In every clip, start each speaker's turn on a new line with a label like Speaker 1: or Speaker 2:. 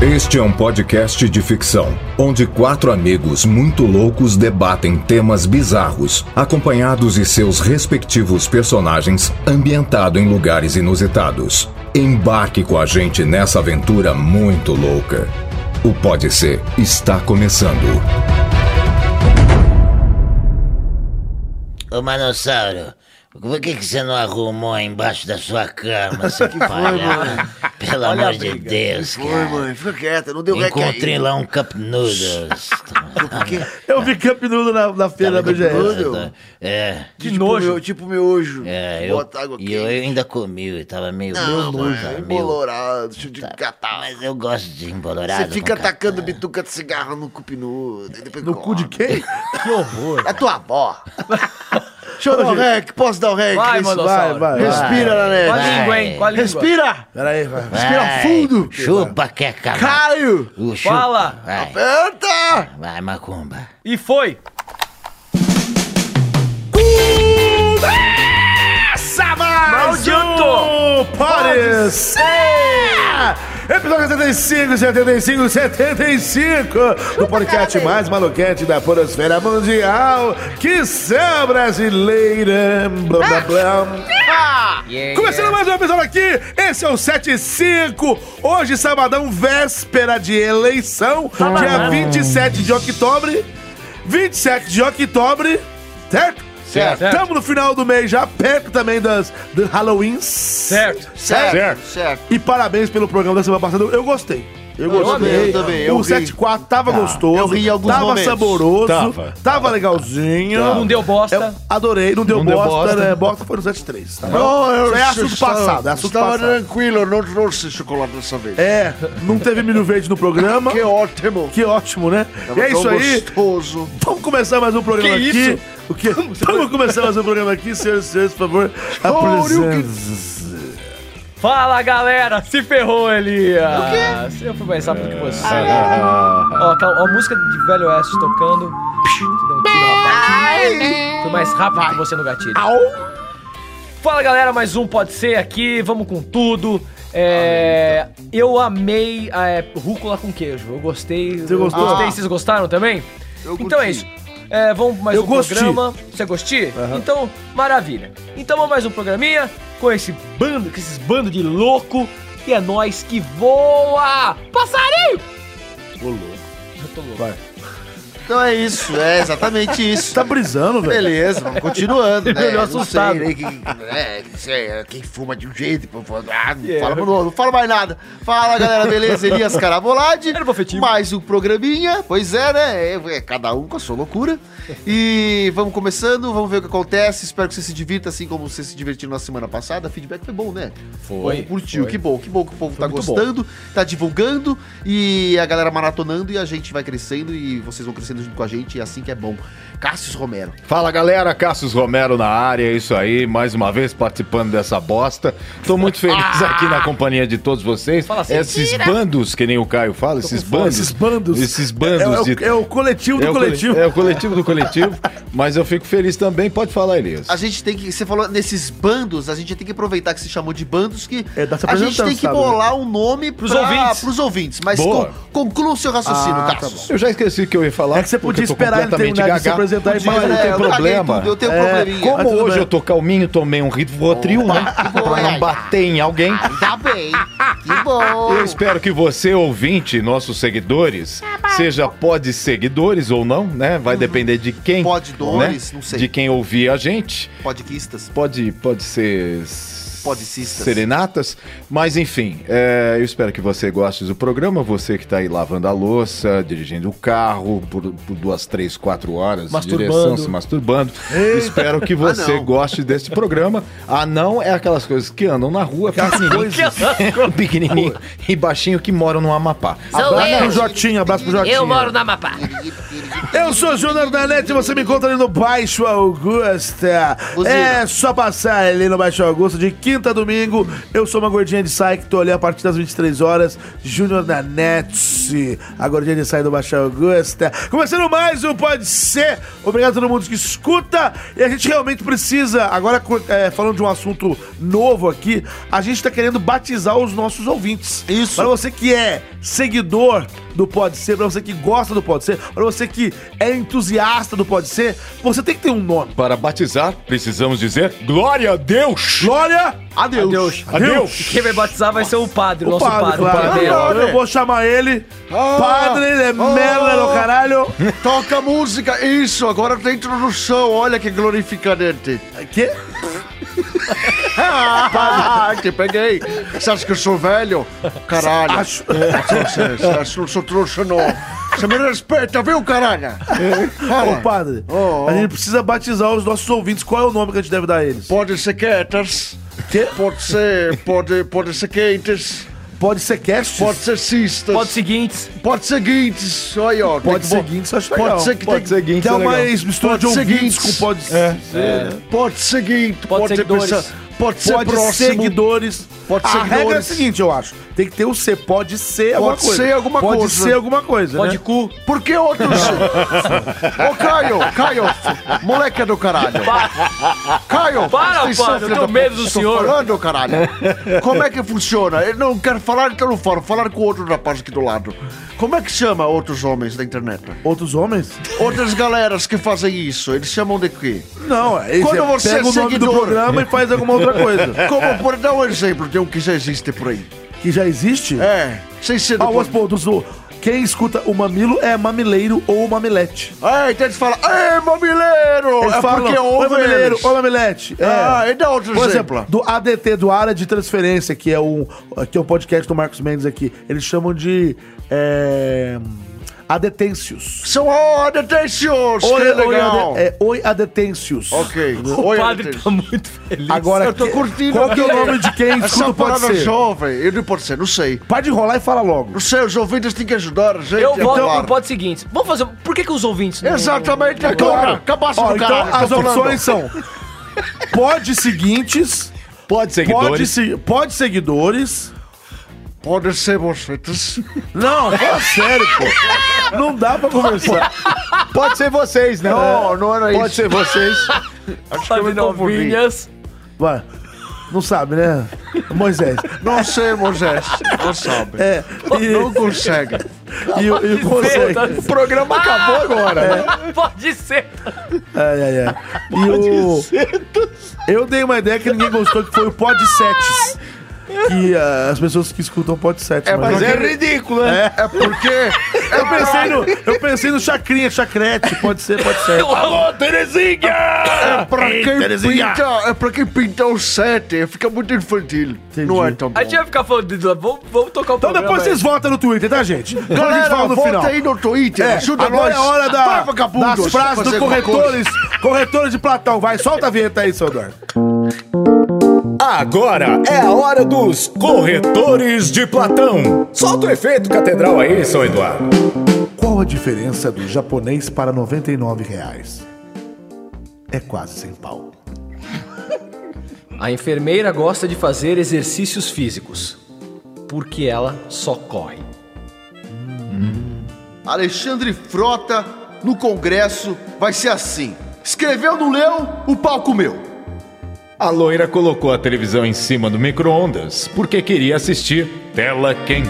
Speaker 1: Este é um podcast de ficção, onde 4 amigos muito loucos debatem temas bizarros, acompanhados de seus respectivos personagens, ambientado em lugares inusitados. Embarque com a gente nessa aventura muito louca. O Pode Ser está começando.
Speaker 2: Ô Manossauro, por que você não arrumou embaixo da sua cama, seu palhaço? Pelo amor de Deus, cara.
Speaker 3: Foi, mãe, fica quieta, não deu
Speaker 2: Encontrei lá um Cup Noodles.
Speaker 4: Eu vi Cup Noodle na feira da BGS.
Speaker 2: É.
Speaker 3: Que nojo. Tipo miojo.
Speaker 2: Bota água quente. Eu ainda comi, eu tava meio...
Speaker 3: Não,
Speaker 2: meio
Speaker 3: embolorado, cheio de catar.
Speaker 2: Mas eu gosto de embolorado.
Speaker 3: Você fica tacando bituca de cigarro no Cup Noodle.
Speaker 4: No cu de quem?
Speaker 3: Que horror. É tua avó. Deixa eu dar o rec, posso dar o rec?
Speaker 5: Vai, Manossauro.
Speaker 4: Vai.
Speaker 3: Respira, Nanete.
Speaker 5: Com a língua, hein? Com a língua.
Speaker 3: Respira.
Speaker 4: Peraí, vai.
Speaker 3: Respira fundo.
Speaker 2: Chupa, quer acabar.
Speaker 3: Caio.
Speaker 5: Fala.
Speaker 2: Vai,
Speaker 3: Aperta.
Speaker 2: vai, macumba.
Speaker 5: E foi.
Speaker 4: Maldito! Pode ser! Episódio 75 do podcast mais maluquete da podosfera mundial, que são brasileira. Blá, blá, blá. Começando mais um episódio aqui, esse é o 75, hoje sabadão, véspera de eleição, dia 27 de outubro, certo?
Speaker 5: Certo.
Speaker 4: Estamos no final do mês já, perto também do Halloween.
Speaker 5: Certo.
Speaker 4: E parabéns pelo programa da semana passada, eu gostei. Eu
Speaker 3: também.
Speaker 4: O 74 tava gostoso,
Speaker 3: eu ri em alguns
Speaker 4: tava
Speaker 3: momentos.
Speaker 4: saboroso, tava legalzinho.
Speaker 5: Não deu bosta.
Speaker 4: Eu adorei, não deu bosta, né? Bosta foi no 73, tá bom? Isso é assunto passado,
Speaker 3: Estava tranquilo, não trouxe chocolate dessa vez.
Speaker 4: Não teve milho verde no programa.
Speaker 3: Que ótimo.
Speaker 4: Que ótimo, né?
Speaker 3: Tava
Speaker 4: E é isso
Speaker 3: tão
Speaker 4: aí.
Speaker 3: gostoso.
Speaker 4: Vamos começar mais um programa
Speaker 5: Que
Speaker 4: aqui.
Speaker 5: isso?
Speaker 4: O quê? Vamos começar mais um programa aqui, senhoras e senhores, por favor. Apresente.
Speaker 5: Fala, galera. Se ferrou, Elias. Eu fui mais rápido que você. Ó, a música de Velho Oeste tocando. Te deu um tiro, rapaz. Fui mais rápido que você no gatilho. Fala, galera. Mais um Pode Ser aqui. Vamos com tudo. Eu amei a rúcula com queijo. Eu gostei.
Speaker 4: Você gostou?
Speaker 5: Gostei. Vocês gostaram também? Então é isso. Vamos mais um programa. Você gostou? Então, maravilha. Então vamos mais um programinha com esses bandos de louco. E é nós que voa! Passarinho!
Speaker 4: Ô, louco.
Speaker 5: Eu tô louco.
Speaker 4: Vai.
Speaker 3: Então é isso, é exatamente isso.
Speaker 4: Tá brisando, velho?
Speaker 3: Beleza, vamos continuando, né?
Speaker 5: Ele assustado.
Speaker 3: Não sei, né? Quem fuma de um jeito, não fala mais nada. Fala, galera, beleza? Elias Carabolade.
Speaker 5: Era bofetinho.
Speaker 3: Mais um programinha, pois é, né? Cada um com a sua loucura. E vamos começando, vamos ver o que acontece. Espero que você se divirta assim como você se divertiu na semana passada. O feedback foi bom, né?
Speaker 5: Foi.
Speaker 3: Curtiu,
Speaker 5: foi.
Speaker 3: que bom que o povo tá
Speaker 5: muito
Speaker 3: gostando, tá divulgando e a galera maratonando e a gente vai crescendo e vocês vão crescendo junto com a gente, e assim que é bom. Cassius Romero.
Speaker 6: Fala, galera, Cassius Romero na área, é isso aí, mais uma vez participando dessa bosta. Tô muito feliz aqui na companhia de todos vocês.
Speaker 5: Fala assim,
Speaker 6: esses bandos, que nem o Caio fala, esses bandos.
Speaker 4: Esses bandos. É o coletivo do coletivo.
Speaker 6: É o coletivo do coletivo, mas eu fico feliz também, pode falar, Elias.
Speaker 3: A gente tem que, você falou nesses bandos, a gente tem que aproveitar que se chamou de bandos, que
Speaker 4: tá se
Speaker 3: a gente tem que
Speaker 4: apresentando,
Speaker 3: bolar um nome pros ouvintes. Mas
Speaker 6: Boa.
Speaker 3: conclua o seu raciocínio,
Speaker 4: Tá
Speaker 3: Cassius.
Speaker 6: Eu já esqueci o que eu ia falar.
Speaker 4: É que você podia
Speaker 6: porque eu tô
Speaker 4: esperar ele
Speaker 6: completamente
Speaker 4: terminar de se
Speaker 6: gaga.
Speaker 4: apresentar e
Speaker 6: Mas
Speaker 4: falar.
Speaker 6: não tem
Speaker 3: eu
Speaker 6: problema.
Speaker 3: eu tenho um probleminha.
Speaker 6: Como
Speaker 4: tudo
Speaker 6: hoje
Speaker 4: bem.
Speaker 6: eu tô calminho, tomei um Rivotril, né? Pra não bater em alguém.
Speaker 3: Tá bem, que bom.
Speaker 6: Eu espero que você, ouvinte, nossos seguidores, seja pode seguidores ou não, né? Vai depender de quem.
Speaker 3: Podidores,
Speaker 6: né?
Speaker 3: não sei.
Speaker 6: De quem ouvir a gente.
Speaker 3: Podquistas,
Speaker 6: Pode ser
Speaker 3: podicistas.
Speaker 6: serenatas, mas enfim, eu espero que você goste do programa, você que tá aí lavando a louça, dirigindo o carro por 2, 3, 4 horas de direção, se masturbando. Espero que você goste desse programa. Não é aquelas coisas que andam na rua, pequenininho e baixinho que moram no Amapá.
Speaker 4: Abraço pro Jotinha, abraço pro Jotinha.
Speaker 2: Eu moro na Amapá.
Speaker 4: Eu sou o Júnior da NET, você me encontra ali no Baixo Augusta. É só passar ali no Baixo Augusta de 15 quinta a domingo. Eu sou uma gordinha de sai que tô ali a partir das 23 horas. Júnior Nanete, a gordinha de sai do Baixo Augusta. Começando mais um Pode Ser. Obrigado a todo mundo que escuta. E a gente realmente precisa, agora falando de um assunto novo aqui, a gente tá querendo batizar os nossos ouvintes.
Speaker 3: Isso.
Speaker 4: Para você que é seguidor do Pode Ser, pra você que gosta do Pode Ser, pra você que é entusiasta do Pode Ser, você tem que ter um nome.
Speaker 6: Para batizar, precisamos dizer Glória a Deus!
Speaker 4: Glória a Deus!
Speaker 5: Adeus. Quem vai batizar vai ser o padre,
Speaker 4: O
Speaker 5: nosso padre.
Speaker 4: claro. Eu vou chamar ele Padre de Merda no caralho.
Speaker 3: Toca música, isso, agora tem introdução, olha que glorificante.
Speaker 4: Que?
Speaker 3: Te peguei. Você acha que eu sou velho? Caralho.
Speaker 4: Acho.
Speaker 3: Você acha que eu sou trouxa, não? Você me respeita, viu, caralho?
Speaker 4: Ô, padre, a gente precisa batizar os nossos ouvintes. Qual é o nome que a gente deve dar a eles?
Speaker 3: Pode ser quietas.
Speaker 4: Que?
Speaker 3: Pode ser quentes.
Speaker 4: Pode ser cast?
Speaker 3: Pode ser cistas.
Speaker 5: Pode seguintes.
Speaker 3: Pode ser guintes. Aí, ó.
Speaker 4: Pode ser seguintes, eu acho legal.
Speaker 3: Pode ser que
Speaker 6: Pode ser seguinte,
Speaker 4: Que é
Speaker 6: legal.
Speaker 4: mais mistura de
Speaker 3: Pode ser
Speaker 4: ouvintes
Speaker 3: seguintes.
Speaker 4: com pode ser.
Speaker 3: Pode ser guinte.
Speaker 5: Pode ser seguidores.
Speaker 3: Pode ser
Speaker 4: Pode
Speaker 3: próximo.
Speaker 4: seguidores.
Speaker 3: Pode
Speaker 4: a
Speaker 3: seguidores.
Speaker 4: regra é a seguinte, eu acho. Tem que ter o C. Pode ser alguma coisa.
Speaker 3: ser alguma
Speaker 4: Pode
Speaker 3: coisa.
Speaker 4: ser alguma coisa,
Speaker 5: Pode
Speaker 4: né?
Speaker 5: cu.
Speaker 3: Por que outros? Ô, Caio, moleque do caralho. Caio,
Speaker 5: Para,
Speaker 3: atenção,
Speaker 5: padre, eu
Speaker 3: filho
Speaker 5: tenho
Speaker 3: da
Speaker 5: medo
Speaker 3: puta,
Speaker 5: do
Speaker 3: estou
Speaker 5: senhor.
Speaker 3: falando, caralho. Como é que funciona? Eu não quero falar, então não falo. Falar com outro rapaz aqui do lado. Como é que chama outros homens da internet?
Speaker 4: Outros homens?
Speaker 3: Outras galeras que fazem isso, eles chamam de quê?
Speaker 4: Não,
Speaker 3: Quando você
Speaker 4: pega
Speaker 3: é
Speaker 4: o nome do
Speaker 3: seguidor.
Speaker 4: programa e faz alguma outra coisa.
Speaker 3: Como, por dar um exemplo de um que já existe por aí.
Speaker 4: Que já existe?
Speaker 3: Sem ser do...
Speaker 4: Os pontos. Quem escuta o mamilo é mamileiro ou mamilete.
Speaker 3: Então eles falam, mamileiro!
Speaker 4: Eles
Speaker 3: É
Speaker 4: falam,
Speaker 3: porque
Speaker 4: oi
Speaker 3: ouve
Speaker 4: mamileiro,
Speaker 3: eles.
Speaker 4: oi mamilete.
Speaker 3: E dá outro
Speaker 4: Por
Speaker 3: exemplo.
Speaker 4: exemplo, do ADT, do Área de Transferência, que é um podcast do Marcos Mendes aqui, eles chamam de adetêncios.
Speaker 3: São adetêncios, que legal.
Speaker 4: Oi adetêncios.
Speaker 3: Ok.
Speaker 5: O padre tá muito feliz.
Speaker 4: Agora,
Speaker 3: Eu tô curtindo.
Speaker 4: qual que é o nome de quem escuta
Speaker 3: Essa
Speaker 4: o Pode
Speaker 3: parada
Speaker 4: Ser?
Speaker 3: jovem, eu não pode ser, não sei.
Speaker 4: Pode enrolar e fala logo.
Speaker 3: Não sei, os ouvintes têm que ajudar a gente
Speaker 5: Eu
Speaker 3: a
Speaker 5: voto
Speaker 3: falar.
Speaker 5: pro pode seguintes. Vamos fazer... Por que os ouvintes não...
Speaker 3: Exatamente,
Speaker 4: É claro.
Speaker 3: acabasse
Speaker 4: Ó,
Speaker 3: do
Speaker 4: então
Speaker 3: caralho.
Speaker 4: as
Speaker 3: tô falando.
Speaker 4: opções são pode seguintes,
Speaker 6: Pode seguidores.
Speaker 4: pode seguidores.
Speaker 3: Pode ser vocês.
Speaker 4: Não, fala sério, pô. Não dá pra conversar.
Speaker 6: Pode ser vocês, né?
Speaker 3: Não era
Speaker 6: Pode
Speaker 3: isso.
Speaker 6: ser vocês.
Speaker 3: Acho que eu me confundi.
Speaker 5: novinhas.
Speaker 4: Vai. Não sabe, né? Moisés.
Speaker 3: Não sei, Moisés. Não sabe.
Speaker 4: E,
Speaker 3: Não consegue.
Speaker 4: e consegue.
Speaker 6: O programa acabou agora.
Speaker 5: Pode ser.
Speaker 4: Eu dei uma ideia que ninguém gostou, que foi o Podsetes. Que as pessoas que escutam Podsetes.
Speaker 6: Mas é ridículo, né?
Speaker 3: É porque...
Speaker 4: Eu pensei no Chacrinha, Chacrete. Pode ser.
Speaker 6: Alô, Terezinha!
Speaker 3: É pra quem pinta o 7, fica muito infantil.
Speaker 4: Entendi.
Speaker 3: Não é tão bom.
Speaker 5: A gente vai ficar falando de... Vamos tocar o
Speaker 4: Então
Speaker 5: programa
Speaker 4: depois
Speaker 5: aí.
Speaker 4: vocês votam no Twitter, tá, gente? Agora a gente
Speaker 3: Galera,
Speaker 4: fala no
Speaker 3: volta
Speaker 4: final.
Speaker 3: aí no Twitter, ajuda
Speaker 4: Agora
Speaker 3: nós.
Speaker 4: é a hora
Speaker 3: Vai, vagabundos,
Speaker 4: das frases
Speaker 3: fazer
Speaker 4: do
Speaker 3: alguma
Speaker 4: corretores de Platão. Vai, solta a vinheta aí, seu Eduardo.
Speaker 6: Agora é a hora dos corretores de Platão. Solta o efeito catedral aí, São Eduardo.
Speaker 4: Qual a diferença do japonês para R$99? É quase sem pau.
Speaker 5: A enfermeira gosta de fazer exercícios físicos. Porque ela só corre.
Speaker 3: Alexandre Frota, no Congresso, vai ser assim. Escreveu, não leu, o pau comeu.
Speaker 6: A loira colocou a televisão em cima do micro-ondas porque queria assistir Tela Quente.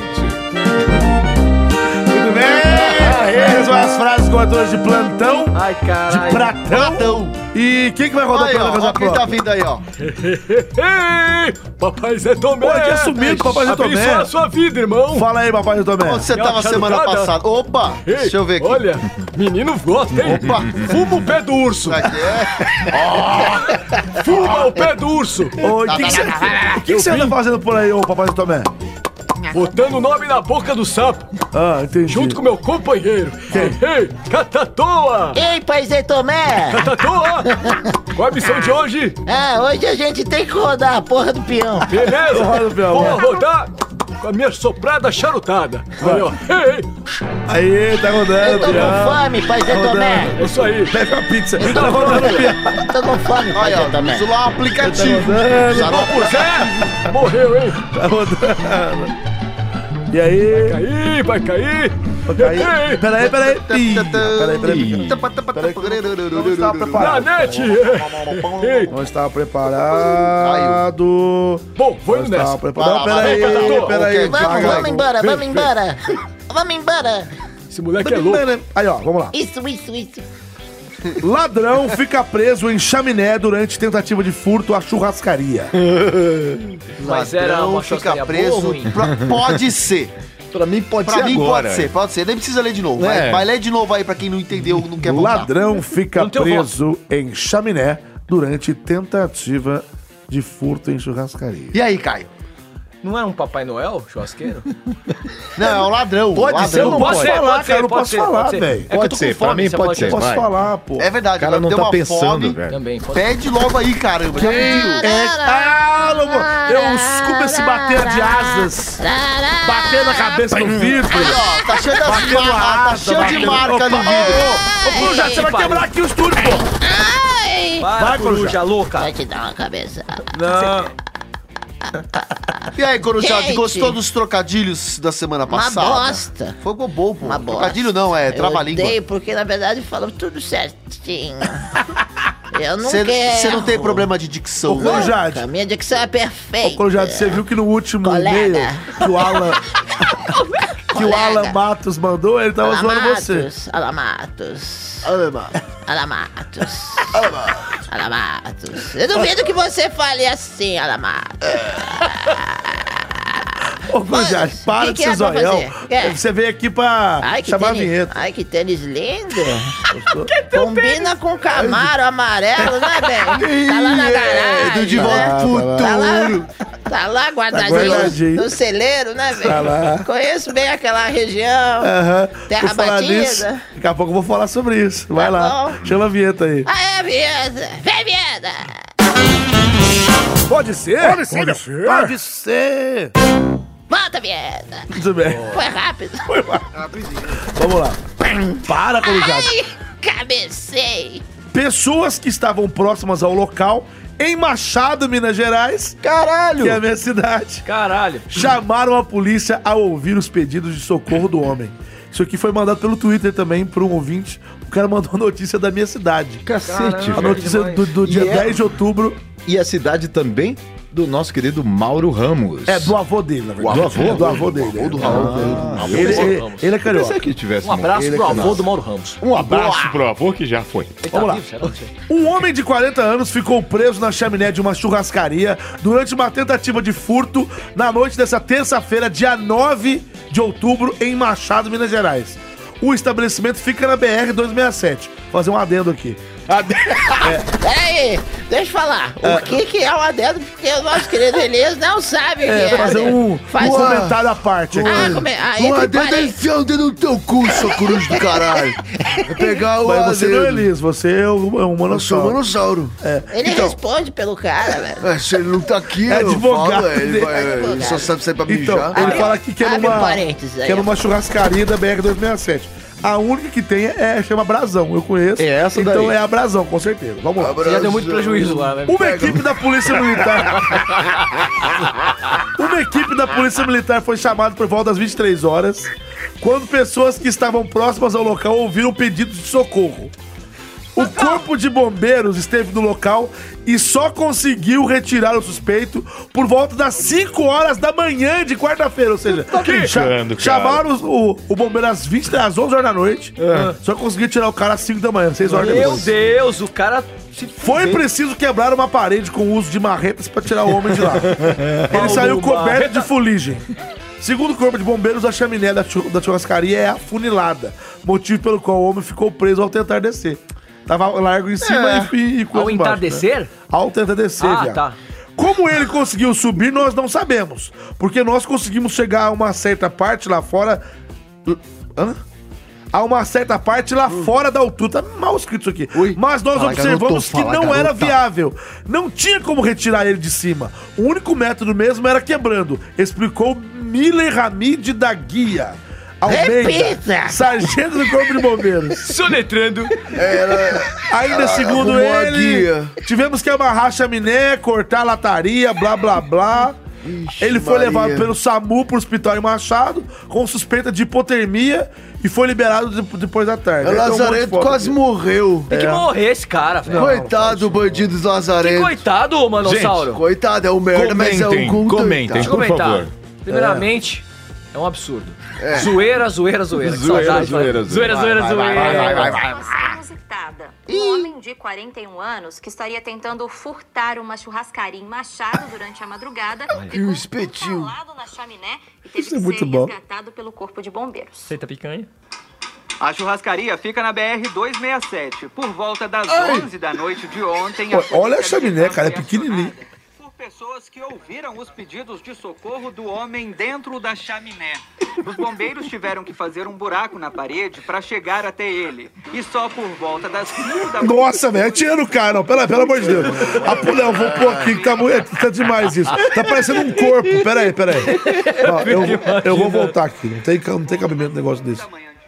Speaker 4: Tudo bem? Essas são as frases corretoras de plantão.
Speaker 5: Ai,
Speaker 4: De
Speaker 5: caralho.
Speaker 4: pratão. E quem que vai rodar
Speaker 3: Aí,
Speaker 4: pela
Speaker 3: ó,
Speaker 4: casa
Speaker 3: ó quem tá
Speaker 4: própria?
Speaker 3: vindo aí, ó.
Speaker 5: Ei, papai Zé Tomé.
Speaker 4: Pô, que assumido, papai Zé Tomé.
Speaker 5: Abençoa a sua vida, irmão.
Speaker 4: Fala aí, papai Zé Tomé.
Speaker 3: Onde você
Speaker 5: Minha
Speaker 3: tava semana
Speaker 5: charutada.
Speaker 3: passada? Opa,
Speaker 5: Ei,
Speaker 3: deixa eu ver aqui.
Speaker 5: Olha, menino gosta, hein?
Speaker 3: Opa.
Speaker 5: Fuma o pé do urso.
Speaker 3: Aqui é.
Speaker 5: Fuma o pé do urso.
Speaker 4: Oi, o que você anda fazendo por aí, ô papai Zé Tomé?
Speaker 5: Botando o nome na boca do sapo.
Speaker 4: Ah, entendi.
Speaker 5: Junto com meu companheiro. Ei, Catatoa.
Speaker 2: Ei, pai Zé Tomé!
Speaker 5: Catatoa. Qual a missão de hoje?
Speaker 2: Hoje a gente tem que rodar a porra do peão.
Speaker 5: Beleza.
Speaker 4: Roda o peão.
Speaker 5: Vamos rodar. com a minha soprada charutada.
Speaker 4: Aí, tá rodando.
Speaker 2: Eu tô com fome, pai Zé Tomé.
Speaker 5: É isso aí.
Speaker 4: Pega uma pizza.
Speaker 2: Eu tô com fome. Tô com fome, pai Zé Tomé.
Speaker 3: Usa lá o aplicativo.
Speaker 5: Zé, morreu, hein?
Speaker 4: Tá rodando. E aí?
Speaker 5: Vai cair.
Speaker 4: Peraí. Peraí.
Speaker 5: Nanete.
Speaker 4: Não estava preparado.
Speaker 5: Bom, vou indo nessa.
Speaker 4: Peraí.
Speaker 2: Vamos embora. Vamos embora.
Speaker 5: Esse moleque é louco.
Speaker 4: Aí, ó, vamos lá.
Speaker 2: Isso.
Speaker 4: Ladrão fica preso em chaminé durante tentativa de furto à churrascaria.
Speaker 5: Mas era uma
Speaker 3: fica preso. Pode ser.
Speaker 6: Pra mim pode
Speaker 3: Pra
Speaker 6: ser
Speaker 3: mim
Speaker 6: agora.
Speaker 3: pode ser. Nem precisa ler de novo.
Speaker 6: É.
Speaker 3: Vai ler de novo aí pra quem não entendeu, não quer voltar.
Speaker 4: Ladrão fica preso em chaminé durante tentativa de furto em churrascaria.
Speaker 3: E aí, Caio?
Speaker 5: Não era um Papai Noel, churrasqueiro?
Speaker 3: Não, é um ladrão.
Speaker 4: Pode ser, eu não posso falar, cara. Eu não
Speaker 5: pode
Speaker 4: posso
Speaker 5: ser,
Speaker 4: falar,
Speaker 5: pode ser.
Speaker 4: velho.
Speaker 5: É que eu tô com fome, você pode ser.
Speaker 4: Eu posso falar, pô.
Speaker 3: É verdade.
Speaker 6: O cara não
Speaker 3: deu
Speaker 6: tá
Speaker 3: uma
Speaker 6: pensando,
Speaker 3: fome.
Speaker 6: velho.
Speaker 5: Também, pode
Speaker 3: Pede logo aí, caramba. Já pediu.
Speaker 4: Eu desculpa esse bater de asas. Bater na cabeça do vidro.
Speaker 3: Aí, ó, tá cheio das
Speaker 4: Batendo
Speaker 3: marcas. Tá
Speaker 4: asa,
Speaker 3: cheio de
Speaker 4: batendo-
Speaker 3: marca no
Speaker 4: Opa,
Speaker 3: vidro.
Speaker 4: Ô, Coruja, você vai quebrar aqui o estúdio, pô.
Speaker 5: Vai, coruja louca.
Speaker 2: Vai te dar uma cabeçada.
Speaker 4: Não.
Speaker 3: E aí, Corujade,
Speaker 2: Gente.
Speaker 3: gostou dos trocadilhos da semana
Speaker 2: Uma
Speaker 3: passada?
Speaker 2: bosta.
Speaker 3: Foi bom, pô.
Speaker 2: Uma bosta.
Speaker 3: Trocadilho não, é
Speaker 2: Eu
Speaker 3: trava-língua.
Speaker 2: odeio porque, na verdade, falam tudo certinho. Eu não
Speaker 3: Você
Speaker 2: quero.
Speaker 3: não tem problema de dicção,
Speaker 4: Ô,
Speaker 3: né?
Speaker 4: Corujade.
Speaker 2: A minha dicção é perfeita.
Speaker 4: Ô, Corujade, você viu que no último
Speaker 2: Colega.
Speaker 4: e-mail que o Alan... que o
Speaker 2: Colega.
Speaker 4: Alan Matos mandou, ele tava zoando você.
Speaker 2: Alamatos. Eu duvido que você fale assim, Alamatos.
Speaker 4: Ô, Corujade,
Speaker 2: Mas,
Speaker 4: para
Speaker 2: que
Speaker 4: de
Speaker 2: que
Speaker 4: ser
Speaker 2: é pra
Speaker 4: zoião.
Speaker 2: fazer? Que?
Speaker 4: Você veio aqui pra chamar a vinheta.
Speaker 2: Ai, que tênis lindo. Combina com Camaro amarelo, né, bem? Tá lá na garagem.
Speaker 3: Do De Volta
Speaker 2: né?
Speaker 3: pro Futuro.
Speaker 2: Tá lá
Speaker 4: guardadinho.
Speaker 2: guardadinho no celeiro, né, velho?
Speaker 4: Tá lá.
Speaker 2: Conheço bem aquela região.
Speaker 4: Aham.
Speaker 2: Terra
Speaker 4: Por falar
Speaker 2: batida.
Speaker 4: nisso, daqui a pouco eu vou falar sobre isso. Vai
Speaker 2: Tá
Speaker 4: lá.
Speaker 2: bom.
Speaker 4: Chama a vinheta aí.
Speaker 2: Aê, vinheta! Vem, vinheta!
Speaker 4: Pode ser? Pode ser.
Speaker 2: Volta, vinheta!
Speaker 4: Tudo bem.
Speaker 2: Foi rápido.
Speaker 4: Vamos lá. Para, Corujade.
Speaker 2: Ai, cabecei.
Speaker 4: Pessoas que estavam próximas ao local, em Machado, Minas Gerais,
Speaker 6: Caralho!
Speaker 4: que é a minha cidade,
Speaker 5: Caralho.
Speaker 4: chamaram a polícia ao ouvir os pedidos de socorro do homem. Isso aqui foi mandado pelo Twitter também para um ouvinte. O cara mandou a notícia da minha cidade.
Speaker 6: Cacete,
Speaker 4: A
Speaker 5: Caramba.
Speaker 6: velho.
Speaker 4: notícia do dia
Speaker 6: E é-
Speaker 4: 10 de outubro
Speaker 6: E a cidade também do nosso querido Mauro Ramos.
Speaker 4: é do avô dele, na verdade.
Speaker 6: Do avô?
Speaker 4: É do avô dele.
Speaker 3: Ou do Raul.
Speaker 4: Ele é carioca.
Speaker 6: Pensei que tivesse
Speaker 5: Um abraço
Speaker 6: morrido.
Speaker 5: pro avô do Mauro Ramos.
Speaker 6: Um abraço pro avô que já foi.
Speaker 5: Ele
Speaker 4: Vamos lá.
Speaker 5: vivo, será? Não sei.
Speaker 4: Um homem de 40 anos ficou preso na chaminé de uma churrascaria durante uma tentativa de furto na noite dessa terça-feira, dia 9 de outubro, em Machado, Minas Gerais. O estabelecimento fica na BR-267. Vou fazer um adendo aqui.
Speaker 2: Peraí, deixa eu falar. O que é um adendo? Porque o nosso querido Elias não sabe o que é.
Speaker 4: Fazer um
Speaker 2: Faz
Speaker 4: comentário à parte aqui.
Speaker 2: Aí
Speaker 3: O
Speaker 2: que
Speaker 3: dedo é
Speaker 2: parei.
Speaker 3: enfiar o dedo no teu cu, sua coruja do caralho. É pegar o
Speaker 4: Mas você não é
Speaker 3: dedo.
Speaker 4: Elias, você é um
Speaker 3: Eu sou um
Speaker 4: manossauro.
Speaker 3: manossauro.
Speaker 2: Ele
Speaker 3: Então.
Speaker 2: responde pelo cara, velho.
Speaker 3: Se ele não tá aqui,
Speaker 4: É
Speaker 3: eu
Speaker 4: advogado
Speaker 3: falo, ele,
Speaker 4: dele.
Speaker 3: ele só sabe sair pra
Speaker 4: Então,
Speaker 3: mijar.
Speaker 4: ele
Speaker 2: Abre-
Speaker 4: fala aqui que é
Speaker 2: abre
Speaker 4: numa,
Speaker 2: parênteses aí,
Speaker 4: que é
Speaker 2: ó.
Speaker 4: numa churrascaria da BR-267. A única que tem chama Brasão, eu conheço.
Speaker 6: É essa
Speaker 4: então
Speaker 6: daí.
Speaker 4: é a Brasão, com certeza. Vamos lá.
Speaker 5: Você já deu muito prejuízo lá, né?
Speaker 4: Uma equipe da Polícia Militar. Uma equipe da Polícia Militar foi chamada por volta das 23 horas, quando pessoas que estavam próximas ao local ouviram pedidos de socorro. O corpo de bombeiros esteve no local e só conseguiu retirar o suspeito por volta das 5 horas da manhã de quarta-feira. Ou seja,
Speaker 6: brincando, cara.
Speaker 4: chamaram o bombeiro às 11 horas da noite, só conseguiu tirar o cara às 5 da manhã, 6 horas
Speaker 5: Meu
Speaker 4: depois.
Speaker 5: Deus, o cara se
Speaker 4: Foi
Speaker 5: fudeu.
Speaker 4: preciso quebrar uma parede com o uso de marretas para tirar o homem de lá. Ele
Speaker 5: Paulo
Speaker 4: saiu coberto
Speaker 5: Marreta.
Speaker 4: de fuligem. Segundo o corpo de bombeiros, a chaminé da churrascaria é afunilada, motivo pelo qual o homem ficou preso ao tentar descer. Tava largo em cima e coisa
Speaker 5: Ao
Speaker 4: embaixo,
Speaker 5: entardecer?
Speaker 4: né? Ao tentar descer,
Speaker 5: Ah,
Speaker 4: viado.
Speaker 5: tá.
Speaker 4: Como ele conseguiu subir, nós não sabemos. Porque nós conseguimos chegar a uma certa parte lá fora... Hã? a uma certa parte lá fora da altura. Tá mal escrito isso aqui. Mas nós observamos que não era viável. Não tinha como retirar ele de cima. O único método mesmo era quebrando, explicou Miller Hamid da Guia Almeida, sargento do Corpo de Bombeiros.
Speaker 5: Soletrando.
Speaker 4: Ainda segundo ele, tivemos que amarrar a chaminé, cortar a lataria, blá blá blá. Ele foi levado pelo SAMU pro hospital em Machado com suspeita de hipotermia e foi liberado depois da tarde.
Speaker 7: O Lazarento quase morreu.
Speaker 5: Tem que morrer esse cara, velho.
Speaker 7: Coitado do bandido do Lazarento.
Speaker 5: Que coitado, Manossauro.
Speaker 7: Gente, coitado, é um merda, mas é um culto.
Speaker 6: Comentem, por favor.
Speaker 5: Primeiramente, é um absurdo. Zoeira.
Speaker 6: Zoeira.
Speaker 8: Um homem de 41 anos que estaria tentando furtar uma churrascaria em Machado durante a madrugada ficou controlado na chaminé e teve que ser resgatado pelo Corpo de Bombeiros.
Speaker 5: Aceita picanha?
Speaker 9: A churrascaria fica na BR-267. Por volta das 11 da noite de ontem...
Speaker 4: Olha a chaminé, cara, é pequenininho.
Speaker 9: Pessoas que ouviram os pedidos de socorro do homem dentro da chaminé. Os bombeiros tiveram que fazer um buraco na parede para chegar até ele. E só por volta das 5 da manhã... Nossa,
Speaker 4: velho, atirando o cara, não. Pelo amor de Deus. Léo, vou pôr aqui, que tá demais isso. Tá parecendo um corpo. Pera aí. Ó, eu vou voltar aqui. Não tem cabimento um negócio desse.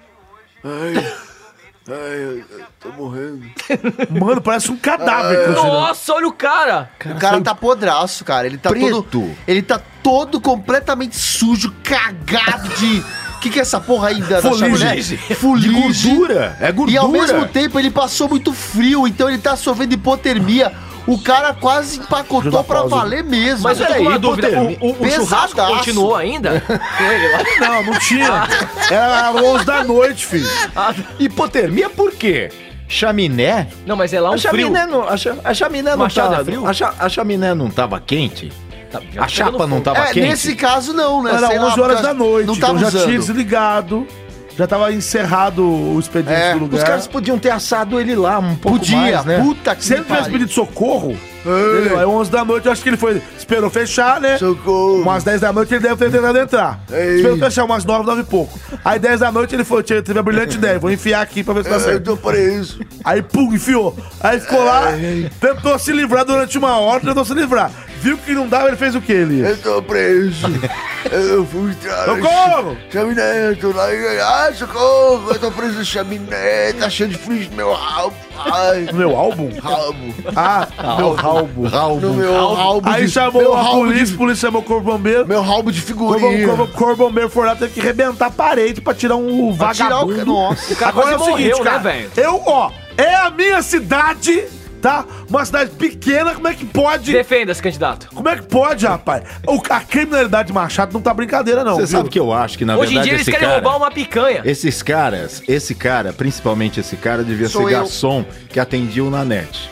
Speaker 7: Eu tô morrendo.
Speaker 4: Mano, parece um cadáver.
Speaker 5: Nossa, olha o cara.
Speaker 3: O cara tá podraço, cara. Ele tá Ele tá todo completamente sujo, cagado de... O que é essa porra aí da chaminé?
Speaker 4: Fuligem. Gordura. É gordura.
Speaker 3: E ao mesmo tempo ele passou muito frio, então ele tá sofrendo hipotermia. O cara quase empacotou pra valer mesmo.
Speaker 5: Mas eu tô com uma dúvida. O churrasco continuou ainda? Com ele lá?
Speaker 4: Não tinha. Era 11 da noite, filho.
Speaker 6: Hipotermia por quê? Chaminé?
Speaker 5: Não, mas é lá um frio.
Speaker 6: A chaminé não tava frio. A chaminé não tava quente? A chapa não tava quente?
Speaker 3: Nesse caso não, né?
Speaker 4: Era 11 horas da noite,
Speaker 3: não tava
Speaker 4: então já
Speaker 3: usando.
Speaker 4: tinha desligado. Já tava encerrado o expediente do lugar.
Speaker 6: Os caras podiam ter assado ele lá um pouco mais, né?
Speaker 3: Puta que
Speaker 4: se ele tivesse pedido socorro, aí 11 da noite, eu acho que ele esperou fechar, né?
Speaker 7: Socorro.
Speaker 4: Umas 10 da noite ele deve ter tentado entrar. Esperou fechar umas 9 e pouco. Aí 10 da noite ele teve a brilhante ideia, vou enfiar aqui pra ver se dá certo.
Speaker 7: Eu tô preso.
Speaker 4: Aí pum, enfiou. Aí ficou lá, tentou se livrar durante uma hora, tentou se livrar. Viu que não dava, ele fez o quê, Elias?
Speaker 7: Eu tô preso. Eu fui entrar.
Speaker 4: Socorro!
Speaker 7: Chaminé, eu tô lá e... socorro! Eu tô preso no chaminé, tá cheio de frio no meu rabo.
Speaker 4: No meu álbum?
Speaker 7: Rabo.
Speaker 4: Meu rabo.
Speaker 7: No meu rabo.
Speaker 4: Aí chamou a polícia chamou o Corpo Bombeiro.
Speaker 7: Meu rabo de figurinha.
Speaker 4: O Corpo Bombeiro foi lá, teve que arrebentar a parede pra tirar um vagabundo.
Speaker 3: Nossa,
Speaker 5: o cara
Speaker 4: agora é o seguinte,
Speaker 5: morreu,
Speaker 4: cara,
Speaker 5: né, velho?
Speaker 4: É a minha cidade... Tá? Uma cidade pequena, como é que pode...
Speaker 5: Defenda-se, candidato.
Speaker 4: Como é que pode, rapaz? A criminalidade de Machado não tá brincadeira, não.
Speaker 6: Você sabe o que eu acho? Que na
Speaker 5: Hoje
Speaker 6: verdade
Speaker 5: em dia eles querem roubar uma picanha.
Speaker 6: Esse cara, principalmente esse cara, devia ser garçom que atendia o Nanete.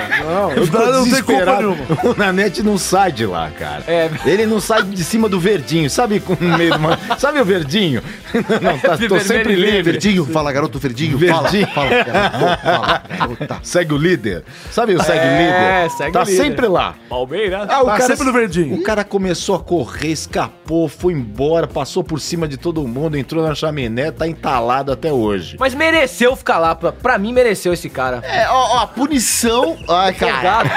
Speaker 4: Não tem culpa nenhuma.
Speaker 6: O Nanete não sai de lá, cara. Ele não sai de cima do verdinho, sabe? Sabe o verdinho? Não, tô sempre livre.
Speaker 3: Verdinho, fala, garoto verdinho.
Speaker 6: Verdinho.
Speaker 3: Fala.
Speaker 6: Segue o líder. Sabe o segue líder?
Speaker 5: Segue
Speaker 6: tá
Speaker 5: o líder.
Speaker 6: Sempre lá.
Speaker 5: Palmeiras.
Speaker 4: O cara sempre no verdinho.
Speaker 6: O cara começou a correr, escapou, foi embora, passou por cima de todo mundo, entrou na chaminé, tá entalado até hoje.
Speaker 5: Mas mereceu ficar lá. Pra mim, mereceu esse cara.
Speaker 3: A punição... Ai, cara.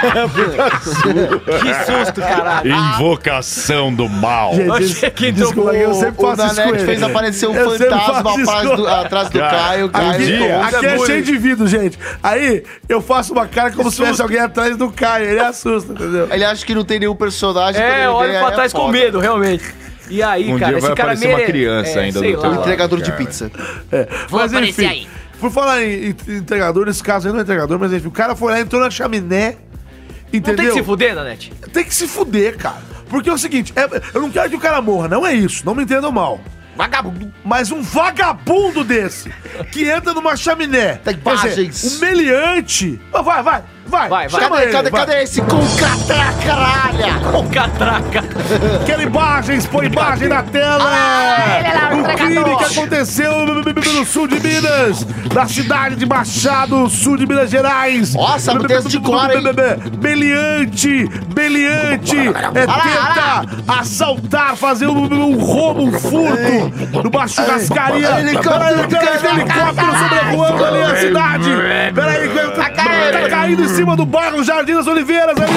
Speaker 5: Que susto, caralho.
Speaker 6: Invocação do mal.
Speaker 4: Gente, desculpa, eu sempre faço isso com ele.
Speaker 3: Fez aparecer um fantasma atrás do Caio.
Speaker 4: Aqui é cheio de vidro, gente. Aí, eu faço uma cara como se tivesse alguém atrás do Caio. Ele assusta, entendeu?
Speaker 3: Ele acha que não tem nenhum personagem.
Speaker 5: Olha pra trás com medo, realmente. E aí, cara, esse cara
Speaker 6: uma criança ainda do teu
Speaker 3: lado, entregador de pizza.
Speaker 5: Mas enfim, aí.
Speaker 4: Por falar em entregador, nesse caso aí não é entregador, mas enfim, o cara foi lá, entrou na chaminé, entendeu?
Speaker 5: Não tem que se fuder, Nanete?
Speaker 4: Tem que se fuder, cara. Porque é o seguinte, eu não quero que o cara morra, não é isso, não me entendam mal.
Speaker 5: Vagabundo.
Speaker 4: Mas um vagabundo desse, que entra numa chaminé, um meliante... Vai.
Speaker 3: Chama ele, cadê esse com catraca?
Speaker 5: Com catraca.
Speaker 4: Quero imagens, põe imagem na tela.
Speaker 8: Ele é lá, o
Speaker 4: do crime que aconteceu no sul de Minas, na cidade de Machado, sul de Minas Gerais.
Speaker 3: Nossa, o texto de cor, hein?
Speaker 4: Beliante, tenta assaltar, fazer um roubo, um furto numa churrascaria. Helicóptero sobrevoando ali a cidade. Peraí, tá caindo em cima do bairro Jardim das Oliveiras ali.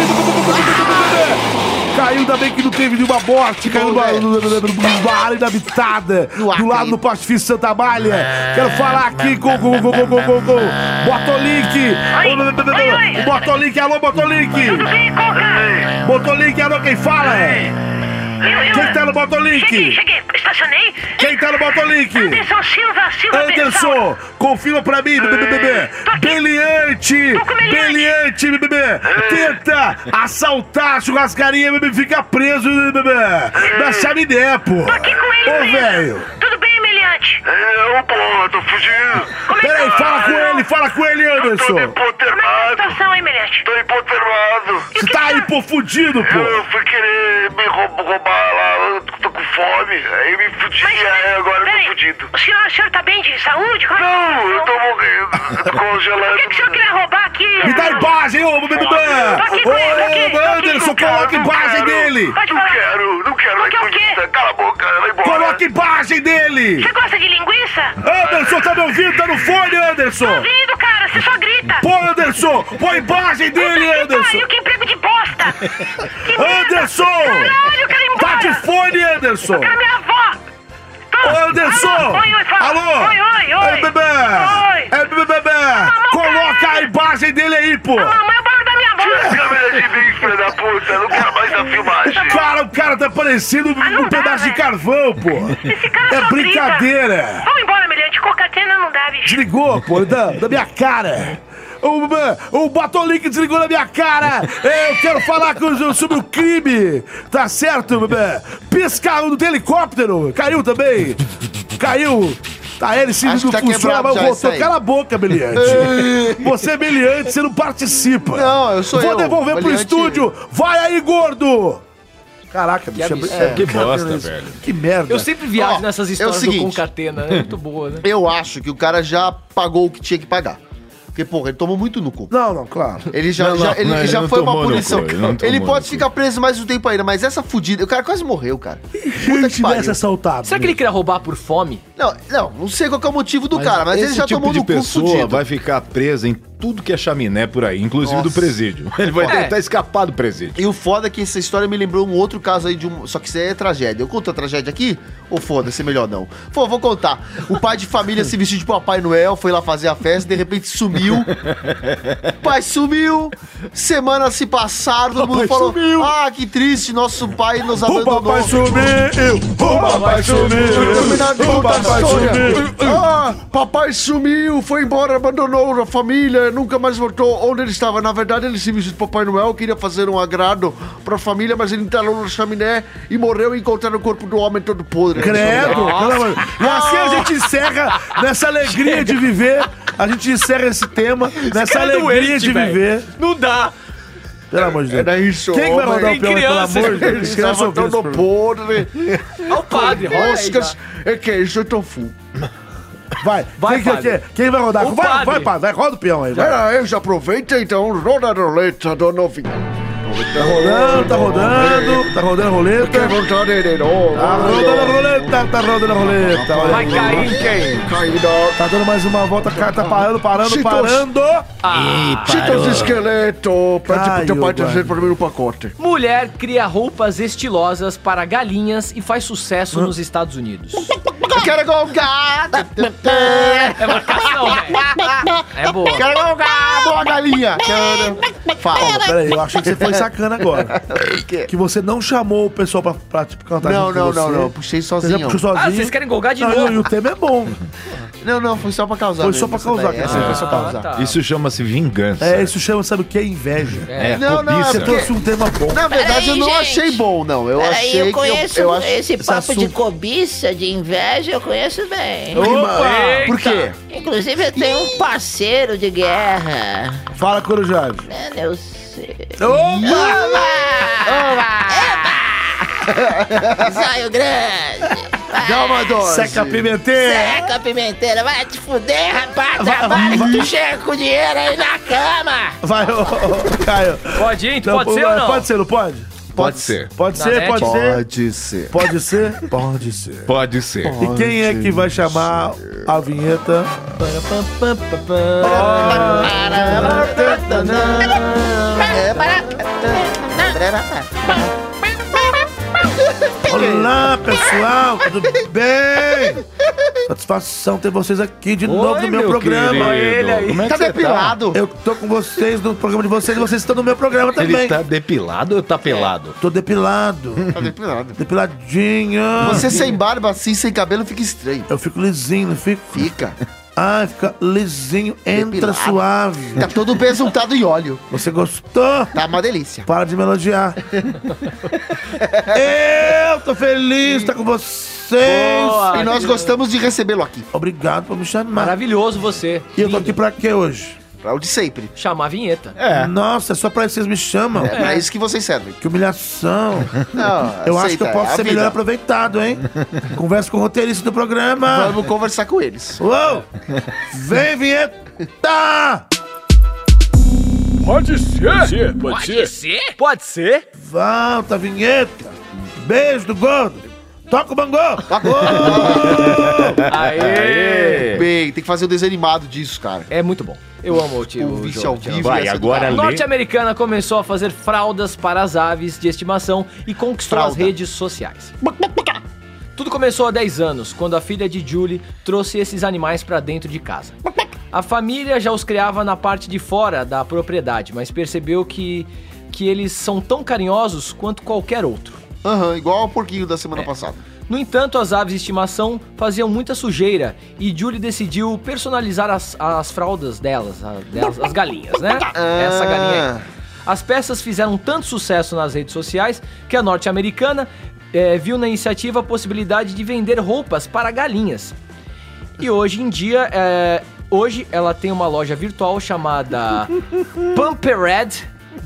Speaker 4: Caiu, ainda bem que não teve nenhuma morte. Caiu numa área inabitada, do lado do Pacifício Santa Malha. Quero falar aqui com Botolink. O Botolink, alô, Botolink.
Speaker 10: Tudo bem, Coca?
Speaker 4: Botolink, alô, quem fala? Quem tá no Botolink?
Speaker 10: Cheguei, estacionei.
Speaker 4: Quem tá no Botolink?
Speaker 10: Anderson Silva.
Speaker 4: Anderson, confirma pra mim, Beliante, tenta assaltar a churrascaria, fica preso na chaminé, pô.
Speaker 10: Tô aqui com ele,
Speaker 4: ô, velho.
Speaker 10: Tudo bem, Meliante?
Speaker 7: Eu tô fugindo.
Speaker 4: Peraí, fala com ele, Anderson.
Speaker 7: Tô hipotermado.
Speaker 10: Como é a situação, hein, Meliante?
Speaker 7: Tô hipotermado.
Speaker 4: Você tá aí, pô, fudido, pô.
Speaker 7: Eu fui querer me roubar lá, eu tô com fome. Aí me fudi, agora eu tô fudido.
Speaker 10: O senhor tá bem de saúde?
Speaker 7: Não, eu tô morrendo, congelando.
Speaker 10: O que o senhor queria roubar aqui?
Speaker 4: Me dá imagem, ô, Anderson, coloca imagem dele.
Speaker 7: Não quero, vai linguiça. Cala a boca, vai embora.
Speaker 4: Coloca imagem dele.
Speaker 10: Você gosta de linguiça?
Speaker 4: Anderson, tá me ouvindo? Tá no fone, Anderson.
Speaker 10: Tô ouvindo, cara, você só grita.
Speaker 4: Pô, Anderson, põe imagem dele, Anderson.
Speaker 10: Que pego de bosta.
Speaker 4: Anderson.
Speaker 10: Caralho, eu quero ir embora.
Speaker 4: Tá de fone, Anderson.
Speaker 10: Eu quero minha avó.
Speaker 4: Anderson! Alô!
Speaker 10: Oi!
Speaker 4: Bebê! Coloca a imagem dele aí, pô!
Speaker 10: Mamãe, o barulho da minha avó!
Speaker 7: Câmera de mim, filho da puta! Não quero mais a filmagem!
Speaker 4: Cara, o cara tá parecendo um pedaço de carvão, pô!
Speaker 10: Esse cara
Speaker 4: é brincadeira!
Speaker 10: Grita. Vamos embora, Meliante! Cocatena não dá, bicho!
Speaker 4: Desligou, pô, da minha cara! O Botolink desligou na minha cara! Eu quero falar sobre o crime! Tá certo, bebê? Pisca do helicóptero! Caiu também! Caiu! Tá, ele se não funciona, mas voltou. Cala a boca, Beliante! Você é Beliante, você não participa!
Speaker 3: Não, eu sou
Speaker 4: Vou devolver pro estúdio! Vai aí, gordo! Caraca, bicho,
Speaker 6: que bosta, velho.
Speaker 4: Que merda.
Speaker 5: Eu sempre viajo nessas histórias do Concatena, né? Muito boa, né?
Speaker 3: Eu acho que o cara já pagou o que tinha que pagar. Porque, porra, ele tomou muito no cu.
Speaker 4: Não, claro.
Speaker 3: Ele já foi pra punição. Ele pode ficar preso mais um tempo ainda, mas essa fudida... O cara quase morreu, cara.
Speaker 4: Se tivesse assaltado.
Speaker 5: Será que ele queria roubar por fome?
Speaker 3: Não sei qual que é o motivo do cara, mas ele já
Speaker 6: tipo
Speaker 3: tomou no cu fudido.
Speaker 6: Esse tipo de pessoa vai ficar presa em tudo que é chaminé por aí, inclusive do presídio. Ele vai tentar escapar do presídio.
Speaker 3: E o foda é que essa história me lembrou um outro caso aí só que isso aí é tragédia. Eu conto a tragédia aqui? Ou foda-se, melhor não? Vou contar. O pai de família se vestiu de Papai Noel, foi lá fazer a festa, de repente sumiu. O pai sumiu. Semanas se passaram, todo mundo falou: sumiu. Ah, que triste, nosso pai nos abandonou.
Speaker 4: O papai sumiu.
Speaker 3: Ah, papai sumiu, foi embora, abandonou a família, nunca mais voltou onde ele estava. Na verdade, ele se vestiu de Papai Noel, queria fazer um agrado pra família, mas ele entalou no chaminé e morreu e encontraram o corpo do homem todo podre.
Speaker 4: Credo! E assim a gente encerra nessa alegria de viver. A gente encerra esse tema nessa alegria de viver.
Speaker 5: Não dá!
Speaker 4: Pelo amor de Deus.
Speaker 3: Era isso.
Speaker 4: Quem vai rodar o peão, pelo amor de Deus?
Speaker 3: Estava todo podre.
Speaker 5: Olha o padre,
Speaker 3: roscas e queijo tofu.
Speaker 4: Vai, quem vai rodar? Vai, padre, roda o peão aí.
Speaker 3: Eu já aproveita então, roda a roleta do novinho.
Speaker 4: Tá rodando a roleta.
Speaker 3: Que vontade de novo.
Speaker 4: Tá rodando a roleta.
Speaker 5: Vai cair em quem?
Speaker 4: Tá dando mais uma volta, o cara tá parando.
Speaker 3: Cheetos esqueleto. Pede pro teu pai trazer pra mim no pacote.
Speaker 5: Mulher cria roupas estilosas para galinhas e faz sucesso nos Estados Unidos.
Speaker 3: Eu quero gongar.
Speaker 5: É marcação, velho. É boa.
Speaker 3: Quero gongar, boa galinha.
Speaker 4: Fala, peraí, eu achei que você foi sacana agora.
Speaker 3: O quê?
Speaker 4: Que você não chamou o pessoal pra tipo, cantar junto com você.
Speaker 3: Não. Puxei sozinho.
Speaker 4: Você puxou sozinho.
Speaker 5: Ah, vocês querem golgar de novo?
Speaker 4: E o tema é bom.
Speaker 3: Não, foi só pra causar.
Speaker 4: Foi só pra causar.
Speaker 3: Foi só pra causar.
Speaker 6: Tá. Isso chama-se vingança.
Speaker 4: Isso chama, sabe o que? Inveja.
Speaker 3: Não,
Speaker 4: você trouxe um tema bom.
Speaker 3: Na verdade, eu não achei bom, não. Eu achei
Speaker 8: eu conheço
Speaker 3: que...
Speaker 8: esse papo de cobiça, de inveja, eu conheço bem.
Speaker 3: Opa! Por quê?
Speaker 8: Inclusive, eu tenho um parceiro de guerra.
Speaker 4: Fala, Corujade.
Speaker 8: Eu sei.
Speaker 4: Opa!
Speaker 2: Zóio grande.
Speaker 3: Dá uma dose.
Speaker 4: Seca a pimenteira.
Speaker 2: Seca a pimenteira. Vai te fuder, rapaz. Trabalha que tu chega com dinheiro aí na cama.
Speaker 4: Vai, ô, Caio.
Speaker 5: Pode ir? Pode ser ou não?
Speaker 4: Pode ser, não pode?
Speaker 6: Pode ser.
Speaker 4: Pode ser, pode ser.
Speaker 3: Pode ser.
Speaker 4: Pode ser?
Speaker 3: Pode ser.
Speaker 6: Pode ser.
Speaker 4: E quem é que vai chamar a vinheta? Olá, pessoal, tudo bem? Satisfação ter vocês aqui de novo no meu programa.
Speaker 5: Ele aí.
Speaker 6: Como é que
Speaker 3: Tá
Speaker 6: você
Speaker 3: depilado?
Speaker 4: Eu tô com vocês no programa de vocês e vocês estão no meu programa também.
Speaker 6: Ele tá depilado ou tá pelado?
Speaker 4: Tô depilado.
Speaker 3: Tá depilado.
Speaker 4: Depiladinho.
Speaker 3: Você sem barba, assim, sem cabelo, fica estranho.
Speaker 4: Eu fico lisinho, não fico?
Speaker 3: Fica.
Speaker 4: Ah, fica lisinho, entra
Speaker 3: Depilado.
Speaker 4: suave.
Speaker 3: Tá todo besuntado em óleo.
Speaker 4: Você gostou?
Speaker 3: Tá uma delícia.
Speaker 4: Para de me elogiar. Eu tô feliz de estar com vocês.
Speaker 5: Boa.
Speaker 3: E nós gostamos de recebê-lo aqui.
Speaker 4: Obrigado por me chamar.
Speaker 5: Maravilhoso você.
Speaker 4: E eu tô aqui pra quê hoje?
Speaker 3: Pra o de sempre.
Speaker 5: Chamar a vinheta.
Speaker 4: Nossa, é só pra isso que vocês me chamam.
Speaker 3: É pra isso que vocês servem.
Speaker 4: Que humilhação.
Speaker 3: Não,
Speaker 4: Eu acho que
Speaker 3: aceita,
Speaker 4: eu posso
Speaker 3: é a
Speaker 4: ser
Speaker 3: vida.
Speaker 4: melhor aproveitado, hein? Converso com o roteirista do programa.
Speaker 3: Vamos conversar com eles.
Speaker 4: Uou! Vem, vinheta!
Speaker 5: Pode ser? Pode ser? Pode ser?
Speaker 4: Volta, vinheta! Beijo do gordo! Toca o bangô!
Speaker 5: Aê!
Speaker 3: Bem, tem que fazer o desenho animado disso, cara.
Speaker 5: É muito bom. Eu amo o tio.
Speaker 3: O vício ao vivo.
Speaker 6: Vai,
Speaker 3: e essa
Speaker 6: agora
Speaker 3: do
Speaker 6: lê.
Speaker 5: A norte-americana começou a fazer fraldas para as aves de estimação e conquistou as
Speaker 3: Fralda.
Speaker 5: redes sociais. Tudo começou há 10 anos, quando a filha de Julie trouxe esses animais para dentro de casa. A família já os criava na parte de fora da propriedade, mas percebeu que eles são tão carinhosos quanto qualquer outro.
Speaker 3: Aham, igual ao porquinho da semana passada.
Speaker 5: No entanto, as aves de estimação faziam muita sujeira e Julie decidiu personalizar as fraldas delas, as galinhas, né? Essa galinha aí. As peças fizeram tanto sucesso nas redes sociais que a norte-americana viu na iniciativa a possibilidade de vender roupas para galinhas. E hoje em dia, hoje ela tem uma loja virtual chamada Pumpered.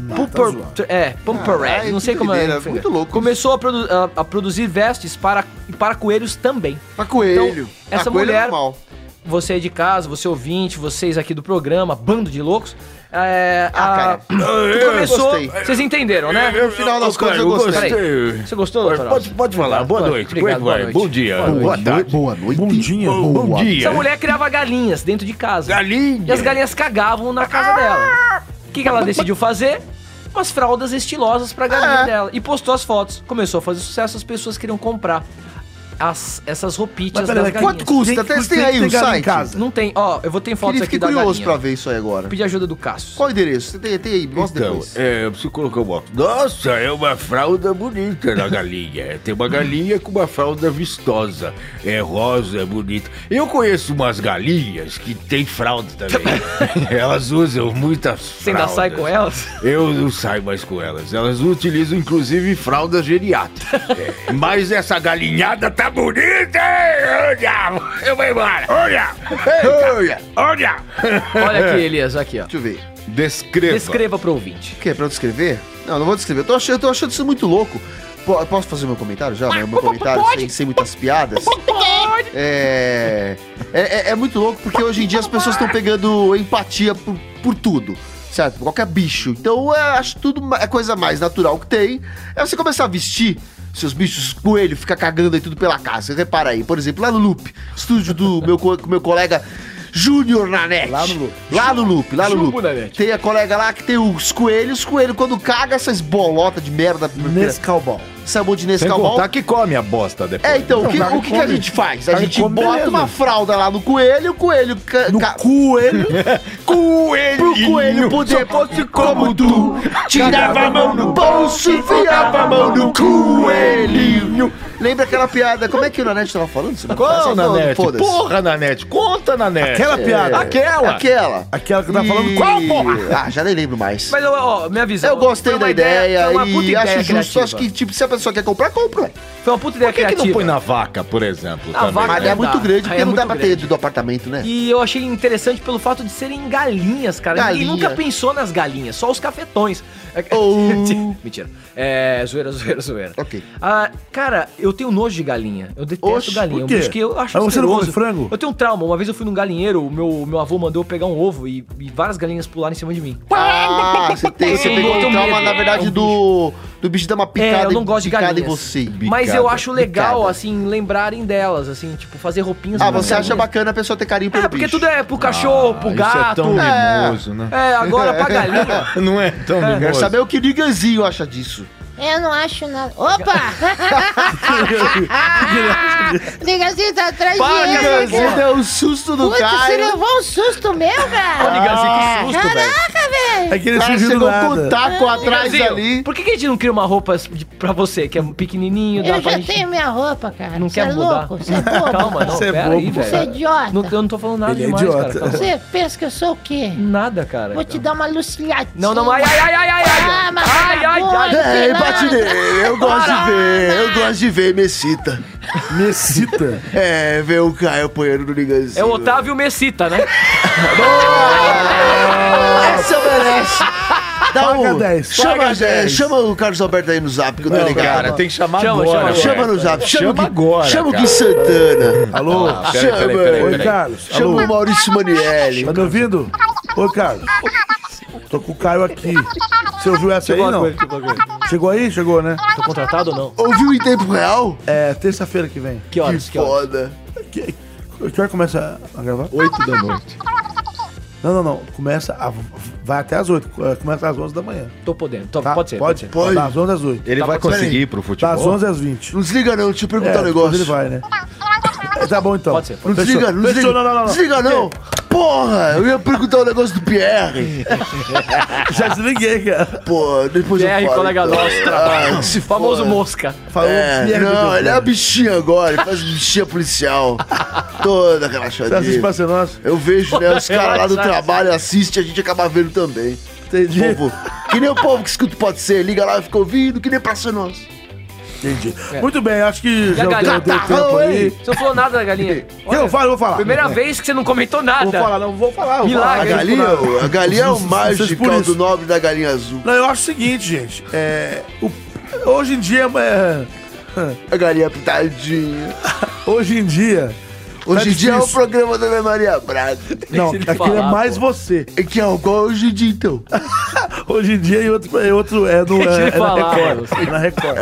Speaker 5: Pumpered, não sei como é.
Speaker 3: Muito louco.
Speaker 5: Começou a produzir vestes para coelhos também.
Speaker 3: Pra coelho.
Speaker 5: Então, essa
Speaker 3: coelho é
Speaker 5: mulher,
Speaker 3: normal.
Speaker 5: você aí de casa, você ouvinte, vocês aqui do programa, bando de loucos.
Speaker 3: cara.
Speaker 5: Tudo começou.
Speaker 3: gostei.
Speaker 5: Vocês entenderam, né?
Speaker 3: No final das contas eu gostei.
Speaker 5: Peraí. Você gostou, doutor?
Speaker 6: Pode falar. Boa noite.
Speaker 5: Obrigado,
Speaker 6: Como é que vai? Bom dia. Boa tarde.
Speaker 3: Boa noite.
Speaker 4: Bom dia,
Speaker 6: Bom dia.
Speaker 5: Essa mulher criava galinhas dentro de casa.
Speaker 6: Galinha.
Speaker 5: E as galinhas cagavam na casa dela. O que ela decidiu fazer? Umas fraldas estilosas pra galinha dela. E postou as fotos. Começou a fazer sucesso, as pessoas queriam comprar essas roupitas das galinhas.
Speaker 3: Quanto custa? Tem aí o site?
Speaker 4: casa.
Speaker 5: Não tem. Ó, eu vou ter fotos aqui
Speaker 3: Fiquei
Speaker 5: da
Speaker 3: curioso
Speaker 5: galinha.
Speaker 3: pra ver isso aí agora.
Speaker 5: Vou pedir ajuda do Cássio.
Speaker 3: Qual o endereço? Você tem aí, mostra
Speaker 6: Então,
Speaker 3: depois.
Speaker 6: eu preciso colocar uma... Nossa, é uma fralda bonita na galinha. Tem uma galinha com uma fralda vistosa. É rosa, é bonita. Eu conheço umas galinhas que tem fralda também. Elas usam muitas fraldas.
Speaker 5: Você ainda sai com elas?
Speaker 6: Eu não saio mais com elas. Elas utilizam, inclusive, fraldas geriátricas. Mas essa galinhada tá bonita, hein? Olha! Eu vou embora! Olha! Olha! Olha!
Speaker 5: Olha aqui, Elias, aqui, ó.
Speaker 3: Deixa eu ver.
Speaker 5: Descreva pro ouvinte.
Speaker 3: O que? Pra eu descrever? Não vou descrever. Eu tô achando isso muito louco. Posso fazer meu comentário já? Meu comentário sem muitas piadas?
Speaker 5: Pode!
Speaker 3: É muito louco porque hoje em dia as pessoas estão pegando empatia por tudo. Certo? Por qualquer bicho. Então eu acho tudo a coisa mais natural que tem. É você começar a vestir seus bichos, coelho, fica cagando aí tudo pela casa. Você repara aí, por exemplo, lá no Loop, estúdio do meu colega Júnior Nanete. Lá no Loop. Tem a colega lá que tem os coelhos quando caga essas bolotas de merda.
Speaker 4: Nescau.
Speaker 3: Sabor de
Speaker 6: Sem
Speaker 3: Nescau.
Speaker 6: contar que come a bosta depois.
Speaker 3: Então, o que a gente faz? A gente bota uma fralda lá no coelho, o coelho...
Speaker 4: Coelho?
Speaker 3: Pro coelho poder, como tu, tirava a mão no bolso, enfiava a mão no coelhinho. Lembra aquela piada? Como é que o Nanete tava falando?
Speaker 6: Qual, Nanete? Porra, Nanete, conta, Nanete.
Speaker 4: Aquela piada.
Speaker 3: Aquela
Speaker 4: que tava falando, qual, porra?
Speaker 3: Ah, já nem lembro mais.
Speaker 5: Mas, ó, minha visão.
Speaker 3: Eu gostei da ideia e acho justo.
Speaker 5: Criativa.
Speaker 3: Acho que, tipo, se a pessoa quer comprar, compra.
Speaker 5: Foi uma puta ideia criativa.
Speaker 6: Por que não põe na vaca, por exemplo?
Speaker 5: A vaca
Speaker 3: Mas é muito grande, porque
Speaker 5: é
Speaker 3: não dá
Speaker 5: muito
Speaker 3: pra ter dentro do apartamento, né?
Speaker 5: E eu achei interessante pelo fato de serem galinhas, cara. Ninguém nunca pensou nas galinhas, só os cafetões. Mentira. Zoeira.
Speaker 3: Ok.
Speaker 5: Cara, eu tenho nojo de galinha. Eu detesto galinha.
Speaker 4: Por quê?
Speaker 5: Porque eu acho
Speaker 4: você não come frango?
Speaker 5: Eu tenho um trauma. Uma vez eu fui num galinheiro, o meu avô mandou eu pegar um ovo e várias galinhas pularam em cima de mim.
Speaker 3: Você pegou um trauma, na verdade, do bicho dar uma picada
Speaker 5: eu não gosto de galinhas.
Speaker 3: em você.
Speaker 5: Mas eu acho legal, assim, lembrarem delas, assim, tipo, fazer roupinhas.
Speaker 3: Você acha bacana a pessoa ter carinho pelo bicho?
Speaker 5: Porque tudo é pro cachorro, pro gato.
Speaker 6: Isso é tão mimoso, né?
Speaker 5: Agora pra galinha.
Speaker 6: Não é tão mimoso.
Speaker 3: Quero saber o que Niganzinho acha disso.
Speaker 11: Eu não acho nada. Opa! Niganzinho tá atrás de ele.
Speaker 3: Você deu um susto no Caio.
Speaker 11: Você levou um susto meu, cara?
Speaker 5: Ô, Niganzinho, que susto, velho.
Speaker 11: Caraca, velho.
Speaker 4: É que ele
Speaker 3: chegou com o taco atrás ali.
Speaker 5: Por que a gente não cria uma roupa pra você, que é pequenininho?
Speaker 11: Eu já tenho minha roupa, cara.
Speaker 5: Não quer
Speaker 11: mudar? Louco? Você é bobo.
Speaker 5: Calma, não, pera aí, velho.
Speaker 11: Você é idiota.
Speaker 5: Eu não tô falando nada
Speaker 4: Ele é
Speaker 5: demais,
Speaker 4: idiota.
Speaker 5: cara.
Speaker 11: Você pensa que eu sou o quê?
Speaker 5: Nada, cara.
Speaker 11: Vou te dar uma lucilhadinha.
Speaker 5: Não, ai.
Speaker 3: Ai, bate nele. Eu gosto de ver Messita.
Speaker 4: Messita?
Speaker 3: Ver o Caio apoiando no Niganzinho.
Speaker 5: É o Otávio Messita, né?
Speaker 3: Essa merece.
Speaker 4: Paga 10.
Speaker 3: Chama o Carlos Alberto aí no zap, que eu tô ligado.
Speaker 6: Cara, tem que chamar agora.
Speaker 3: Chama no zap.
Speaker 6: Chama agora.
Speaker 3: Chama o Gui Santana.
Speaker 4: Alô?
Speaker 6: Peraí.
Speaker 4: Oi, Carlos.
Speaker 3: Chama o Maurício Manielli.
Speaker 4: Tá me ouvindo? Oi, Carlos. Tô com o Caio aqui. Você ouviu essa aí, não? Chegou aí? Chegou, né?
Speaker 5: Tô contratado ou não?
Speaker 3: Ouviu em tempo real?
Speaker 4: É, terça-feira que vem.
Speaker 5: Que horas?
Speaker 3: Que foda.
Speaker 4: Que hora começa a gravar?
Speaker 6: 8 da noite.
Speaker 4: Não. Vai até às 8. Começa às 11 da manhã.
Speaker 5: Tô podendo.
Speaker 4: Tá?
Speaker 5: Pode ser.
Speaker 4: Pode. Das 11 às 8.
Speaker 6: Ele vai conseguir ir pro futebol?
Speaker 4: Das 11 às 20.
Speaker 3: Não desliga não, deixa eu perguntar um negócio.
Speaker 4: Ele vai, né? Tá bom, então.
Speaker 5: Pode ser.
Speaker 3: Não desliga, não desliga.
Speaker 4: Não.
Speaker 3: Desliga não. Porra, eu ia perguntar um negócio do Pierre.
Speaker 4: Já desliguei, cara.
Speaker 3: Pô, depois
Speaker 5: Pierre,
Speaker 3: eu falo.
Speaker 5: colega nosso, trabalho. Famoso mosca.
Speaker 4: Falou Pierre.
Speaker 3: Não, ele é a bichinha agora, ele faz bichinha policial. Toda aquela
Speaker 4: Você assiste pra ser nosso?
Speaker 3: Eu vejo, né, os caras lá do trabalho assistem, a gente acaba vendo também.
Speaker 4: Entendi.
Speaker 3: Povo, que nem o povo que escuta Pode Ser, liga lá e fica ouvindo, que nem pra ser nosso.
Speaker 4: Entendi. Muito bem, acho que
Speaker 5: E
Speaker 4: já
Speaker 5: a galinha?
Speaker 4: deu tempo aí.
Speaker 5: Você não falou nada da galinha.
Speaker 4: Eu vou falar.
Speaker 5: Primeira vez que você não comentou nada.
Speaker 4: Vou falar.
Speaker 5: Milagre.
Speaker 3: A galinha é o mágico
Speaker 4: por isso.
Speaker 3: do nobre da galinha azul.
Speaker 4: Não, eu acho o seguinte, gente. Hoje em dia...
Speaker 3: A galinha pitadinha.
Speaker 4: Hoje em dia
Speaker 3: é o programa da Ana Maria Braga.
Speaker 4: Não, aquele é mais você.
Speaker 3: Que é igual hoje em dia, então.
Speaker 4: Hoje em dia e outro é na Record.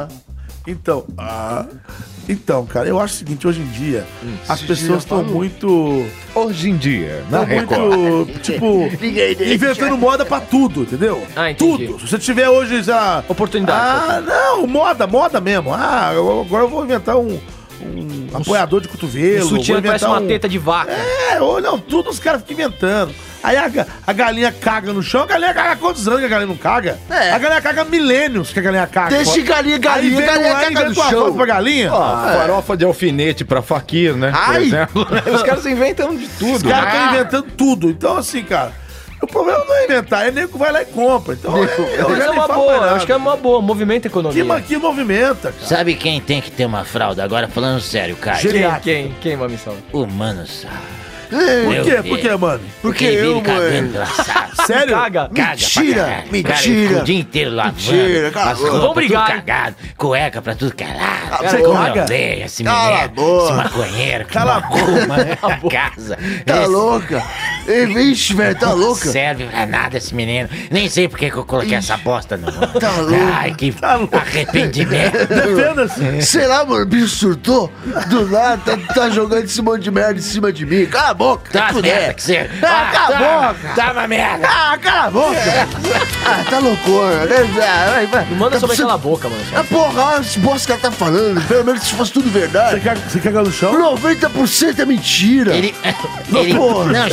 Speaker 4: Então, cara, eu acho o seguinte, hoje em dia, as pessoas estão muito...
Speaker 6: Hoje em dia, na Record.
Speaker 4: Muito, tipo, inventando moda pra tudo, entendeu?
Speaker 5: Entendi.
Speaker 4: Tudo. Se você tiver hoje, sei lá...
Speaker 5: Oportunidade.
Speaker 4: Não, moda mesmo. Agora eu vou inventar um apoiador de cotovelo.
Speaker 5: O sutiã parece uma teta de vaca.
Speaker 4: Ou não, tudo os caras ficam inventando. Aí a galinha caga no chão, a galinha caga há quantos anos que a galinha não caga? A galinha caga há milênios que a galinha caga.
Speaker 3: Deixa galinha caga no chão.
Speaker 4: Pra galinha.
Speaker 6: Farofa de alfinete pra faquir, né? Por exemplo. Os caras inventam de tudo.
Speaker 4: Os caras estão inventando tudo. Então, assim, cara, o problema não é inventar, é nego que vai lá e compra. Então,
Speaker 5: é uma boa, acho que é uma boa. Movimento economia.
Speaker 4: Que movimenta, cara.
Speaker 2: Sabe quem tem que ter uma fralda? Agora, falando sério, Caio.
Speaker 5: Quem, Mamissão?
Speaker 2: O Mano Sá.
Speaker 4: Por quê? Por quê, mano?
Speaker 2: Porque ele vive cagando pela sala.
Speaker 4: Sério?
Speaker 5: Caga.
Speaker 3: Mentira.
Speaker 2: O dia inteiro lavando. As roupas tudo cagado. Cueca pra tudo calado.
Speaker 4: Você caga?
Speaker 2: Esse menino, esse maconheiro que arruma a casa.
Speaker 3: Tá louca? Vixe, velho, tá louca?
Speaker 2: Não serve pra nada esse menino. Nem sei por que eu coloquei essa bosta no mundo.
Speaker 3: Tá louco.
Speaker 2: Ai, que arrependimento.
Speaker 4: Defenda-se.
Speaker 3: Sei lá, mano, o bicho surtou. Do nada, tá jogando esse monte de merda em cima de mim. Cala a boca.
Speaker 2: Tá merda que você...
Speaker 3: Cala a boca.
Speaker 2: Tá uma merda.
Speaker 3: Cala a boca. Tá loucura.
Speaker 5: Não manda sobre aquela boca, mano.
Speaker 3: Porra, olha esse bosta que ela tá falando. Pelo menos se fosse tudo verdade.
Speaker 4: Você caga no chão?
Speaker 3: 90% é mentira.
Speaker 2: Não, gente, vocês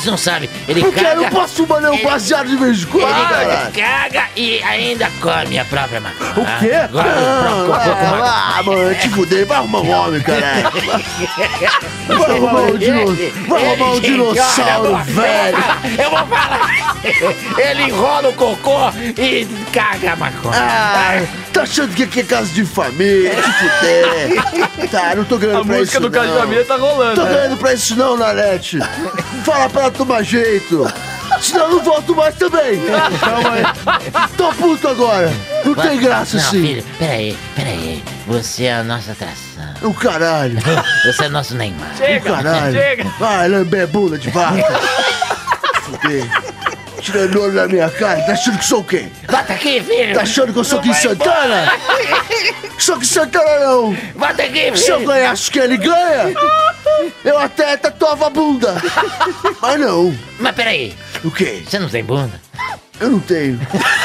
Speaker 2: você não sabe. Ele
Speaker 7: Porque
Speaker 2: caga...
Speaker 7: eu não posso fumar um baseado de vez em quando,
Speaker 2: Ele caga e ainda come a própria maconha.
Speaker 4: O quê?
Speaker 7: Mano, te fudei. Vai arrumar um homem, caralho. Vai arrumar um dinossauro, velho.
Speaker 2: Eu vou falar. Ele enrola o cocô e caga a maconha.
Speaker 7: Tá achando que aqui é casa de família? Te fuder. Tá, não tô ganhando pra isso,
Speaker 5: A música do Casa de Família tá rolando.
Speaker 7: Tô ganhando pra isso não, Nanete. Fala pra ela tomar jeito. Senão eu não volto mais também. Calma aí. Tô puto agora. Não tem graça assim.
Speaker 2: Filho, peraí. Você é a nossa atração.
Speaker 7: O caralho.
Speaker 2: Você é nosso Neymar.
Speaker 7: O caralho. Vai, lamber bunda de vaca. Fudeu. Tirando olho na minha cara, tá achando que sou o quê?
Speaker 2: Bota aqui, filho!
Speaker 7: Tá achando que eu sou Gui Santana? Sou Gui Santana não!
Speaker 2: Bota aqui, filho!
Speaker 7: Se eu ganhasse que ele ganha, eu até tatuava a bunda! Mas não!
Speaker 2: Mas peraí!
Speaker 7: O quê?
Speaker 2: Você não tem bunda?
Speaker 7: Eu não tenho!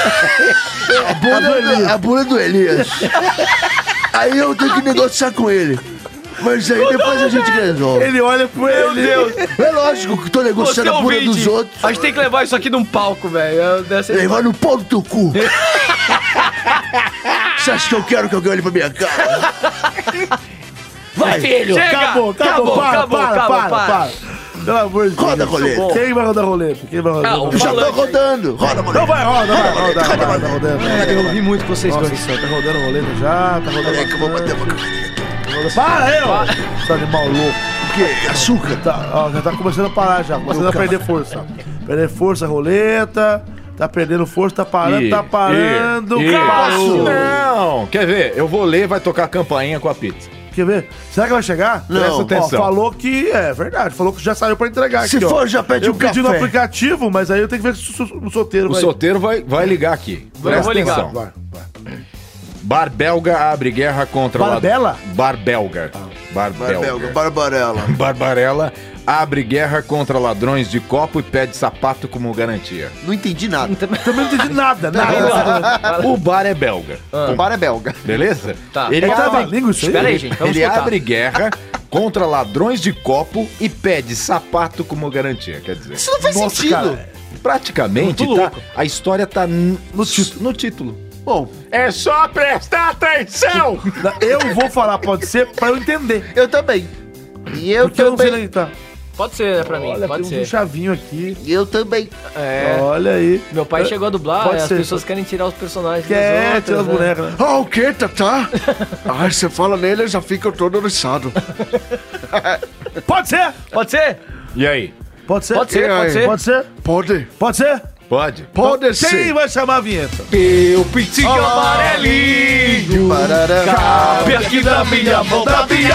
Speaker 7: A bunda é do Elias! Aí eu tenho que negociar com ele! Mas aí depois a gente resolve.
Speaker 4: Ele olha pro ele.
Speaker 5: Meu Deus.
Speaker 7: É lógico que tô negociando a bunda dos outros.
Speaker 5: A gente tem que levar isso aqui num palco, velho.
Speaker 7: Levar no pau do teu cu. Você acha que eu quero que alguém olhe pra minha cara?
Speaker 2: Vai, filho.
Speaker 5: Chega.
Speaker 4: Acabou. Para. Pelo amor de Deus.
Speaker 7: Roda a roleta.
Speaker 4: Quem vai rodar a roleta?
Speaker 7: Eu já tô rodando. Roda a roleta.
Speaker 4: Não vai, roda rodando.
Speaker 5: Eu ouvi muito com vocês dois.
Speaker 4: Tá rodando a roleta já, tá rodando.
Speaker 7: É que eu vou bater uma carinha.
Speaker 4: Para aí, ó! Tá animal louco.
Speaker 7: O quê? Açúcar?
Speaker 4: Tá, ó, já tá começando a parar já. Começando a perder força. Perder força a roleta. Tá perdendo força, tá parando, Parou.
Speaker 6: Não, quer ver? Eu vou ler, vai tocar a campainha com a pizza.
Speaker 4: Quer ver? Será que vai chegar?
Speaker 6: Não. Presta atenção.
Speaker 4: Ó, falou que é verdade. Falou que já saiu pra entregar
Speaker 7: Se
Speaker 4: aqui,
Speaker 7: for,
Speaker 4: ó.
Speaker 7: já pede um café.
Speaker 4: Eu pedi no aplicativo, mas aí eu tenho que ver se o solteiro
Speaker 6: O solteiro vai ligar aqui. Presta atenção.
Speaker 4: Vai.
Speaker 6: Bar belga abre guerra contra...
Speaker 4: Barbela?
Speaker 6: Bar belga.
Speaker 7: Barbarella.
Speaker 6: Barbarella abre guerra contra ladrões de copo e pede sapato como garantia.
Speaker 3: Não entendi nada.
Speaker 4: Também não entendi nada.
Speaker 6: O bar é belga.
Speaker 3: O bar é belga.
Speaker 6: Beleza?
Speaker 5: Tá.
Speaker 6: Ele
Speaker 5: Espera aí, gente. Vamos
Speaker 6: ele
Speaker 5: escutar.
Speaker 6: abre guerra contra ladrões de copo e pede sapato como garantia. Quer dizer,
Speaker 3: Isso não faz sentido.
Speaker 4: Cara,
Speaker 6: praticamente a história tá no título.
Speaker 3: Bom,
Speaker 6: É só prestar atenção!
Speaker 4: eu vou falar, pode ser, pra eu entender.
Speaker 3: eu também. E eu
Speaker 4: Porque eu não sei
Speaker 3: também.
Speaker 4: nem tá.
Speaker 5: Pode ser, né, pra mim.
Speaker 4: Olha,
Speaker 5: Pode
Speaker 4: tem um
Speaker 5: ser.
Speaker 4: chavinho aqui.
Speaker 3: E eu também.
Speaker 5: É.
Speaker 4: Olha aí.
Speaker 5: Meu pai chegou a dublar,
Speaker 4: Pode
Speaker 5: as
Speaker 4: ser.
Speaker 5: pessoas querem tirar os personagens
Speaker 4: Quer
Speaker 5: das
Speaker 4: tirar as
Speaker 5: outras, né?
Speaker 4: bonecas, né?
Speaker 7: Ah, o quê, Tatá? Ai, você fala nele, eu já fico todo oriçado.
Speaker 4: Pode ser?
Speaker 5: Pode ser?
Speaker 6: E aí?
Speaker 4: Pode ser?
Speaker 5: Pode ser, pode ser.
Speaker 4: Pode ser?
Speaker 7: Pode.
Speaker 4: Pode ser?
Speaker 6: Pode?
Speaker 7: Pode
Speaker 4: Quem
Speaker 7: ser.
Speaker 4: vai chamar a vinheta?
Speaker 5: Eu pintinho amarelinho. Cabe aqui na minha mão,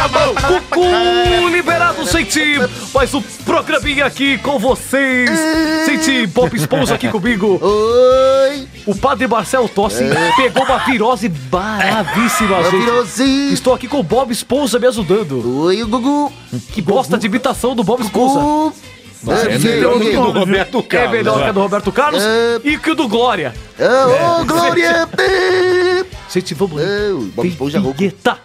Speaker 5: Cucu liberado, gente. Mais um programinha aqui com vocês. Gente, Bob Esponja aqui comigo.
Speaker 3: Oi.
Speaker 5: O padre Marcelo Tossi pegou uma virose bravíssima, gente.
Speaker 3: Virozinho.
Speaker 5: Estou aqui com o Bob Esponja me ajudando.
Speaker 3: Oi, o Gugu.
Speaker 5: Que gosta de imitação do Bob Esponja.
Speaker 3: Gugu.
Speaker 6: É melhor do que do Roberto
Speaker 5: É
Speaker 6: Carlos.
Speaker 5: melhor que a do Roberto Carlos e que o do Glória.
Speaker 3: Ô, Glória.
Speaker 5: Gente, vamos lá.
Speaker 3: Ô, Bob
Speaker 5: Tem
Speaker 3: Esponja rouco.
Speaker 5: vinheta.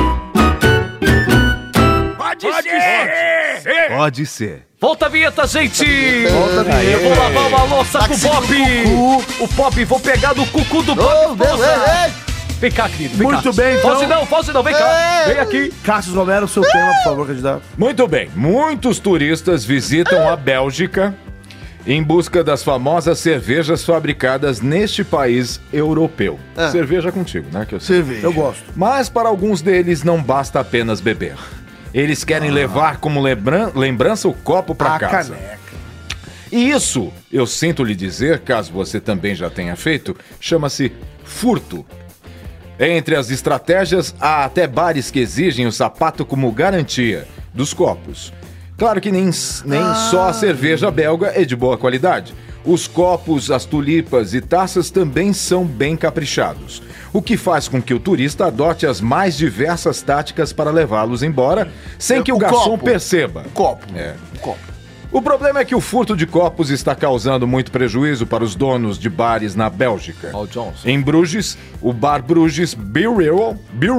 Speaker 6: Pode ser.
Speaker 5: Volta a vinheta, gente!
Speaker 3: Volta a vinheta.
Speaker 5: Eu vou lavar uma louça com o
Speaker 3: Táxi
Speaker 5: Bob!
Speaker 3: do
Speaker 5: O Bob, vou pegar no cucu do Bob
Speaker 3: Ô, meu,
Speaker 5: Esponja! Vem cá, querido, vem
Speaker 4: Muito
Speaker 5: cá.
Speaker 4: bem, então.
Speaker 5: Fosse não, vem cá! Vem aqui!
Speaker 4: Cássio Romero, seu tema, por favor, candidato.
Speaker 6: Muito bem. Muitos turistas visitam a Bélgica em busca das famosas cervejas fabricadas neste país europeu. Cerveja contigo, né? Que eu sei.
Speaker 7: Cerveja.
Speaker 4: Eu gosto.
Speaker 6: Mas para alguns deles não basta apenas beber. Eles querem levar como lembrança o copo para
Speaker 4: A
Speaker 6: casa.
Speaker 4: caneca.
Speaker 6: E isso, eu sinto lhe dizer, caso você também já tenha feito, chama-se furto. Entre as estratégias, há até bares que exigem o sapato como garantia dos copos. Claro que nem só a cerveja belga é de boa qualidade. Os copos, as tulipas e taças também são bem caprichados, o que faz com que o turista adote as mais diversas táticas para levá-los embora, sem que o garçom
Speaker 7: copo.
Speaker 6: perceba.
Speaker 7: Copo.
Speaker 6: É.
Speaker 7: Copo.
Speaker 6: O problema é que o furto de copos está causando muito prejuízo para os donos de bares na Bélgica. Em Bruges, o bar Bruges Birwal,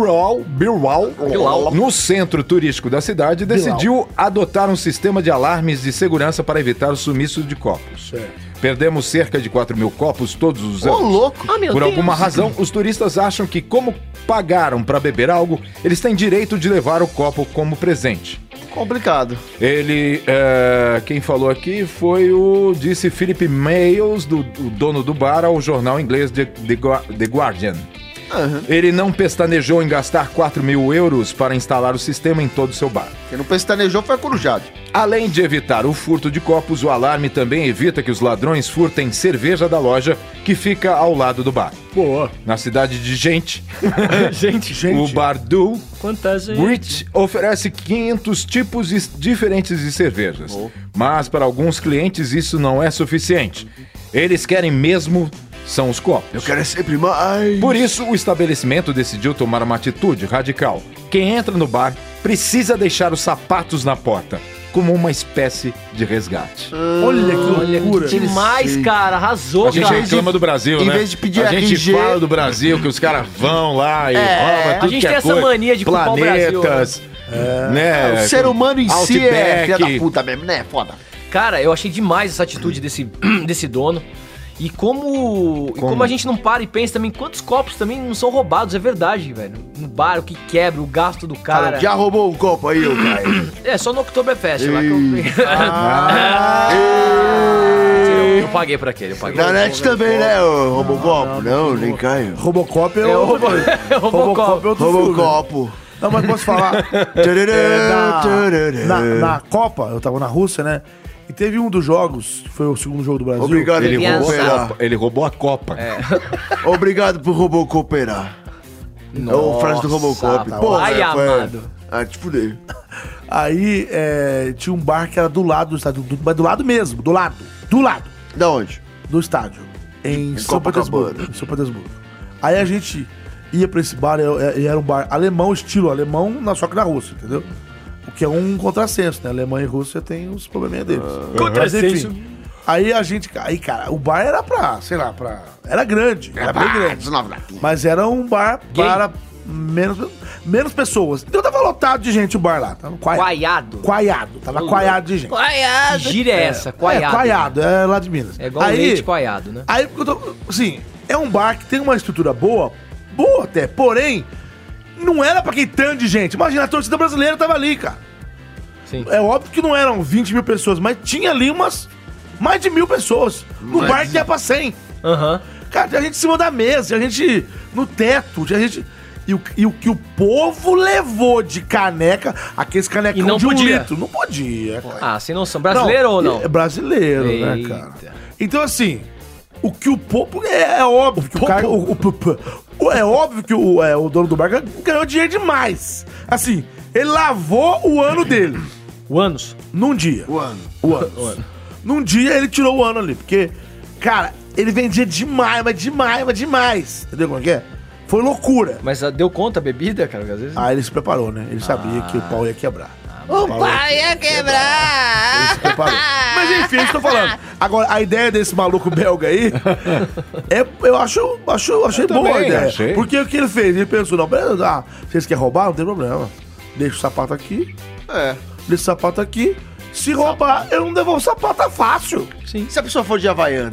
Speaker 6: no centro turístico da cidade, decidiu adotar um sistema de alarmes de segurança para evitar o sumiço de copos. Perdemos cerca de 4.000 copos todos os anos.
Speaker 3: Louco!
Speaker 6: Por alguma razão, os turistas acham que, como pagaram para beber algo, eles têm direito de levar o copo como presente.
Speaker 3: Complicado.
Speaker 6: Quem falou aqui foi disse Philip Mayles, o dono do bar, ao jornal inglês The Guardian. Ele não pestanejou em gastar 4.000 euros para instalar o sistema em todo o seu bar.
Speaker 3: Quem não pestanejou foi corujado.
Speaker 6: Além de evitar o furto de copos, o alarme também evita que os ladrões furtem cerveja da loja que fica ao lado do bar.
Speaker 4: Boa.
Speaker 6: Na cidade de Gente, o bar do Brit oferece 500 tipos diferentes de cervejas. Mas para alguns clientes isso não é suficiente. Eles querem mesmo são os copos.
Speaker 7: Eu quero sempre mais.
Speaker 6: Por isso, o estabelecimento decidiu tomar uma atitude radical. Quem entra no bar precisa deixar os sapatos na porta, como uma espécie de resgate.
Speaker 4: Olha que loucura.
Speaker 5: Que demais, cara. Arrasou,
Speaker 6: a gente reclama do Brasil, né?
Speaker 3: Em vez de pedir
Speaker 6: a gente fala do Brasil, que os caras vão lá e roubam tudo.
Speaker 5: A gente tem essa mania de culpar o Brasil.
Speaker 6: Planetas, né?
Speaker 3: O ser humano em si é
Speaker 6: Outback.
Speaker 3: filha da puta mesmo, né? Foda.
Speaker 5: Cara, eu achei demais essa atitude desse dono. E como a gente não para e pensa também, quantos copos também não são roubados, é verdade, velho. No bar, o que quebra, o gasto do cara.
Speaker 7: Já roubou um copo aí, ô Caio?
Speaker 5: Só no Oktoberfest lá que eu peguei. Eu paguei por aquele, eu paguei.
Speaker 7: Na net também, né, ô Robocopo? Não, nem Caio.
Speaker 4: Robocop é
Speaker 5: o
Speaker 4: Robocop.
Speaker 7: Robocopo.
Speaker 4: Não, mas posso falar? Na Copa, eu tava na Rússia, né? E teve um dos jogos, foi o segundo jogo do Brasil.
Speaker 7: Obrigado,
Speaker 6: ele roubou a Copa.
Speaker 7: Obrigado por Robocooperar. É o frase do Robocop.
Speaker 5: Pô, ai, amado.
Speaker 7: Te fudei.
Speaker 4: Aí tinha um bar que era do lado do estádio, mas do lado mesmo, do lado.
Speaker 7: Da onde?
Speaker 4: Do estádio. Em São Petersburgo. Aí a gente ia pra esse bar, e era um bar alemão, estilo alemão, só que na Rússia, entendeu? O que é um contrassenso, né? Alemanha e Rússia tem os probleminhas deles.
Speaker 5: Contrassenso.
Speaker 4: Aí cara, o bar era era grande, era bem grande. Mas era um bar para menos pessoas. Então tava lotado de gente o bar lá. Tava
Speaker 5: Coaiado.
Speaker 4: Tava coaiado de gente.
Speaker 5: Que gíria é essa? Coaiado.
Speaker 4: Coaiado, é lá de Minas.
Speaker 5: É igual leite coaiado, né?
Speaker 4: Aí, assim, é um bar que tem uma estrutura boa até, porém, não era pra aquele tanto de gente. Imagina, a torcida brasileira tava ali, cara.
Speaker 5: Sim.
Speaker 4: É óbvio que não eram 20 mil pessoas, mas tinha ali mais de 1.000 pessoas. No bar que ia pra 100. Cara, tinha gente em cima da mesa, tinha gente no teto, tinha gente... E o que o povo levou de caneca, aqueles canecão de 1 litro. Não podia, cara.
Speaker 5: Sem noção. Brasileiro ou não?
Speaker 4: É brasileiro, né, cara? Então, assim, o que o povo... É óbvio que o cara... É óbvio que o dono do bar ganhou dinheiro demais. Assim, ele lavou o ano dele.
Speaker 5: O ânus?
Speaker 4: Num dia. O ano. Num dia ele tirou o ano ali, porque, cara, ele vendia demais, mas demais. Entendeu como é que é? Foi loucura.
Speaker 5: Mas deu conta a bebida, cara? Às vezes...
Speaker 4: Ele se preparou, né? Ele sabia que o pau ia quebrar.
Speaker 11: O pau ia quebrar!
Speaker 4: Ele se preparou. Mas enfim, eu estou falando. Agora, a ideia desse maluco belga aí, eu achei boa a ideia. Porque o que ele fez? Ele pensou, não, beleza, vocês querem roubar? Não tem problema. Deixa o sapato aqui. Deixa o sapato aqui. Se roubar, eu não devolvo o sapato, é fácil.
Speaker 3: Sim. Se a pessoa for de Havaiana.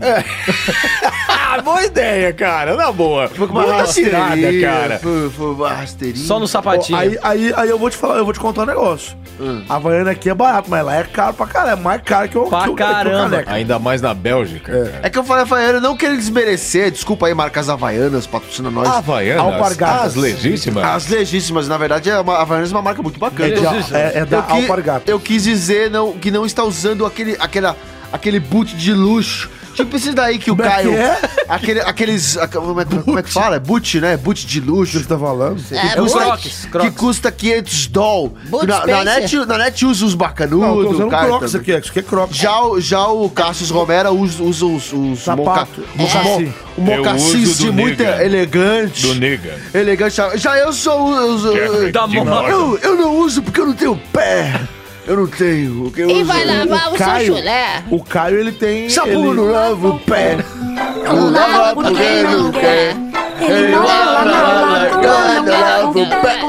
Speaker 6: Boa ideia, cara. Na boa.
Speaker 3: Boa tirada,
Speaker 6: cara.
Speaker 3: Foi uma rasteirinha.
Speaker 5: Só no sapatinho.
Speaker 4: Aí eu vou te falar, eu vou te contar um negócio. A Havaiana aqui é barato, mas lá é caro pra caralho. É mais caro que o
Speaker 5: caramba.
Speaker 6: Ainda mais na Bélgica.
Speaker 3: É que eu falei Havaiana não querendo desmerecer. Desculpa aí, marcas Havaianas, patrocina nós.
Speaker 6: Havaianas? As legítimas?
Speaker 3: As legítimas. Na verdade, a Havaianas é uma marca muito bacana.
Speaker 4: É da Alpargatas.
Speaker 3: Eu quis dizer que não está usando aquele boot de luxo. Tipo esse daí que o Caio... Aqueles... Como é que fala? É boot, né? Boot de luxo.
Speaker 4: O que você tá falando?
Speaker 5: Crocs.
Speaker 3: Que custa $500. Na net usa os bacanudos.
Speaker 4: Não, eu tô usando Crocs aqui. Isso aqui é Crocs.
Speaker 3: Já o Cassius Romero usa os
Speaker 4: sapato.
Speaker 3: Um mocassim muito elegante.
Speaker 6: Do nega.
Speaker 3: Elegante. Já eu sou... Eu não uso porque eu não tenho pé.
Speaker 7: Eu não tenho.
Speaker 11: E vai lavar o seu chulé.
Speaker 4: O Caio, ele tem...
Speaker 7: Sabão não lava o pé.
Speaker 11: Não lava porque não quer. Ele não lava
Speaker 7: o pé.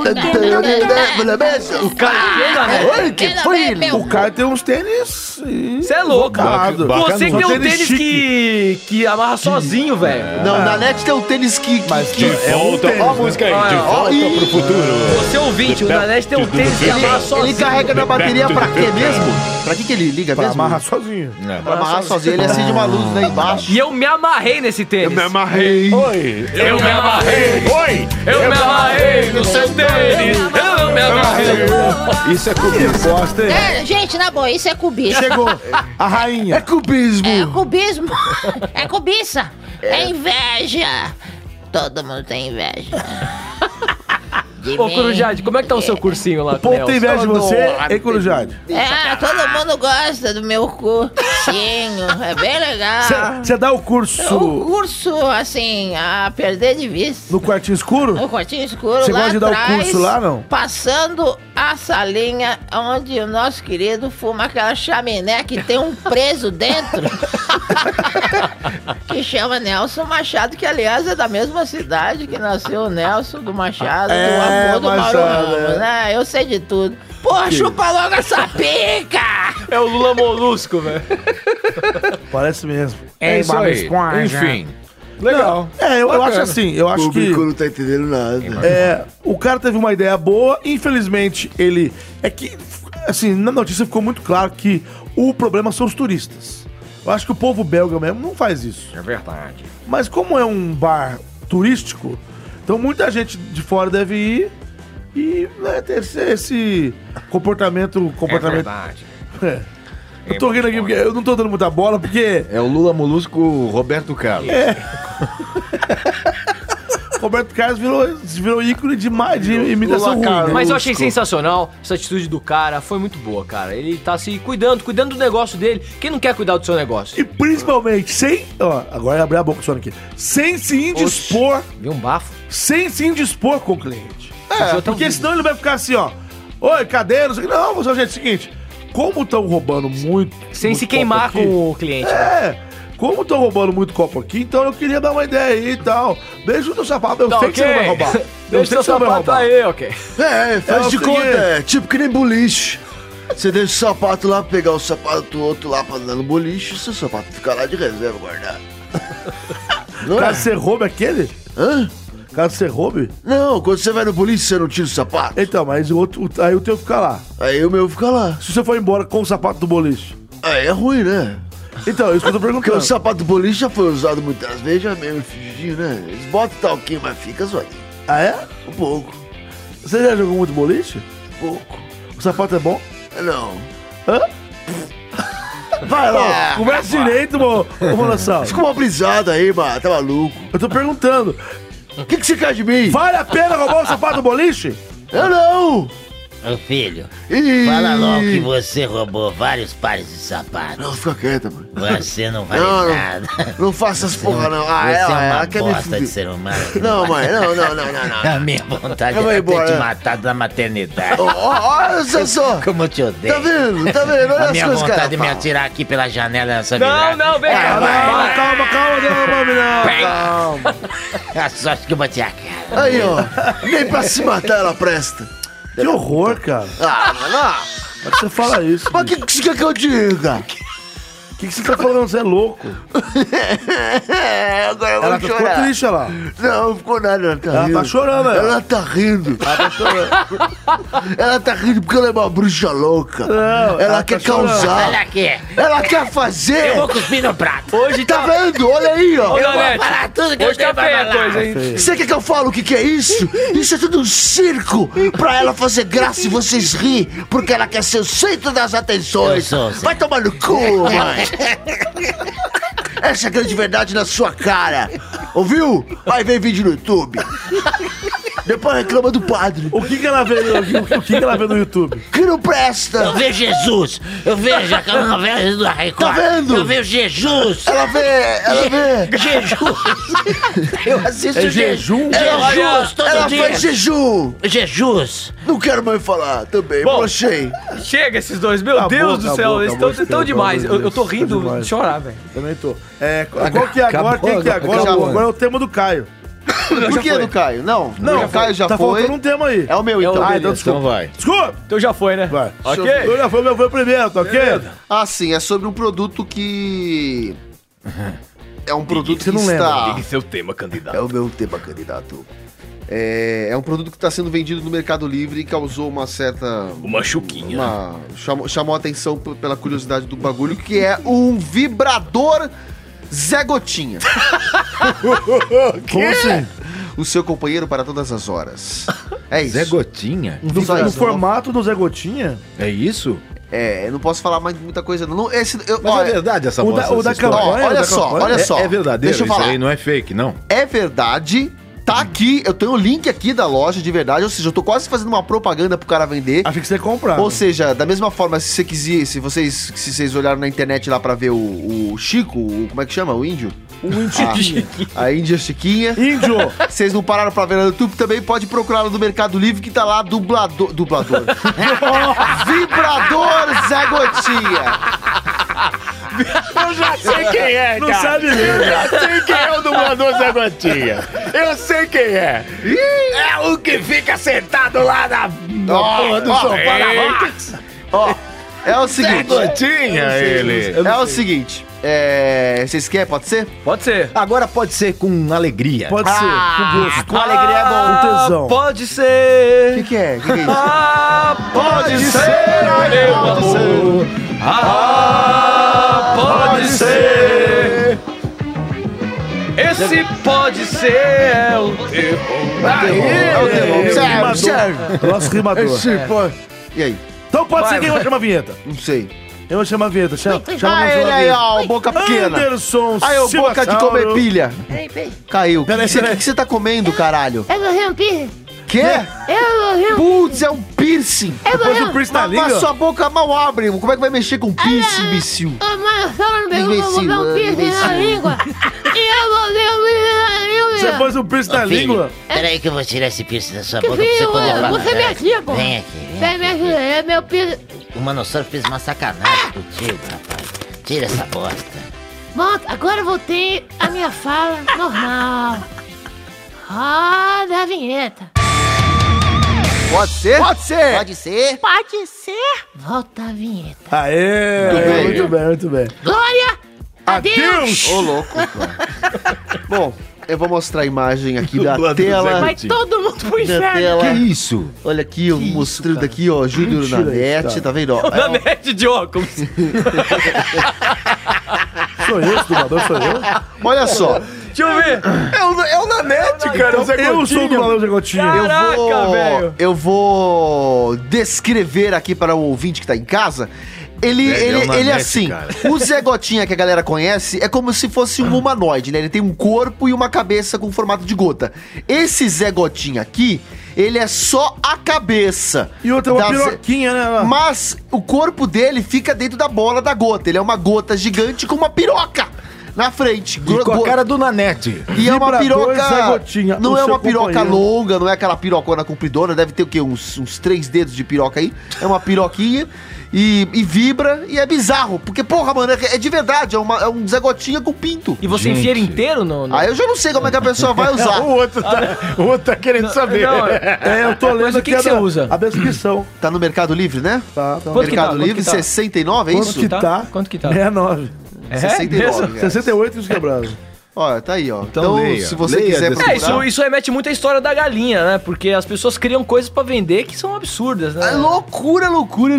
Speaker 5: O cara,
Speaker 7: Oi, que foi?
Speaker 4: O Caio tem uns tênis...
Speaker 5: Você é louco. Você que tem um
Speaker 4: tênis
Speaker 5: tênis que amarra sozinho, velho.
Speaker 3: Não, na net tem um tênis que...
Speaker 4: Mas
Speaker 6: De volta, ó a música aí, de volta pro futuro.
Speaker 5: Você ouvinte, o Nanete tem um tênis que amarra sozinho.
Speaker 3: Ele carrega na bateria pra quê mesmo? Pra que ele liga
Speaker 4: Pra
Speaker 3: mesmo?
Speaker 4: amarrar sozinho.
Speaker 3: Pra amarrar sozinho. Ele acende uma luz lá embaixo.
Speaker 5: E eu me amarrei nesse tênis.
Speaker 4: Eu me amarrei.
Speaker 6: Oi.
Speaker 5: Eu me amarrei.
Speaker 6: Oi.
Speaker 5: Eu me amarrei no seu tênis. Eu me amarrei.
Speaker 6: Isso é cubismo.
Speaker 4: Gosta, hein?
Speaker 11: Gente, na boa, isso é cubismo.
Speaker 4: Chegou a rainha.
Speaker 7: É cubismo.
Speaker 11: É cubismo. É cobiça. É inveja. Todo mundo tem inveja.
Speaker 5: Ô, Corujade, como é que tá o seu cursinho lá?
Speaker 4: O povo tem inveja de você, hein, Corujade?
Speaker 11: Todo mundo gosta do meu cursinho. É bem legal.
Speaker 4: Você dá o curso...
Speaker 11: O curso, assim, a perder de vista.
Speaker 4: No quartinho escuro?
Speaker 11: No quartinho escuro,
Speaker 4: Você
Speaker 11: lá
Speaker 4: gosta de dar o
Speaker 11: atrás,
Speaker 4: curso lá, não?
Speaker 11: Passando a salinha onde o nosso querido fuma aquela chaminé que tem um preso dentro. Que chama Nelson Machado, que aliás é da mesma cidade que nasceu o Nelson do Machado, do avô do Mauro Ramos, né? Eu sei de tudo. Porra, chupa logo essa pica!
Speaker 5: É o Lula Molusco, velho.
Speaker 4: Parece mesmo.
Speaker 6: É isso aí. Enfim. Legal.
Speaker 4: Eu acho assim, eu acho que...
Speaker 7: O público não tá entendendo nada.
Speaker 4: O cara teve uma ideia boa, infelizmente ele... É que, assim, na notícia ficou muito claro que o problema são os turistas. Eu acho que o povo belga mesmo não faz isso.
Speaker 6: É verdade.
Speaker 4: Mas como é um bar turístico, então muita gente de fora deve ir e ter esse comportamento...
Speaker 6: É verdade.
Speaker 4: Eu tô rindo aqui porque eu não tô dando muita bola, porque...
Speaker 6: É o Lula Molusco Roberto Carlos.
Speaker 4: Roberto Carlos virou ícone de imitação ruim, né?
Speaker 5: Mas eu achei sensacional essa atitude do cara, foi muito boa, cara. Ele tá se cuidando do negócio dele. Quem não quer cuidar do seu negócio?
Speaker 4: E principalmente sem... Ó, agora eu abri a boca do Sonic aqui. Sem se indispor...
Speaker 5: Viu um bafo?
Speaker 4: Sem se indispor com o cliente. Porque senão ele vai ficar assim, ó. Oi, cadê? Não, sei o que. Não, gente, é o seguinte. Como estão roubando muito...
Speaker 5: Sem
Speaker 4: muito
Speaker 5: se queimar
Speaker 4: copo aqui,
Speaker 5: com o cliente. Né?
Speaker 4: Como estão roubando muito copo aqui, então eu queria dar uma ideia aí e tal. Deixa o teu sapato, eu sei que você não vai roubar.
Speaker 5: Deixa o seu sapato aí, ok.
Speaker 7: Faz de conta, tipo que nem boliche. Você deixa o sapato lá, pegar o sapato do outro lá pra andar no boliche, seu sapato fica lá de reserva guardado.
Speaker 4: Caso você roube aquele?
Speaker 7: Hã?
Speaker 4: Caso você roube?
Speaker 7: Não, quando você vai no boliche, você não tira o sapato.
Speaker 4: Então, mas aí o teu fica lá.
Speaker 7: Aí o meu fica lá.
Speaker 4: Se você for embora com o sapato do boliche?
Speaker 7: Aí é ruim, né?
Speaker 4: Então, é isso que eu tô perguntando.
Speaker 7: Porque o sapato do boliche já foi usado muitas vezes, já é meio fingidinho, né? Eles botam talquinho, mas fica zoadinho.
Speaker 4: Ah, é?
Speaker 7: Um pouco.
Speaker 4: Você já jogou muito boliche?
Speaker 7: Pouco.
Speaker 4: O sapato é bom?
Speaker 7: Não.
Speaker 4: Hã? Vai lá, conversa direito, ô Monossauro.
Speaker 7: Fica uma brisada aí, mano, tá maluco.
Speaker 4: Eu tô perguntando.
Speaker 7: O que você quer de mim?
Speaker 4: Vale a pena roubar o sapato do boliche?
Speaker 7: Eu não!
Speaker 2: Ô filho, fala logo que você roubou vários pares de sapatos.
Speaker 7: Não, fica quieta, mano.
Speaker 2: Você não vale nada.
Speaker 7: Não faça essas porra, não.
Speaker 2: Você é uma bosta de ser humano.
Speaker 7: Não, mãe, não.
Speaker 2: A minha vontade é ter te matado na maternidade.
Speaker 7: Olha só.
Speaker 2: Como eu te odeio.
Speaker 7: Tá vendo? Olha
Speaker 2: a minha vontade é me atirar aqui pela janela nessa
Speaker 5: virada. Não, vem cá.
Speaker 4: Calma,
Speaker 2: calma. A sorte que eu bati a cara.
Speaker 7: Aí, ó. Nem pra se matar ela presta.
Speaker 4: Que horror, cara.
Speaker 7: Mano.
Speaker 4: Como é que você fala isso?
Speaker 7: Mas o que você quer que eu diga?
Speaker 4: O que você tá falando? Você é louco.
Speaker 7: Agora eu vou
Speaker 4: ela
Speaker 7: chorar.
Speaker 4: Ficou triste, olha lá.
Speaker 7: Não ficou nada, ela tá rindo.
Speaker 4: Ela tá chorando,
Speaker 7: Ela tá rindo.
Speaker 4: Ela tá chorando.
Speaker 7: Ela tá rindo porque ela é uma bruxa louca.
Speaker 4: Não,
Speaker 7: ela quer causar.
Speaker 2: Ela quer.
Speaker 7: Ela quer fazer.
Speaker 2: Eu vou cuspir no prato.
Speaker 5: Hoje
Speaker 7: tá vendo? Olha aí, ó.
Speaker 2: Eu vou falar tudo que eu tenho pra falar.
Speaker 5: Coisa, hein?
Speaker 7: Você quer que eu fale o que é isso? Isso é tudo um circo pra ela fazer graça e vocês rir, porque ela quer ser o centro das atenções. Vai tomar no cu, mãe. Essa é a grande verdade na sua cara. Ouviu? Vai ver vídeo no YouTube. Depois reclama do padre.
Speaker 4: O que ela vê no YouTube?
Speaker 7: Que não presta.
Speaker 2: Eu vejo Jesus. Eu vejo aquela novela do Record.
Speaker 7: Tá vendo?
Speaker 2: Eu vejo Jesus.
Speaker 7: Ela vê.
Speaker 2: Jesus. Eu assisto
Speaker 4: jejum?
Speaker 2: Jesus todo
Speaker 7: Ela
Speaker 2: dia.
Speaker 7: faz jejum.
Speaker 2: Jesus.
Speaker 7: Não quero mais falar também.
Speaker 5: Bom,
Speaker 7: Brochei.
Speaker 5: Chega esses dois, meu Deus do céu, eles estão demais. Eu tô rindo de chorar, velho.
Speaker 4: Também tô. Qual que é agora? Quem que é agora? Agora é o tema do Caio.
Speaker 3: Por que do Caio? Não, o Caio já
Speaker 4: tá
Speaker 3: foi.
Speaker 4: faltando um tema aí.
Speaker 3: É o meu, então.
Speaker 4: Então desculpa.
Speaker 6: Então vai.
Speaker 4: Desculpa.
Speaker 5: Então já foi, né?
Speaker 4: Vai.
Speaker 5: Ok.
Speaker 4: Eu já foi, meu foi primeiro, tá ok?
Speaker 3: Ah, sim, é sobre um produto que... É um produto que
Speaker 4: você não
Speaker 3: está...
Speaker 4: lembra?
Speaker 5: Seu tema, candidato.
Speaker 3: É o meu tema, candidato. É um produto que está sendo vendido no Mercado Livre e causou uma certa...
Speaker 5: Uma chuquinha.
Speaker 3: Chamou a atenção pela curiosidade do bagulho, que é um vibrador Zé Gotinha.
Speaker 4: Como assim?
Speaker 3: O seu companheiro para todas as horas. É isso.
Speaker 6: Zé Gotinha?
Speaker 4: No formato do Zé Gotinha?
Speaker 6: É isso?
Speaker 3: Eu não posso falar mais muita coisa. Não,
Speaker 6: Mas é verdade essa voz?
Speaker 3: Olha só.
Speaker 6: É verdadeiro,
Speaker 3: deixa eu
Speaker 6: isso
Speaker 3: falar.
Speaker 6: aí não é fake, não?
Speaker 3: É verdade. Tá aqui, eu tenho o link aqui da loja de verdade, ou seja, eu tô quase fazendo uma propaganda pro cara vender.
Speaker 4: Achei que você ia comprar.
Speaker 3: Ou seja, da mesma forma, se você quiser, se vocês olharam na internet lá pra ver o Chico, como é que chama? O índio?
Speaker 4: O índio Chiquinha.
Speaker 3: A Índia Chiquinha.
Speaker 4: Índio!
Speaker 3: Vocês não pararam pra ver no YouTube, também pode procurar no Mercado Livre, que tá lá dublador. Vibrador Zé Gotinha.
Speaker 6: Eu já sei quem é,
Speaker 4: Não sabe mesmo.
Speaker 6: Eu já sei quem é o dublador Zé Gotinha. Eu sei quem é. É o que fica sentado lá na porra do sofá da Vox.
Speaker 3: Ó, é o
Speaker 6: Zé
Speaker 3: seguinte.
Speaker 6: Gotinha, ele.
Speaker 3: É o seguinte. Vocês querem? Pode ser?
Speaker 5: Pode ser.
Speaker 6: Agora pode ser com alegria.
Speaker 4: Pode ser, com gosto.
Speaker 3: Com alegria é bom.
Speaker 4: Com tesão.
Speaker 5: Pode ser.
Speaker 3: O que é? O que é isso?
Speaker 5: Pode ser, meu amor. Pode ser. Esse pode ser é o terror.
Speaker 3: Serve.
Speaker 4: Nosso rimador.
Speaker 3: E aí?
Speaker 4: Então pode ser quem vai chamar a vinheta.
Speaker 3: Não sei.
Speaker 4: Eu vou chamar a vinheta. Chama
Speaker 3: Ele aí, ó, boca pequena.
Speaker 4: Anderson
Speaker 3: Aí, ô, boca de comer pilha.
Speaker 12: Peraí.
Speaker 3: Caiu. O que você tá comendo, caralho?
Speaker 12: Eu morri um piercing.
Speaker 3: Quê?
Speaker 12: Eu morri um
Speaker 3: Putz, é um piercing.
Speaker 4: Depois do piercing na língua.
Speaker 3: Mas sua boca mal abre. Como é que vai mexer com piercing, imbecil?
Speaker 12: Mas só não pegou, eu vou ver um piercing na língua. E eu vou ver um piercing na língua.
Speaker 4: Você pôs um piercing na língua?
Speaker 2: Peraí que eu vou tirar esse piercing da sua
Speaker 12: Que
Speaker 2: boca pra você
Speaker 12: filho,
Speaker 2: poder falar.
Speaker 12: você me atia, pô.
Speaker 2: Vem aqui.
Speaker 12: Vem me atia, é meu piercing.
Speaker 2: O Manossauro fez uma sacanagem contigo, rapaz. Tira essa bosta.
Speaker 12: Bom, agora eu voltei a minha fala normal. Roda a vinheta.
Speaker 3: Pode ser? Pode ser.
Speaker 2: Pode ser?
Speaker 12: Pode ser. Volta a vinheta.
Speaker 4: Aê, muito bem, muito bem.
Speaker 12: Glória a Deus.
Speaker 3: Ô, louco. Bom, eu vou mostrar a imagem aqui da tela.
Speaker 12: Vai todo mundo pro
Speaker 3: Da
Speaker 12: inferno.
Speaker 3: tela.
Speaker 6: Que isso?
Speaker 3: Olha aqui, eu mostrando aqui, ó, Júnior
Speaker 4: Mentira
Speaker 3: Nanete,
Speaker 4: isso,
Speaker 3: tá vendo? Ó,
Speaker 5: Na net de óculos.
Speaker 4: Sou eu, esse dublador sou eu?
Speaker 3: olha só,
Speaker 5: Deixa eu ver.
Speaker 6: É o Nanete, cara. O Zé
Speaker 4: Eu sou o dublador Zé Gotinha.
Speaker 5: Caraca, velho.
Speaker 3: eu vou descrever aqui para o ouvinte que tá em casa. Ele
Speaker 6: Nanete,
Speaker 3: assim,
Speaker 6: cara.
Speaker 3: o Zé Gotinha que a galera conhece é como se fosse um humanoide, né? Ele tem um corpo e uma cabeça com formato de gota. Esse Zé Gotinha aqui, ele é só a cabeça.
Speaker 4: E outra, uma
Speaker 3: da
Speaker 4: piroquinha, né?
Speaker 3: Mas o corpo dele fica dentro da bola da gota. Ele é uma gota gigante com uma piroca na frente.
Speaker 6: E com a cara do Nanete.
Speaker 3: E é uma
Speaker 4: Vibrador Zé
Speaker 3: piroca.
Speaker 4: Gotinha,
Speaker 3: Não
Speaker 4: o
Speaker 3: é
Speaker 4: seu
Speaker 3: uma piroca
Speaker 4: companheiro.
Speaker 3: longa, não é aquela pirocona compridona. Deve ter o quê? Uns 3 dedos de piroca aí. É uma piroquinha. E vibra e é bizarro. Porque, porra, mano, é de verdade. É um Zé Gotinha com pinto.
Speaker 5: E você enfia ele inteiro no...
Speaker 3: Aí eu já não sei como é que a pessoa vai usar.
Speaker 6: O outro tá querendo saber.
Speaker 5: Não,
Speaker 4: Eu tô lendo
Speaker 5: Mas o
Speaker 4: aqui
Speaker 5: que você usa?
Speaker 4: a descrição.
Speaker 3: Tá no Mercado Livre, né?
Speaker 4: Tá.
Speaker 5: Quanto que tá?
Speaker 3: Mercado Livre,
Speaker 5: Quanto que tá?
Speaker 3: 69, é
Speaker 4: Quanto
Speaker 3: isso?
Speaker 4: que tá?
Speaker 5: Quanto que tá?
Speaker 4: 69.
Speaker 5: É?
Speaker 3: 69,
Speaker 5: Mesmo?
Speaker 3: reais.
Speaker 4: 68 e os quebrados.
Speaker 3: Olha, tá aí, ó.
Speaker 6: Então leia.
Speaker 3: se você
Speaker 6: Leia
Speaker 3: quiser
Speaker 6: a
Speaker 3: procurar...
Speaker 5: Isso remete muito à história da galinha, né? Porque as pessoas criam coisas pra vender que são absurdas, né?
Speaker 3: É loucura.
Speaker 5: Loucura.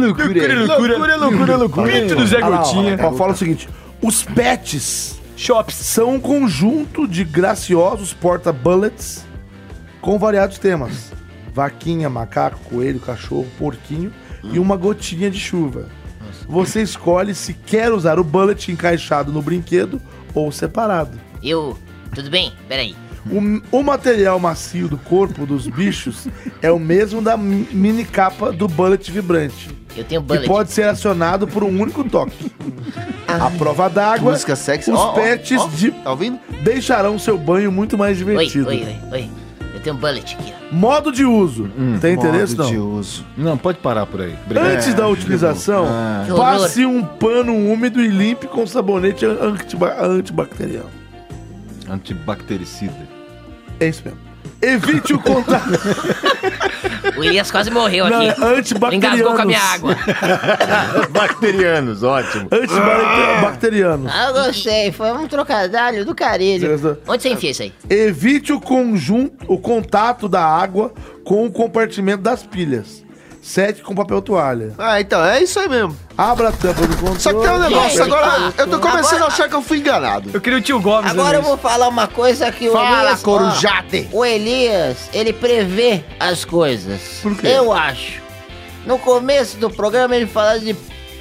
Speaker 5: Pinto do Zé
Speaker 4: Ah, lá,
Speaker 5: Gotinha.
Speaker 4: ó, fala o seguinte: os pets
Speaker 5: Shops.
Speaker 4: são um conjunto de graciosos porta-bullets com variados temas: vaquinha, macaco, coelho, cachorro, porquinho e uma gotinha de chuva. Você escolhe se quer usar o bullet encaixado no brinquedo ou separado.
Speaker 2: Tudo bem? Peraí.
Speaker 4: O material macio do corpo dos bichos é o mesmo da mini capa do bullet vibrante.
Speaker 11: Eu tenho bullet.
Speaker 4: Que pode ser acionado por um único toque. A prova d'água,
Speaker 3: música sexy.
Speaker 4: Os pets
Speaker 3: tá ouvindo?
Speaker 4: deixarão seu banho muito mais divertido.
Speaker 11: Oi. Eu tenho um bullet aqui, ó.
Speaker 4: Modo de uso. Tem interesse, não?
Speaker 3: Modo de uso.
Speaker 6: Não, pode parar por aí.
Speaker 4: Obrigado. Antes da utilização, passe um pano úmido e limpe com sabonete antibacteriano.
Speaker 6: Antibactericida.
Speaker 4: É isso mesmo. Evite o contato.
Speaker 11: O Elias quase morreu aqui.
Speaker 4: Antibacterianos.
Speaker 11: Engasgou com a minha água.
Speaker 6: Bacterianos, ótimo.
Speaker 4: Antibacterianos.
Speaker 11: Ah, eu gostei. Foi um trocadilho do carilho. Onde você enfia isso aí?
Speaker 4: Evite o contato da água com o compartimento das pilhas. Seque com papel toalha.
Speaker 3: Ah, então, é isso aí mesmo.
Speaker 4: Abra a tampa do controle.
Speaker 3: Só que tem um negócio, agora eu tô começando a achar que eu fui enganado.
Speaker 5: Eu queria o tio Gomes.
Speaker 11: Agora eu vou falar uma coisa que o
Speaker 3: Fala,
Speaker 11: Elias...
Speaker 3: Corujate.
Speaker 11: O Elias, ele prevê as coisas.
Speaker 3: Por quê?
Speaker 11: Eu acho. No começo do programa ele fala de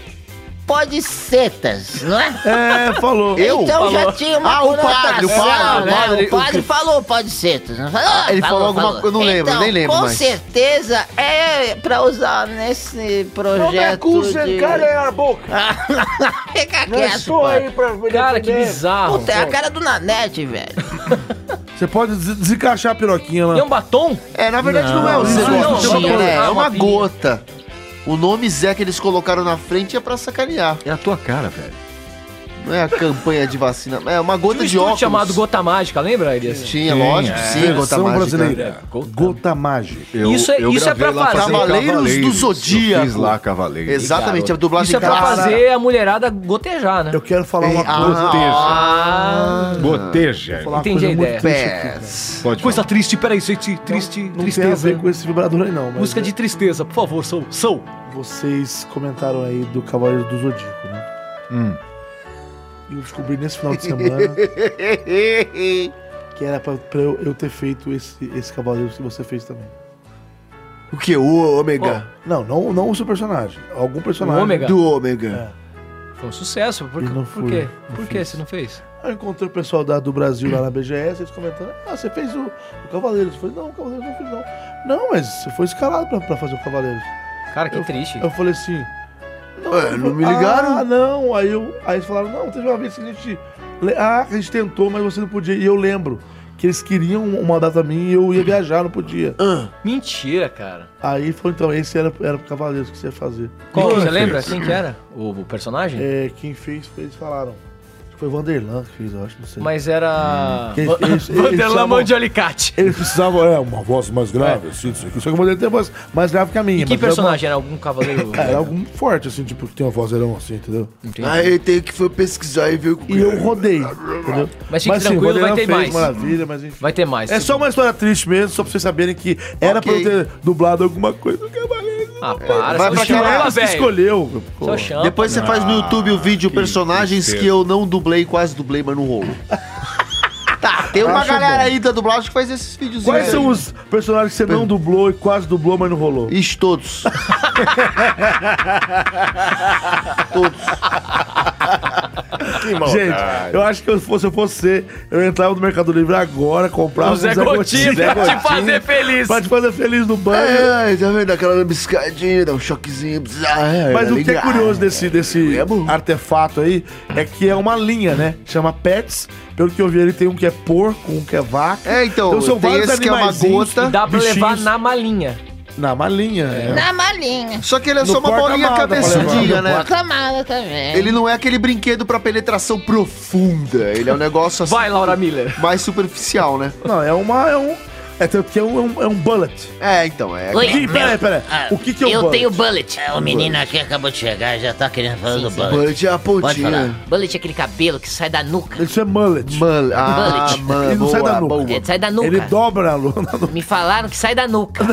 Speaker 11: podsetas, não é?
Speaker 4: É, falou.
Speaker 11: Então já tinha uma
Speaker 3: o
Speaker 11: padre falou podsetas. Não falou?
Speaker 3: Ele falou alguma coisa, eu não lembro,
Speaker 11: então,
Speaker 3: nem lembro
Speaker 11: com
Speaker 3: mais.
Speaker 11: certeza é pra usar nesse projeto de...
Speaker 7: Cara, a boca.
Speaker 11: Fica
Speaker 7: Não é
Speaker 11: quieto,
Speaker 7: só
Speaker 11: pai.
Speaker 7: aí pra...
Speaker 5: Cara, que bizarro.
Speaker 11: Puta, é a cara do Nanete, velho.
Speaker 4: Você pode desencaixar a piroquinha lá.
Speaker 5: Tem um batom?
Speaker 3: É, na verdade não é o
Speaker 4: isso
Speaker 3: negócio,
Speaker 5: não,
Speaker 3: né? É uma
Speaker 5: pinha.
Speaker 3: gota. O nome Zé que eles colocaram na frente é pra sacanear.
Speaker 6: É a tua cara, velho.
Speaker 3: Não é a campanha de vacina. É uma gota
Speaker 5: Tinha um
Speaker 3: de
Speaker 5: estudo
Speaker 3: óculos.
Speaker 5: chamado Gota Mágica, lembra, Elias?
Speaker 3: Tinha, lógico, sim, Gota
Speaker 4: Versão
Speaker 3: Mágica.
Speaker 4: brasileira. Gota mágica.
Speaker 5: Isso é pra fazer.
Speaker 3: Cavaleiros do Zodíaco.
Speaker 6: Eu fiz lá Cavaleiros.
Speaker 3: Exatamente, a dublagem
Speaker 5: Isso é pra fazer a mulherada gotejar, né?
Speaker 4: Eu quero falar uma coisa.
Speaker 6: Goteja.
Speaker 4: Falar uma
Speaker 5: Entendi
Speaker 4: coisa
Speaker 5: a
Speaker 4: muito
Speaker 5: ideia.
Speaker 4: triste aqui, cara.
Speaker 6: Pode
Speaker 5: Coisa triste, peraí, gente. Triste,
Speaker 4: Não tem a
Speaker 5: tristeza.
Speaker 4: ver com esse vibrador aí, não. Mas
Speaker 5: Música de tristeza, por favor, sou.
Speaker 4: Vocês comentaram aí do Cavaleiro do Zodíaco, né? E eu descobri nesse final de semana que era pra eu ter feito esse Cavaleiro que você fez também.
Speaker 3: O que? O Ômega?
Speaker 4: Não o seu personagem. Algum personagem.
Speaker 5: O Ômega?
Speaker 3: Do Ômega.
Speaker 5: Foi um sucesso. Por
Speaker 4: não
Speaker 5: por
Speaker 4: fui,
Speaker 5: quê?
Speaker 4: não
Speaker 5: Por que
Speaker 4: fiz.
Speaker 5: você não fez?
Speaker 4: Eu encontrei o pessoal do Brasil lá na BGS, eles comentando, você fez o Cavaleiros. Eu falei, não, o Cavaleiros não fiz não. Não, mas você foi escalado pra fazer o Cavaleiros.
Speaker 5: Cara, que triste.
Speaker 4: Eu falei assim...
Speaker 3: Não me ligaram?
Speaker 4: Ah, não. Aí eles falaram, não, teve uma vez que a gente tentou, mas você não podia. E eu lembro que eles queriam uma data minha e eu ia viajar, não podia.
Speaker 5: Mentira, cara.
Speaker 4: Aí falou, então, esse era pro Cavaleiros que você ia fazer.
Speaker 5: Qual, você lembra quem que era? O personagem?
Speaker 4: Quem fez, eles falaram. Foi o Vanderlan que fez, eu acho, não sei.
Speaker 5: Mas era...
Speaker 4: Eles
Speaker 5: Vanderlan Mão de Alicate.
Speaker 4: Eles precisavam, uma voz mais grave, assim, isso aqui. Só que eu poderia ter voz mais grave que a minha.
Speaker 5: E que personagem? Era algum cavaleiro?
Speaker 4: Era algum forte, assim, tipo, que tem uma vozeirão assim, entendeu?
Speaker 5: Entendi.
Speaker 3: Aí tem que foi pesquisar e ver o que.
Speaker 4: E eu rodei, entendeu?
Speaker 5: Mas fique tranquilo, vai ter mais.
Speaker 4: Maravilha, mas enfim.
Speaker 5: Vai ter mais.
Speaker 4: É só uma história triste mesmo, só pra vocês saberem que era pra eu ter dublado alguma coisa do Cavaleiro.
Speaker 5: Ah, para.
Speaker 3: Vai pra aquela
Speaker 4: que escolheu.
Speaker 5: Só chama.
Speaker 3: Depois você faz no YouTube o vídeo personagens que eu não dublei, quase dublei, mas não rolou. Tá, tem uma galera aí da dublagem que faz esses vídeos.
Speaker 4: Quais são os personagens que você não dublou e quase dublou, mas não rolou?
Speaker 3: Ixi, todos. Todos.
Speaker 6: Que maldade.
Speaker 4: Gente, eu acho que se eu fosse você, eu entrava no Mercado Livre agora, comprava
Speaker 5: O Zé Gotinha pra te fazer feliz.
Speaker 4: Pra te fazer feliz no banho.
Speaker 3: Tá vendo aquela lambiscadinha, dá um choquezinho.
Speaker 4: Mas o que é curioso desse artefato aí é que é uma linha, né? Chama Pets. Pelo que eu vi, ele tem um que é porco, um que é vaca.
Speaker 3: Então
Speaker 4: são
Speaker 3: tem
Speaker 4: vários
Speaker 3: esse que é uma
Speaker 4: animaizinhos,
Speaker 3: gota.
Speaker 5: Dá pra levar
Speaker 4: bichinhos.
Speaker 5: na malinha.
Speaker 4: Na malinha.
Speaker 11: Na malinha.
Speaker 3: Só que ele é
Speaker 4: No
Speaker 3: só uma bolinha
Speaker 4: porta-mala,
Speaker 3: cabeçudinha, né?
Speaker 11: Camada também.
Speaker 3: Ele não é aquele brinquedo pra penetração profunda. Ele é um negócio assim.
Speaker 5: Vai, Laura Miller.
Speaker 3: Mais superficial, né?
Speaker 4: Não, tanto que é um bullet.
Speaker 3: Então, é.
Speaker 11: Oi,
Speaker 4: Pera. O que é um
Speaker 11: eu
Speaker 4: bullet?
Speaker 11: tenho bullet.
Speaker 2: O menino aqui acabou de chegar e já tá querendo falar do bullet.
Speaker 3: Bullet é a
Speaker 2: Pode falar.
Speaker 3: pontinha.
Speaker 11: Bullet é aquele cabelo que sai da nuca.
Speaker 4: Isso é mullet.
Speaker 3: Bullet.
Speaker 4: Ele não sai da nuca.
Speaker 3: boa.
Speaker 11: Sai da nuca.
Speaker 4: Ele dobra na lua.
Speaker 11: Me falaram que sai da nuca.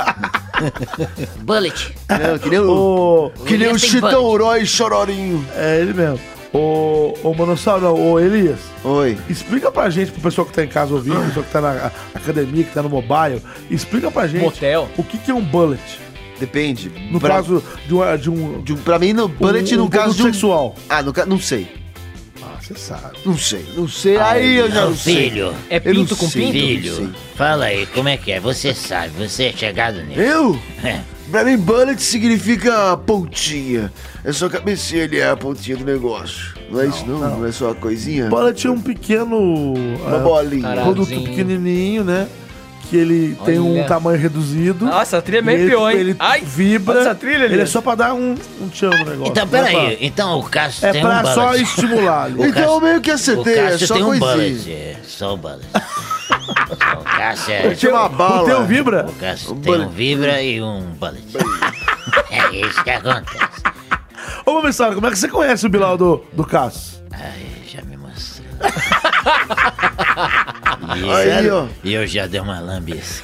Speaker 11: Bullet.
Speaker 3: Não, que nem o
Speaker 11: Elias tem
Speaker 3: Chitão
Speaker 11: bullet.
Speaker 3: Urói Chororinho.
Speaker 4: É ele mesmo. Ô Manossauro, não, ô Elias,
Speaker 3: Oi.
Speaker 4: explica pra gente, pro pessoal que tá em casa ouvindo, pessoal que tá na academia, que tá no mobile, explica pra gente
Speaker 5: Motel.
Speaker 4: o que é um bullet.
Speaker 3: Depende.
Speaker 4: No caso de um
Speaker 3: Pra mim, no bullet, no caso
Speaker 4: produto
Speaker 3: de um...
Speaker 4: sexual.
Speaker 3: Não sei.
Speaker 4: Você sabe.
Speaker 3: Não sei. Aí eu já não sei.
Speaker 2: Filho.
Speaker 5: É pinto com pinto?
Speaker 2: Filho, fala aí, como é que é? Você sabe, você é chegado nisso.
Speaker 3: Eu?
Speaker 2: É.
Speaker 3: Pra mim, bullet significa pontinha. É só a cabecinha ali, é a pontinha do negócio. Não é isso não? Não é só a coisinha?
Speaker 4: Bullet é um pequeno...
Speaker 3: Uma bolinha.
Speaker 4: Produto pequenininho, né? Que ele tem um tamanho reduzido.
Speaker 5: Nossa, a trilha é meio pior, hein?
Speaker 4: Ele vibra. Essa trilha, ele é só pra dar um tchan no negócio.
Speaker 2: Então, peraí. Então o Cássio tem um bullet.
Speaker 4: É pra só estimular ali.
Speaker 3: Então eu meio que acertei,
Speaker 2: é só
Speaker 3: tem um
Speaker 2: bullet. É só o bullet. O Cássio é...
Speaker 3: Tinha uma bala.
Speaker 4: O teu vibra?
Speaker 2: O Cássio tem um vibra e um bullet. É isso que acontece.
Speaker 4: Ô, Mamissaro, como é que você conhece o Bilal do Cássio?
Speaker 2: Ai, já me mostrou.
Speaker 3: E
Speaker 2: eu já dei uma lambiça.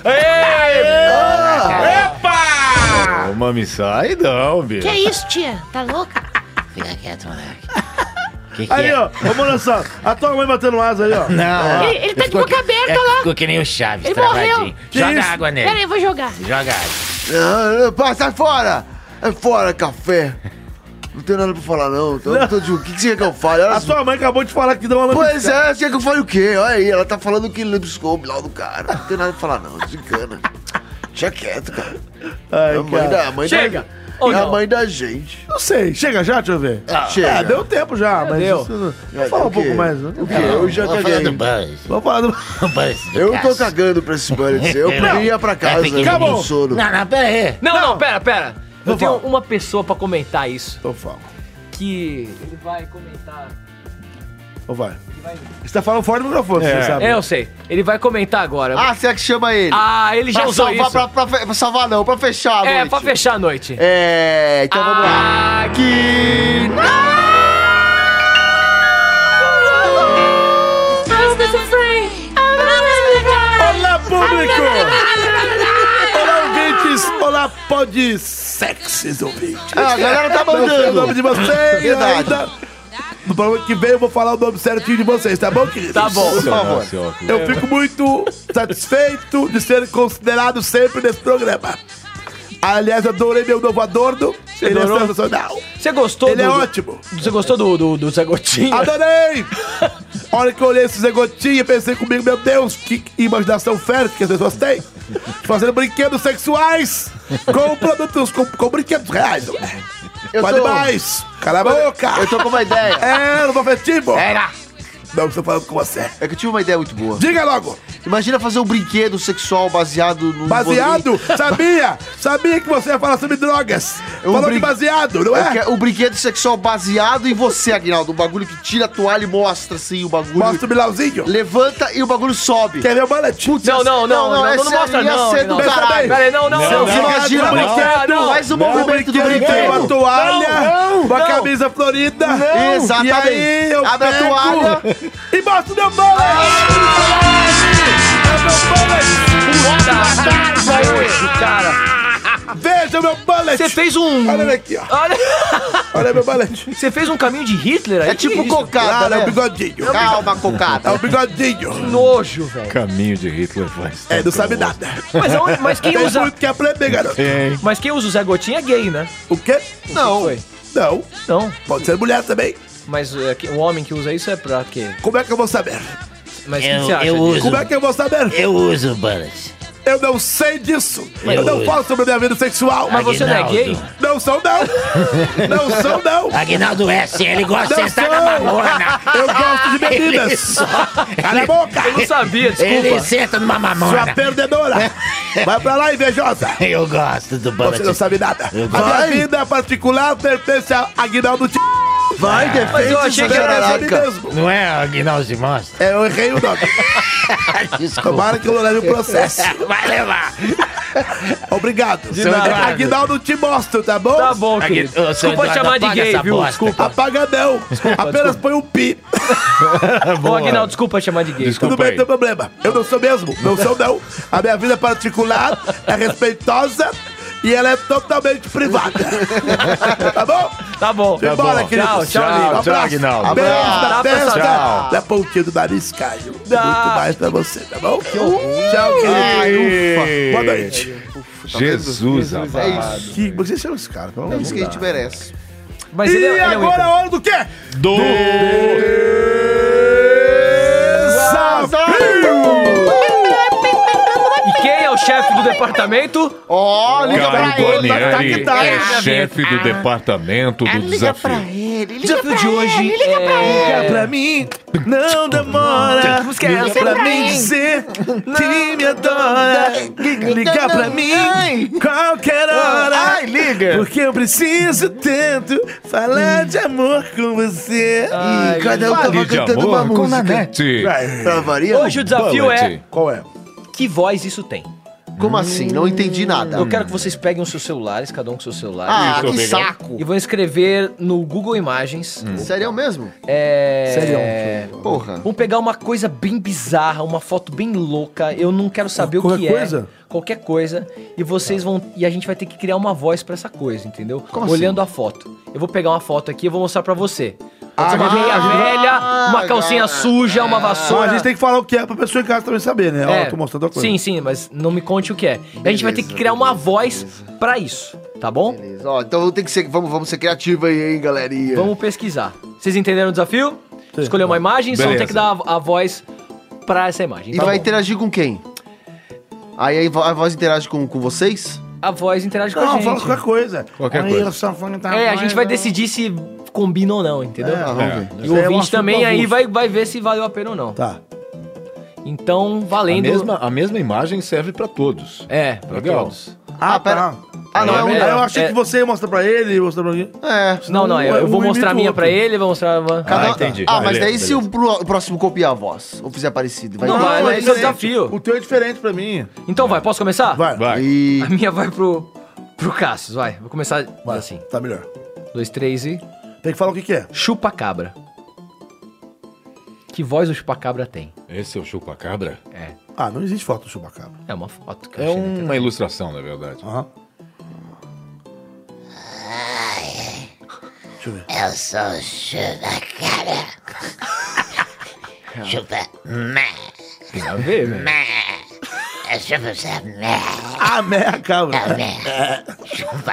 Speaker 6: Epa! Ô, Mamissaro, aí não, bicho.
Speaker 12: Que isso, tia? Tá louca?
Speaker 2: Fica quieto, moleque. Que
Speaker 4: Aí,
Speaker 2: é?
Speaker 4: ó, ô, Mamissaro, a tua mãe batendo asa aí, ó.
Speaker 2: Não.
Speaker 12: Ele tá de boca aberta lá.
Speaker 2: Ficou que nem o Chaves,
Speaker 12: Ele
Speaker 2: travadinho.
Speaker 12: morreu.
Speaker 2: Joga água nele.
Speaker 12: Pera aí, eu vou jogar.
Speaker 2: Joga água.
Speaker 3: Sai fora! É fora, café! Não tem nada pra falar, não. O que você quer que eu fale?
Speaker 4: A sua mãe acabou de falar que deu uma lambiscada.
Speaker 3: Pois é, você quer que eu fale o quê? Olha aí, ela tá falando que lambiscou o Bilal do cara. Não tem nada pra falar, não. Desencana. Deixa quieto, cara.
Speaker 4: Ai,
Speaker 3: a mãe
Speaker 5: Chega!
Speaker 3: É a mãe da gente.
Speaker 4: Não sei, chega já, deixa eu ver.
Speaker 3: Chega.
Speaker 4: Deu tempo já, mas...
Speaker 5: Deu.
Speaker 4: Vamos falar um pouco mais, né?
Speaker 3: O quê? Eu já
Speaker 2: Vamos
Speaker 3: caguei.
Speaker 2: falar do Buzz.
Speaker 4: Vamos falar do...
Speaker 3: Eu tô cagando pra esse bullet. Eu poderia ir pra casa.
Speaker 2: Acabou.
Speaker 3: Com sono.
Speaker 2: Não, pera aí.
Speaker 5: Não, pera. Eu
Speaker 4: Não
Speaker 5: tenho
Speaker 4: fala.
Speaker 5: uma pessoa pra comentar isso.
Speaker 4: Então fala.
Speaker 5: Que ele vai comentar...
Speaker 4: Ou vai. Você tá falando fora do microfone, você sabe.
Speaker 5: É, eu sei. Ele vai comentar agora.
Speaker 3: Ah, você é que chama ele.
Speaker 5: Ah, ele já
Speaker 3: Pra
Speaker 5: usou
Speaker 3: salvar,
Speaker 5: isso.
Speaker 3: pra salvar não, pra fechar a noite.
Speaker 5: É, pra fechar a noite.
Speaker 3: Então vamos lá.
Speaker 5: Aqui...
Speaker 4: Olá, público! Olá, ouvintes! Olá, pode sexys ouvintes!
Speaker 3: A galera tá
Speaker 4: Não sei o
Speaker 3: mandando.
Speaker 4: nome de vocês
Speaker 3: Verdade.
Speaker 4: ainda. No programa que vem eu vou falar o nome certinho de vocês, tá bom, queridos?
Speaker 5: Tá bom.
Speaker 3: Por favor.
Speaker 4: Eu fico muito satisfeito de ser considerado sempre nesse programa. Aliás, adorei meu novo adorno. Ele
Speaker 5: adorou?
Speaker 4: é sensacional.
Speaker 5: Você gostou
Speaker 4: Ele é ótimo.
Speaker 5: Você gostou do Zé Gotinha?
Speaker 4: Adorei! A hora que eu olhei esse Zé Gotinha, pensei comigo, meu Deus, que imaginação fértil que as pessoas têm. Fazendo brinquedos sexuais com produtos, com brinquedos reais. Pode mais! Cala a boca!
Speaker 3: Eu tô com uma ideia.
Speaker 4: É, não tô afetivo!
Speaker 3: Era.
Speaker 4: Não, estou falando com você.
Speaker 3: É que eu tive uma ideia muito boa.
Speaker 4: Diga logo!
Speaker 3: Imagina fazer um brinquedo sexual baseado no...
Speaker 4: Baseado? Sabia que você ia falar sobre drogas. Falou de baseado, não é?
Speaker 3: O brinquedo sexual baseado em você, Aguinaldo. Um bagulho que tira a toalha e mostra, assim, o bagulho.
Speaker 4: Mostra o Bilauzinho.
Speaker 3: Levanta e o bagulho sobe.
Speaker 4: Quer ver o bullet?
Speaker 3: Putz,
Speaker 5: Não mostra não.
Speaker 3: Ser do
Speaker 4: Pensa
Speaker 3: caralho.
Speaker 4: bem.
Speaker 5: Pera aí, não.
Speaker 3: Você imagina o brinquedo, faz o movimento do
Speaker 4: Tem uma
Speaker 3: brinquedo.
Speaker 4: toalha, uma camisa florida.
Speaker 3: Exatamente.
Speaker 4: E aí eu
Speaker 3: Abre a
Speaker 4: pego
Speaker 3: toalha.
Speaker 4: e mostro o meu bullet.
Speaker 5: Cara,
Speaker 4: Veja o meu bullet.
Speaker 5: você fez um...
Speaker 4: Olha ele aqui, ó.
Speaker 5: Olha...
Speaker 4: Olha meu bullet.
Speaker 5: Você fez um caminho de Hitler aí?
Speaker 3: É tipo
Speaker 5: Que isso?
Speaker 3: cocada,
Speaker 4: É
Speaker 3: né?
Speaker 4: o bigodinho.
Speaker 3: Calma, cocada.
Speaker 4: É o bigodinho.
Speaker 5: Nojo, velho.
Speaker 6: Caminho de Hitler faz.
Speaker 4: É, não sabe nada.
Speaker 5: Mas quem
Speaker 4: Tem
Speaker 5: usa...
Speaker 4: muito que aprender, garoto.
Speaker 6: Tem.
Speaker 5: Mas quem usa o Zé Gotinha é gay, né?
Speaker 4: O quê?
Speaker 3: Não.
Speaker 5: Foi.
Speaker 4: Não.
Speaker 5: Não.
Speaker 4: Pode ser mulher também.
Speaker 5: Mas o homem que usa isso é pra quê?
Speaker 4: Como é que eu vou saber?
Speaker 5: Mas o que você acha
Speaker 2: eu
Speaker 5: disso?
Speaker 2: uso.
Speaker 4: Como é que eu vou saber?
Speaker 2: Eu uso o bullet.
Speaker 4: Eu não sei disso.
Speaker 2: Eu
Speaker 4: Eu não
Speaker 2: uso.
Speaker 4: falo sobre a minha vida sexual.
Speaker 5: Mas você não é gay?
Speaker 2: Aguinaldo.
Speaker 4: Não sou, não. Não sou, não.
Speaker 2: Aguinaldo S, ele gosta
Speaker 4: Não
Speaker 2: de sentar
Speaker 4: sou.
Speaker 2: na mamona.
Speaker 4: Eu gosto de
Speaker 2: Ele
Speaker 4: bebidas.
Speaker 2: só-
Speaker 4: Cala a boca.
Speaker 5: Eu não sabia, desculpa.
Speaker 2: Ele senta numa
Speaker 4: Sua
Speaker 2: mamona.
Speaker 4: perdedora. Vai pra lá, invejosa.
Speaker 2: Eu gosto do bullet.
Speaker 4: Você não sabe nada.
Speaker 2: Eu
Speaker 4: A
Speaker 2: gosto.
Speaker 4: minha vida particular pertence a Aguinaldo T.
Speaker 3: Vai, defende
Speaker 5: Mas eu achei
Speaker 3: essa
Speaker 5: que era
Speaker 3: jararaca.
Speaker 4: mesmo.
Speaker 2: Não é Aguinaldo de Mostra?
Speaker 4: É, eu errei o nome.
Speaker 2: Desculpa.
Speaker 4: Tomara que eu não leve o processo.
Speaker 2: Vai levar.
Speaker 4: Obrigado.
Speaker 2: De nada.
Speaker 4: Aguinaldo te mostro, tá bom?
Speaker 5: Tá bom, querido.
Speaker 2: Ô, seu
Speaker 5: Desculpa
Speaker 2: Eduardo,
Speaker 5: chamar de
Speaker 2: apaga
Speaker 5: gay,
Speaker 2: essa
Speaker 5: viu?
Speaker 2: bosta.
Speaker 5: Desculpa.
Speaker 4: Apaga não. Apenas põe um pi.
Speaker 5: Ô, Aguinaldo, desculpa chamar de gay.
Speaker 4: Tudo bem, não tem problema. Eu não sou mesmo. Não sou, não. A minha vida particular é respeitosa e ela é totalmente privada. Tá bom?
Speaker 5: Tá bom.
Speaker 4: Simbora, querido.
Speaker 5: Tchau,
Speaker 6: Tchau,
Speaker 4: Um
Speaker 6: tchau,
Speaker 4: abraço.
Speaker 6: Aguinaldo.
Speaker 4: Beijo
Speaker 3: Abraço.
Speaker 4: na
Speaker 5: Tchau,
Speaker 4: testa,
Speaker 6: tchau.
Speaker 4: na pontinha do nariz, Caio.
Speaker 5: Tchau.
Speaker 4: Muito mais pra você, tá bom? Tchau, querido. Boa noite.
Speaker 6: Jesus
Speaker 3: É
Speaker 6: amado.
Speaker 3: isso.
Speaker 4: Que, você chama esse cara, pelo amor
Speaker 3: É
Speaker 4: de
Speaker 3: isso que a gente merece.
Speaker 5: Mas
Speaker 4: E
Speaker 5: ele é um
Speaker 4: agora é
Speaker 5: ícone.
Speaker 4: a hora do quê?
Speaker 6: Do
Speaker 5: o chefe do departamento.
Speaker 3: Ó, liga pra ele.
Speaker 6: Guarnieri é chefe do departamento do desafio.
Speaker 11: Ele.
Speaker 5: O desafio de hoje
Speaker 4: Liga pra mim, não demora. Liga pra mim dizer que me adora. Liga pra mim qualquer hora.
Speaker 3: Ai, liga.
Speaker 4: Porque eu preciso tanto falar de amor com você.
Speaker 5: Ai,
Speaker 3: Cada um tava cantando uma música.
Speaker 6: Nanete.
Speaker 3: Pra variar.
Speaker 5: Hoje o desafio é...
Speaker 4: Qual é?
Speaker 5: Que voz isso tem?
Speaker 3: Como assim? Não entendi nada.
Speaker 5: Eu quero que vocês peguem os seus celulares, cada um com o seu celular.
Speaker 3: Ah,
Speaker 6: Isso,
Speaker 3: que
Speaker 6: obrigado.
Speaker 3: saco.
Speaker 5: E vão escrever no Google Imagens.
Speaker 3: Sério mesmo?
Speaker 5: Sério?
Speaker 3: Porra.
Speaker 5: Vamos pegar uma coisa bem bizarra, uma foto bem louca. Eu não quero saber o que
Speaker 4: Qualquer coisa?
Speaker 5: é. Qualquer coisa. E vocês vão. E a gente vai ter que criar uma voz pra essa coisa, entendeu?
Speaker 3: Como
Speaker 5: Olhando a foto. Eu vou pegar uma foto aqui e vou mostrar pra você. Pode ser
Speaker 3: Ah,
Speaker 5: uma meia velha, uma calcinha suja, uma
Speaker 4: Só
Speaker 5: vassoura.
Speaker 4: a gente tem que falar o que é pra pessoa em casa também saber, né? Ó, eu tô mostrando a coisa.
Speaker 5: Sim, mas não me conte o que é. E a gente vai ter que criar uma voz pra isso, tá bom?
Speaker 3: Beleza. Ó, então tem que ser, vamos ser criativos aí, hein, galerinha.
Speaker 5: Vamos pesquisar. Vocês entenderam o desafio?
Speaker 4: Sim.
Speaker 5: Escolher uma imagem, só
Speaker 6: Beleza.
Speaker 5: tem que dar a voz pra essa imagem.
Speaker 3: E
Speaker 5: tá
Speaker 3: vai
Speaker 5: bom?
Speaker 3: interagir com quem? Aí a voz interage com vocês?
Speaker 5: A voz interage com a
Speaker 4: Não,
Speaker 5: gente.
Speaker 4: fala qualquer coisa.
Speaker 6: Qualquer
Speaker 4: Aí,
Speaker 6: coisa.
Speaker 4: eu só falo, tá
Speaker 5: A gente vai decidir se combina ou não, entendeu?
Speaker 3: Vamos ver.
Speaker 5: E
Speaker 4: Isso
Speaker 5: o
Speaker 4: aí é um
Speaker 5: ouvinte
Speaker 4: assunto
Speaker 5: também aí
Speaker 4: avulso.
Speaker 5: vai ver se valeu a pena ou não.
Speaker 4: Tá.
Speaker 5: Então,
Speaker 6: A
Speaker 5: valendo.
Speaker 6: mesma imagem serve pra todos.
Speaker 5: É, pra
Speaker 6: Legal.
Speaker 5: todos.
Speaker 3: Ah, pera. Ah, não, é um...
Speaker 4: Aí eu achei
Speaker 5: É.
Speaker 4: que você ia mostrar pra ele e mostrar pra mim.
Speaker 3: É.
Speaker 5: Não, eu vou mostrar a minha pra ele, vou mostrar...
Speaker 3: Cada...
Speaker 6: entendi.
Speaker 3: Ah, mas
Speaker 6: Beleza,
Speaker 3: daí se o
Speaker 6: beleza.
Speaker 3: próximo copiar a voz, ou fizer parecido, vai...
Speaker 5: Não, vai,
Speaker 4: é
Speaker 5: esse é o
Speaker 4: diferente.
Speaker 5: desafio.
Speaker 4: O teu é diferente pra mim.
Speaker 5: Então vai, posso começar?
Speaker 4: Vai.
Speaker 6: Vai.
Speaker 3: E...
Speaker 5: A minha vai pro Cassius, vai. Vou começar
Speaker 4: Vai.
Speaker 5: assim.
Speaker 4: Tá melhor.
Speaker 5: 2, 3 e...
Speaker 4: Tem que falar o que é.
Speaker 5: Chupa-cabra. Que voz o chupa-cabra tem?
Speaker 6: Esse é o chupa-cabra?
Speaker 5: É.
Speaker 4: Ah, não existe foto do chupacabra.
Speaker 5: É uma foto que eu
Speaker 6: É
Speaker 5: achei na internet.
Speaker 6: uma ilustração, na verdade.
Speaker 4: Aham. Deixa eu ver.
Speaker 2: Eu sou o chupa-cabra. Chupa...
Speaker 5: Tem a ver, velho.
Speaker 2: É chupa...
Speaker 4: Ah, meia cabra.
Speaker 2: Chupa...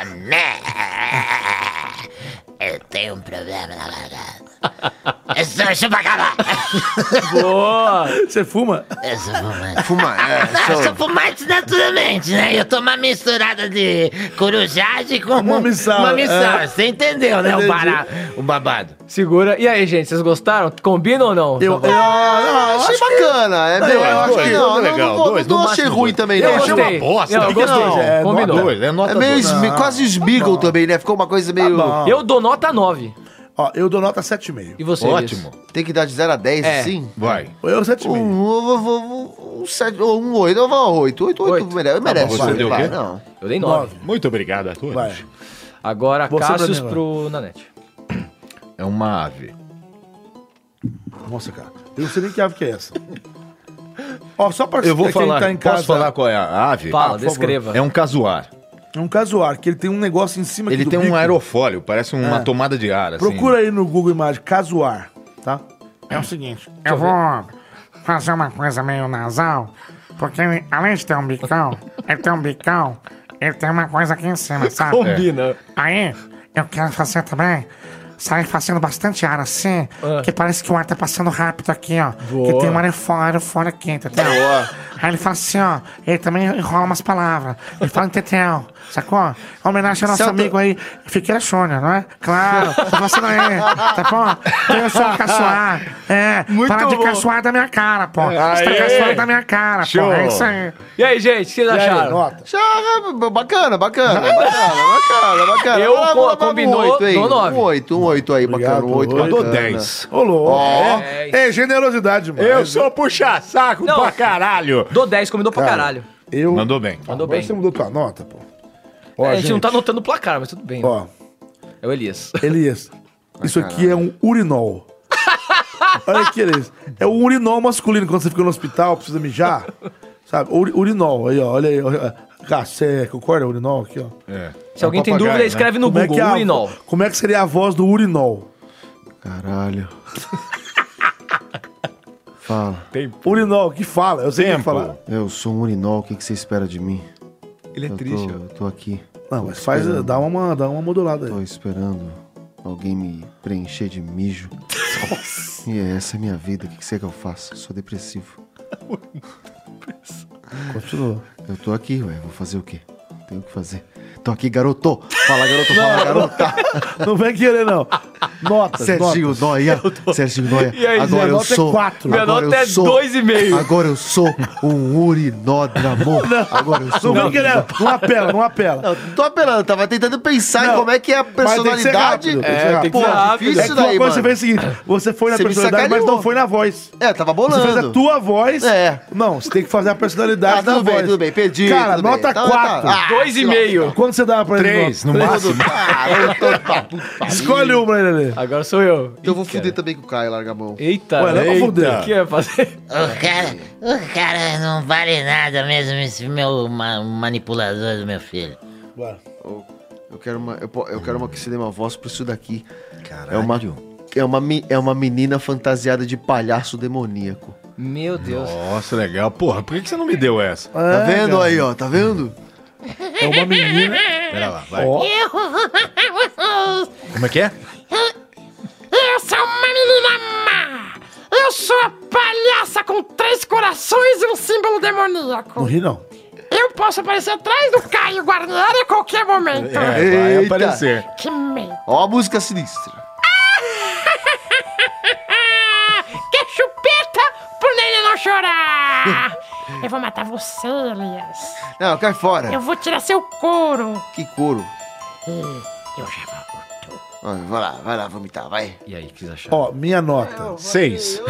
Speaker 2: Eu tenho um problema na garganta. Eu sou o chupa-cabra.
Speaker 5: Boa!
Speaker 4: Você fuma?
Speaker 2: Eu sou fumante.
Speaker 3: Fuma,
Speaker 2: Eu sou fumante naturalmente, né? Eu tô uma misturada de corujagem com
Speaker 4: Uma missal,
Speaker 2: uma missal.
Speaker 4: é.
Speaker 2: Você entendeu, né?
Speaker 4: Entendi.
Speaker 2: O babado.
Speaker 5: Segura. E aí, gente, vocês gostaram? Combina ou não?
Speaker 4: Eu
Speaker 3: achei bacana. É bem, eu acho que não.
Speaker 6: legal,
Speaker 3: Não achei ruim também,
Speaker 5: Eu
Speaker 3: não.
Speaker 5: gostei.
Speaker 6: bosta.
Speaker 5: Não, eu gostei.
Speaker 3: Não,
Speaker 5: Zé. Combinou.
Speaker 6: Nota 2, é nota
Speaker 3: É meio
Speaker 6: 2.
Speaker 3: quase Smeagol também, né? Ficou uma coisa meio...
Speaker 4: bom.
Speaker 5: Eu dou nota 9.
Speaker 4: Ó, eu dou nota 7,5.
Speaker 5: E você?
Speaker 6: Ótimo.
Speaker 3: Tem que dar de 0 a 10,
Speaker 5: É.
Speaker 3: assim?
Speaker 6: Vai.
Speaker 4: Eu 7,5.
Speaker 3: Um 7 ou um 8. Eu vou 8. 8 merece.
Speaker 6: Você deu o quê?
Speaker 3: Não.
Speaker 5: Eu dei 9.
Speaker 4: 9.
Speaker 6: Muito obrigado a todos.
Speaker 4: Vai.
Speaker 5: Agora,
Speaker 4: Você
Speaker 5: Cassius
Speaker 4: pra mim,
Speaker 5: pro Nanete.
Speaker 6: É uma ave.
Speaker 4: Nossa, cara. Eu não sei nem que ave que é essa. Ó, só pra
Speaker 6: Eu vou
Speaker 4: quem
Speaker 6: falar.
Speaker 4: tá em casa.
Speaker 6: Posso falar qual é a ave?
Speaker 5: Fala,
Speaker 4: por favor.
Speaker 5: descreva.
Speaker 6: É um casuar.
Speaker 4: É um casuar, que ele tem um negócio em cima
Speaker 6: Ele
Speaker 4: aqui do
Speaker 6: tem um
Speaker 4: bico.
Speaker 6: aerofólio, parece uma
Speaker 4: É.
Speaker 6: tomada de ar. Assim.
Speaker 4: Procura aí no Google Imagens, casuar, tá?
Speaker 13: É o seguinte, eu vou fazer uma coisa meio nasal, porque ele, além de ter um bicão, ele tem uma coisa aqui em cima, sabe?
Speaker 5: Combina.
Speaker 13: Aí, eu quero fazer também, sair fazendo bastante ar assim, que parece que o ar tá passando rápido aqui, ó.
Speaker 5: Boa.
Speaker 13: Que tem um aerofólio aqui, entendeu? Aí ele fala assim, ó, ele também enrola umas palavras. Ele fala em tetel, sacou? Em homenagem ao nosso amigo aí, Fiqueira Júnior, não é? Claro, tá passando aí, tá bom? Então eu sou o caçoar. É, fala de caçoar da minha cara, pô. Você tá
Speaker 6: Aê!
Speaker 13: caçoar da minha cara,
Speaker 6: Show.
Speaker 13: pô. É isso aí.
Speaker 5: E aí, gente, o que vocês acharam?
Speaker 4: Nota.
Speaker 3: Bacana.
Speaker 5: Eu
Speaker 3: Vamos
Speaker 5: combinou,
Speaker 3: um 8 aí.
Speaker 5: dou 9.
Speaker 3: Um 8 aí,
Speaker 4: Obrigado,
Speaker 3: bacana. Um 8
Speaker 4: oito.
Speaker 6: Eu dou
Speaker 3: bacana.
Speaker 6: 10.
Speaker 4: Ô, louco.
Speaker 5: É.
Speaker 4: É generosidade, mano.
Speaker 6: Eu sou puxa-saco
Speaker 5: Não.
Speaker 6: pra caralho.
Speaker 5: Dou 10, combinou pra
Speaker 4: Cara,
Speaker 5: caralho.
Speaker 4: Eu...
Speaker 6: Mandou bem.
Speaker 5: Mandou
Speaker 4: Agora
Speaker 5: bem.
Speaker 4: você mudou tua nota, pô. Ó,
Speaker 5: a gente não tá anotando o placar, mas tudo bem.
Speaker 4: Ó,
Speaker 5: É o Elias.
Speaker 4: Elias, isso aqui é um urinol. Olha aqui, Elias. É um urinol masculino, quando você fica no hospital, precisa mijar. Sabe? Urinol, aí, ó. Olha aí. Cara, você concorda? Urinol aqui, ó.
Speaker 6: É.
Speaker 5: Se alguém tem dúvida, escreve no
Speaker 4: Como é
Speaker 5: Google,
Speaker 4: que é a-
Speaker 5: urinol.
Speaker 4: Como é que seria a voz do urinol?
Speaker 3: Caralho. Fala.
Speaker 4: Urinol, que fala? Eu sei que falar.
Speaker 3: Eu sou um urinol, o que você espera de mim?
Speaker 5: Ele é
Speaker 3: Eu tô aqui.
Speaker 4: Não, mas faz, dá uma modulada aí.
Speaker 3: Tô esperando alguém me preencher de mijo. E essa é a minha vida. O que você quer que eu faça? Eu sou depressivo. Continua. Eu tô aqui, ué. Vou fazer o quê? Tenho o que fazer. Tô aqui, garoto. Fala, garoto. Fala, garota.
Speaker 4: Não vem querer, não. Notas,
Speaker 3: Serginho Noia. Serginho Noia.
Speaker 5: E aí,
Speaker 3: agora eu
Speaker 4: nota
Speaker 3: sou...
Speaker 4: é 4.
Speaker 5: Minha
Speaker 3: agora
Speaker 5: nota é
Speaker 3: eu sou-
Speaker 5: 2,5.
Speaker 3: Agora eu sou um urinódramo. Agora eu sou...
Speaker 4: Não vem querer. Não apela, não apela.
Speaker 3: Não tô apelando. Tava tentando pensar em
Speaker 4: Não,
Speaker 3: como é que é a
Speaker 4: Mas tem que ser
Speaker 3: personalidade.
Speaker 4: rápido. Tem que ser rápido.
Speaker 5: tem que
Speaker 3: Pô,
Speaker 5: ser rápido.
Speaker 3: difícil
Speaker 4: É que uma
Speaker 3: daí,
Speaker 4: coisa você
Speaker 3: mano.
Speaker 4: fez o seguinte: você foi na
Speaker 3: Você me
Speaker 4: personalidade, mas
Speaker 3: sacaneou.
Speaker 4: não foi na voz.
Speaker 3: Tava
Speaker 4: Você fez a
Speaker 3: bolando.
Speaker 4: tua voz.
Speaker 3: É.
Speaker 4: Não, você tem que fazer a personalidade da voz.
Speaker 3: Tudo bem, perdi.
Speaker 4: Cara,
Speaker 3: tudo bem.
Speaker 4: nota
Speaker 3: Tá,
Speaker 4: 4.
Speaker 3: tá.
Speaker 5: 2,5.
Speaker 4: Quando você dá pra ele?
Speaker 6: 3, no
Speaker 4: nota?
Speaker 6: máximo.
Speaker 4: Escolhe uma aí, Lelê.
Speaker 5: Agora sou eu.
Speaker 3: Eu vou fuder também com o Caio, larga a mão.
Speaker 5: Eita.
Speaker 4: Ué, não é pra fuder.
Speaker 5: O que ia fazer?
Speaker 2: O cara não vale nada mesmo, esse meu manipulador do meu filho.
Speaker 3: Eu quero uma que se dê uma voz pra isso daqui.
Speaker 6: Caralho.
Speaker 3: É uma menina fantasiada de palhaço demoníaco.
Speaker 5: Meu Deus.
Speaker 6: Nossa, legal. Porra, por que você não me deu essa?
Speaker 3: Tá vendo aí, ó? Tá vendo?
Speaker 4: É uma menina.
Speaker 6: Pera lá, vai.
Speaker 4: Ó.
Speaker 6: Como é que é?
Speaker 12: Eu sou uma menina má. Eu sou a palhaça com 3 corações e um símbolo demoníaco.
Speaker 4: Não ri, não.
Speaker 12: Eu posso aparecer atrás do Caio Guarnieri a qualquer momento.
Speaker 6: Vai
Speaker 3: Eita.
Speaker 6: aparecer.
Speaker 12: Que medo.
Speaker 3: Ó a música sinistra.
Speaker 12: Que chupeta pro neném não chorar. Eu vou matar você, Elias.
Speaker 3: Não, cai fora.
Speaker 12: Eu vou tirar seu couro.
Speaker 3: Que couro.
Speaker 12: Eu já volto.
Speaker 3: Vai lá, vomitar, vai.
Speaker 5: E aí, o que vocês acharam?
Speaker 4: Ó, minha nota.
Speaker 6: 6.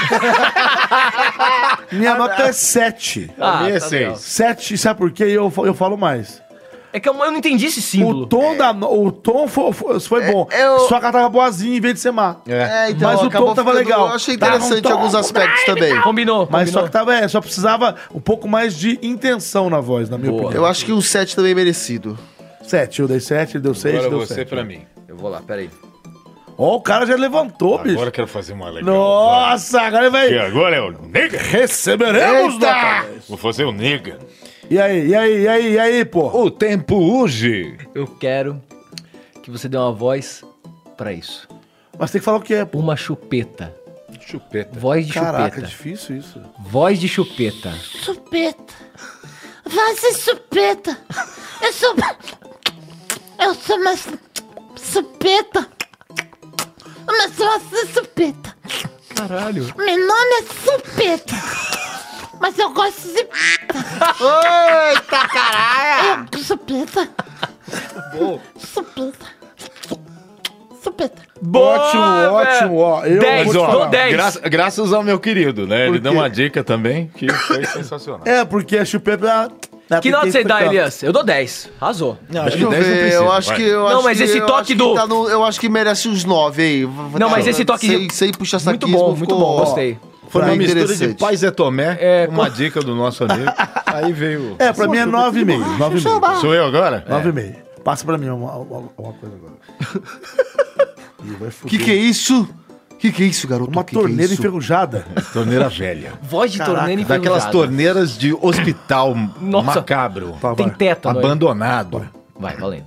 Speaker 4: Minha nota é 7.
Speaker 6: A minha é
Speaker 5: tá legal.
Speaker 6: 6.
Speaker 4: 7, sabe por quê? Eu falo mais.
Speaker 5: É que eu não entendi esse símbolo.
Speaker 4: O tom foi bom. Só que ela tava boazinha em vez de ser má.
Speaker 3: Então,
Speaker 4: Mas o
Speaker 3: acabou
Speaker 4: tom tava
Speaker 3: ficando-
Speaker 4: legal.
Speaker 3: Eu achei
Speaker 4: Tava um
Speaker 3: interessante
Speaker 4: tom-
Speaker 3: alguns aspectos também.
Speaker 5: Combinou.
Speaker 4: Mas só que tava, só precisava um pouco mais de intenção na voz, na minha opinião.
Speaker 3: Eu acho que um 7 também é merecido.
Speaker 4: 7, eu dei 7, ele deu 6,
Speaker 6: Agora
Speaker 4: deu
Speaker 6: você
Speaker 4: 7.
Speaker 6: pra mim.
Speaker 5: Eu vou lá, peraí.
Speaker 4: Ó, o cara já levantou, bicho.
Speaker 6: Agora eu quero fazer uma legal.
Speaker 4: Nossa, agora ele vai...
Speaker 6: Que agora é o nega.
Speaker 4: Receberemos,
Speaker 3: Eita!
Speaker 4: nota.
Speaker 6: Vou fazer o nega.
Speaker 4: E aí, pô?
Speaker 6: O tempo hoje.
Speaker 5: Eu quero que você dê uma voz pra isso.
Speaker 4: Mas tem que falar o que é, pô.
Speaker 5: Uma chupeta.
Speaker 6: Chupeta.
Speaker 5: Voz de
Speaker 4: Caraca,
Speaker 5: chupeta.
Speaker 4: difícil isso.
Speaker 5: Voz de chupeta.
Speaker 12: Chupeta. Vai ser chupeta. Eu sou uma chupeta. Mas sou uma chupeta.
Speaker 5: Caralho.
Speaker 12: Meu nome é Chupeta. Mas eu gosto de...
Speaker 3: Eita, caralho!
Speaker 12: Chupeta.
Speaker 5: Bom.
Speaker 12: Chupeta. Chupeta.
Speaker 4: Ótimo, ó. Eu
Speaker 5: 10,
Speaker 4: vou te
Speaker 5: ó.
Speaker 4: falar.
Speaker 5: 10.
Speaker 6: Graças ao meu querido, né? Ele
Speaker 4: Por
Speaker 6: deu
Speaker 4: quê?
Speaker 6: uma dica também que foi sensacional.
Speaker 4: É, porque a chupeta...
Speaker 5: Que nota você dá, Elias? Eu dou 10. Arrasou.
Speaker 6: Não,
Speaker 3: Deixa eu ver, eu acho que...
Speaker 5: Não, mas esse toque do...
Speaker 3: eu acho que merece uns 9 aí.
Speaker 5: Não, mas esse toque de...
Speaker 3: Sem puxar saquismo.
Speaker 5: Muito bom, gostei.
Speaker 6: Foi uma mistura de
Speaker 3: interessante.
Speaker 6: Pai Zé Tomé, uma dica do nosso amigo. Aí veio...
Speaker 4: É, pra mim é 9,5. 9,5.
Speaker 6: Sou eu agora?
Speaker 4: 9,5. Passa pra mim uma coisa agora. Ih, vai fuder.
Speaker 3: Que é isso? Que é isso, garoto?
Speaker 4: Uma
Speaker 3: Que
Speaker 4: torneira
Speaker 3: é isso?
Speaker 4: enferrujada.
Speaker 6: Torneira velha.
Speaker 5: Voz de torneira enferrujada.
Speaker 6: Daquelas torneiras de hospital
Speaker 5: Nossa.
Speaker 6: macabro.
Speaker 4: Tá,
Speaker 5: Tem
Speaker 4: vai.
Speaker 5: tétano.
Speaker 6: Abandonado.
Speaker 5: Vai, valendo.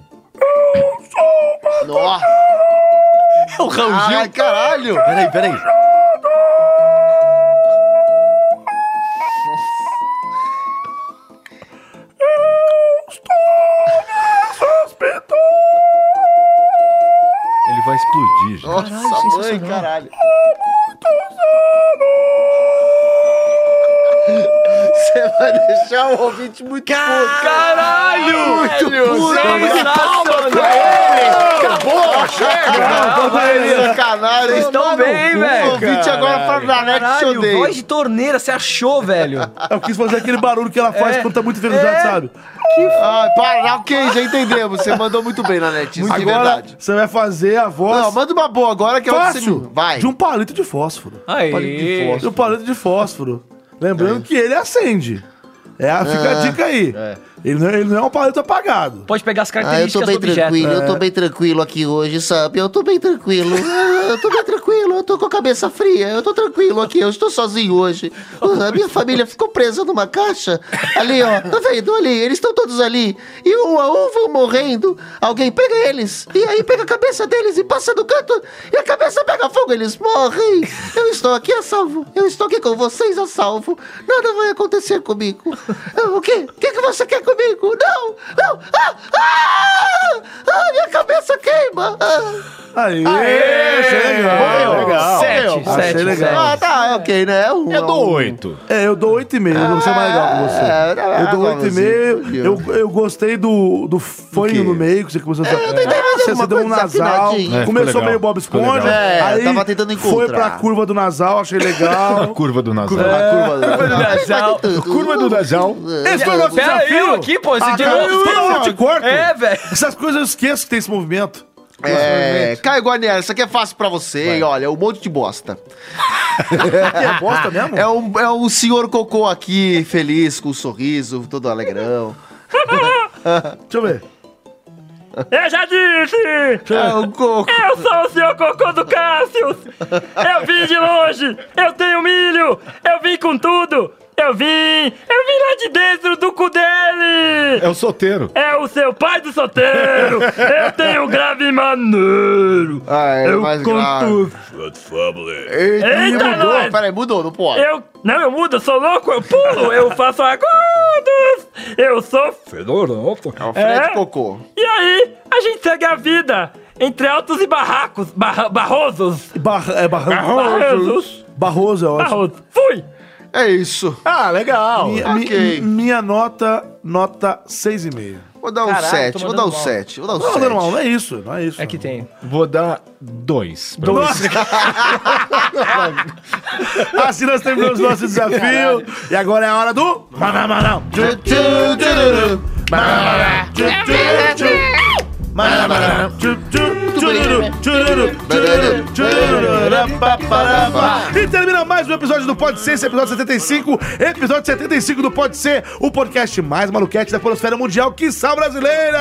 Speaker 3: Nossa!
Speaker 5: É o Raul Gil.
Speaker 3: Ai, caralho!
Speaker 6: Peraí. Ele vai explodir, gente.
Speaker 3: Nossa, mãe, caralho. Você vai deixar o ouvinte muito puto.
Speaker 5: Caralho!
Speaker 3: Muito puto.
Speaker 5: Acabou, chega!
Speaker 3: Canalha.
Speaker 5: Vocês estão bem, velho.
Speaker 3: O ouvinte agora fala na net que te
Speaker 5: Caralho,
Speaker 3: odeia.
Speaker 5: voz de torneira, você achou, velho?
Speaker 4: Eu quis fazer aquele barulho que ela faz quando tá muito enferrujado, sabe?
Speaker 3: Ai, para, ok, já entendemos. Você mandou muito bem na net, isso de
Speaker 4: Agora
Speaker 3: verdade.
Speaker 4: você vai fazer a voz...
Speaker 3: Não, manda uma boa agora que é onde você...
Speaker 4: Fácil.
Speaker 3: Vai.
Speaker 4: De um palito de fósforo.
Speaker 5: Aí.
Speaker 4: De um palito de fósforo. Lembrando que ele acende. Fica a dica aí. Ele não é um palito apagado.
Speaker 5: Pode pegar as
Speaker 2: eu
Speaker 5: características
Speaker 2: tô bem
Speaker 5: do objeto.
Speaker 2: tranquilo, eu tô bem tranquilo aqui hoje, sabe? Eu tô bem tranquilo. Eu tô bem tranquilo, eu tô com a
Speaker 7: cabeça fria. Eu tô tranquilo aqui, eu estou sozinho hoje. A minha família ficou presa numa caixa. Ali, ó, tá vendo? Ali, eles estão todos ali. E um a um vão morrendo. Alguém pega eles, e aí pega a cabeça deles e passa no canto. E a cabeça pega fogo, eles morrem. Eu estou aqui a salvo. Eu estou aqui com vocês a salvo. Nada vai acontecer comigo. O quê? O que você quer comigo? Não! Minha cabeça queima!
Speaker 4: Aí, achei legal. Achei legal.
Speaker 3: Tá, ok, né?
Speaker 6: Eu dou 8.
Speaker 4: Eu dou 8,5. Eu vou ser mais legal que você. Eu dou 8,5. Eu gostei do fanho no meio, que você começou a você deu um nasal. Começou meio Bob Esponja.
Speaker 3: Aí tava tentando encontrar.
Speaker 4: Foi pra curva do nasal, achei legal.
Speaker 6: Curva do nasal.
Speaker 5: Curva do nasal.
Speaker 4: Esse foi o nosso desafio.
Speaker 5: Aqui, pô, esse
Speaker 4: eu te corto.
Speaker 5: velho.
Speaker 4: Essas coisas eu esqueço que tem esse movimento.
Speaker 3: Caio Guarnieri, isso aqui é fácil pra você, e olha, é um monte de bosta.
Speaker 4: É bosta mesmo?
Speaker 3: É um senhor cocô aqui, feliz, com um sorriso, todo alegrão.
Speaker 4: Deixa eu ver.
Speaker 10: Eu já disse!
Speaker 3: É um coco.
Speaker 10: Eu sou o senhor cocô do Cássio! Eu vim de longe! Eu tenho milho! Eu vim com tudo! Eu vim lá de dentro do cu dele!
Speaker 6: É o soteiro.
Speaker 10: É o seu pai do soteiro! Eu tenho grave maneiro!
Speaker 3: Eu mais grave.
Speaker 10: Eita,
Speaker 3: mudou,
Speaker 10: nós!
Speaker 3: peraí, mudou, não pode.
Speaker 10: Eu mudo, eu sou louco, eu pulo, eu faço agudos! Eu sou fedorento!
Speaker 3: É o Fred Cocô.
Speaker 10: E aí, a gente segue a vida entre altos e barracos, barrosos.
Speaker 4: Barroso. Barroso é ótimo.
Speaker 10: Barroso. Fui!
Speaker 3: É isso.
Speaker 4: Legal.
Speaker 3: Ok.
Speaker 4: Minha nota 6,5.
Speaker 3: Vou dar um 7, vou dar um 7.
Speaker 4: Não é isso.
Speaker 5: É que tem.
Speaker 6: Vou dar 2.
Speaker 4: Assim nós terminamos o nosso desafio. E agora é a hora do... Manamana. E termina mais um episódio do Pode Ser, esse episódio 75. Episódio 75 do Pode Ser, o podcast mais maluquete da Polosfera Mundial, quiçá brasileira.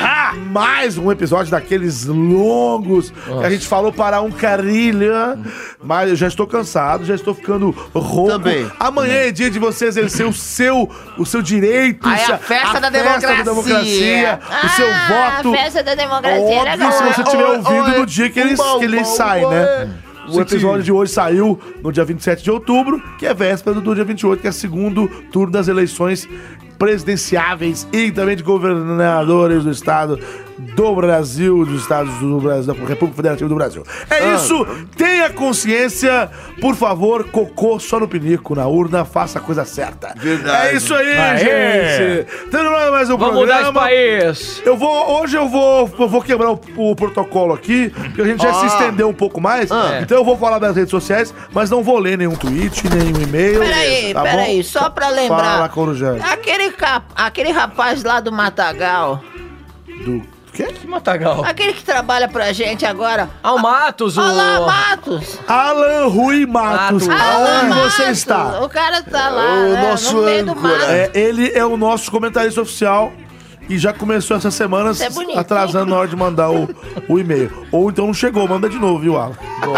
Speaker 4: Mais um episódio daqueles longos que a gente falou para um carilha. Mas eu já estou cansado, já estou ficando rouco. Também. Amanhã é dia de você exercer o seu direito.
Speaker 11: Aí a festa da democracia.
Speaker 4: O seu voto.
Speaker 11: A festa da democracia.
Speaker 4: Óbvio, se você estiver ouvindo no dia que ele sai, né? O episódio de hoje saiu no dia 27 de outubro, que é véspera do dia 28, que é o segundo turno das eleições presidenciáveis e também de governadores do estado do Brasil, dos estados do Brasil, da República Federativa do Brasil. Isso, tenha consciência, por favor, cocô só no pinico, na urna, faça a coisa certa.
Speaker 3: Verdade.
Speaker 4: É isso aí, gente. Terminando mais um programa.
Speaker 5: Vamos mudar esse país.
Speaker 4: Hoje eu vou quebrar o protocolo aqui, porque a gente já se estendeu um pouco mais, então eu vou falar das redes sociais, mas não vou ler nenhum tweet, nenhum e-mail.
Speaker 11: Peraí, só pra lembrar.
Speaker 4: Fala, Corujão.
Speaker 11: Aquele rapaz lá do Matagal.
Speaker 4: Do quê?
Speaker 5: Que Matagal?
Speaker 11: Aquele que trabalha pra gente agora.
Speaker 5: O Matos,
Speaker 11: Olha lá, Matos.
Speaker 4: Alan Rui Matos. Aonde você está?
Speaker 11: O cara tá lá,
Speaker 3: nosso
Speaker 11: no meio do mato.
Speaker 4: Ele é o nosso comentarista oficial e já começou essas semanas atrasando na hora de mandar o e-mail. Ou então não chegou, manda de novo, viu, Alan?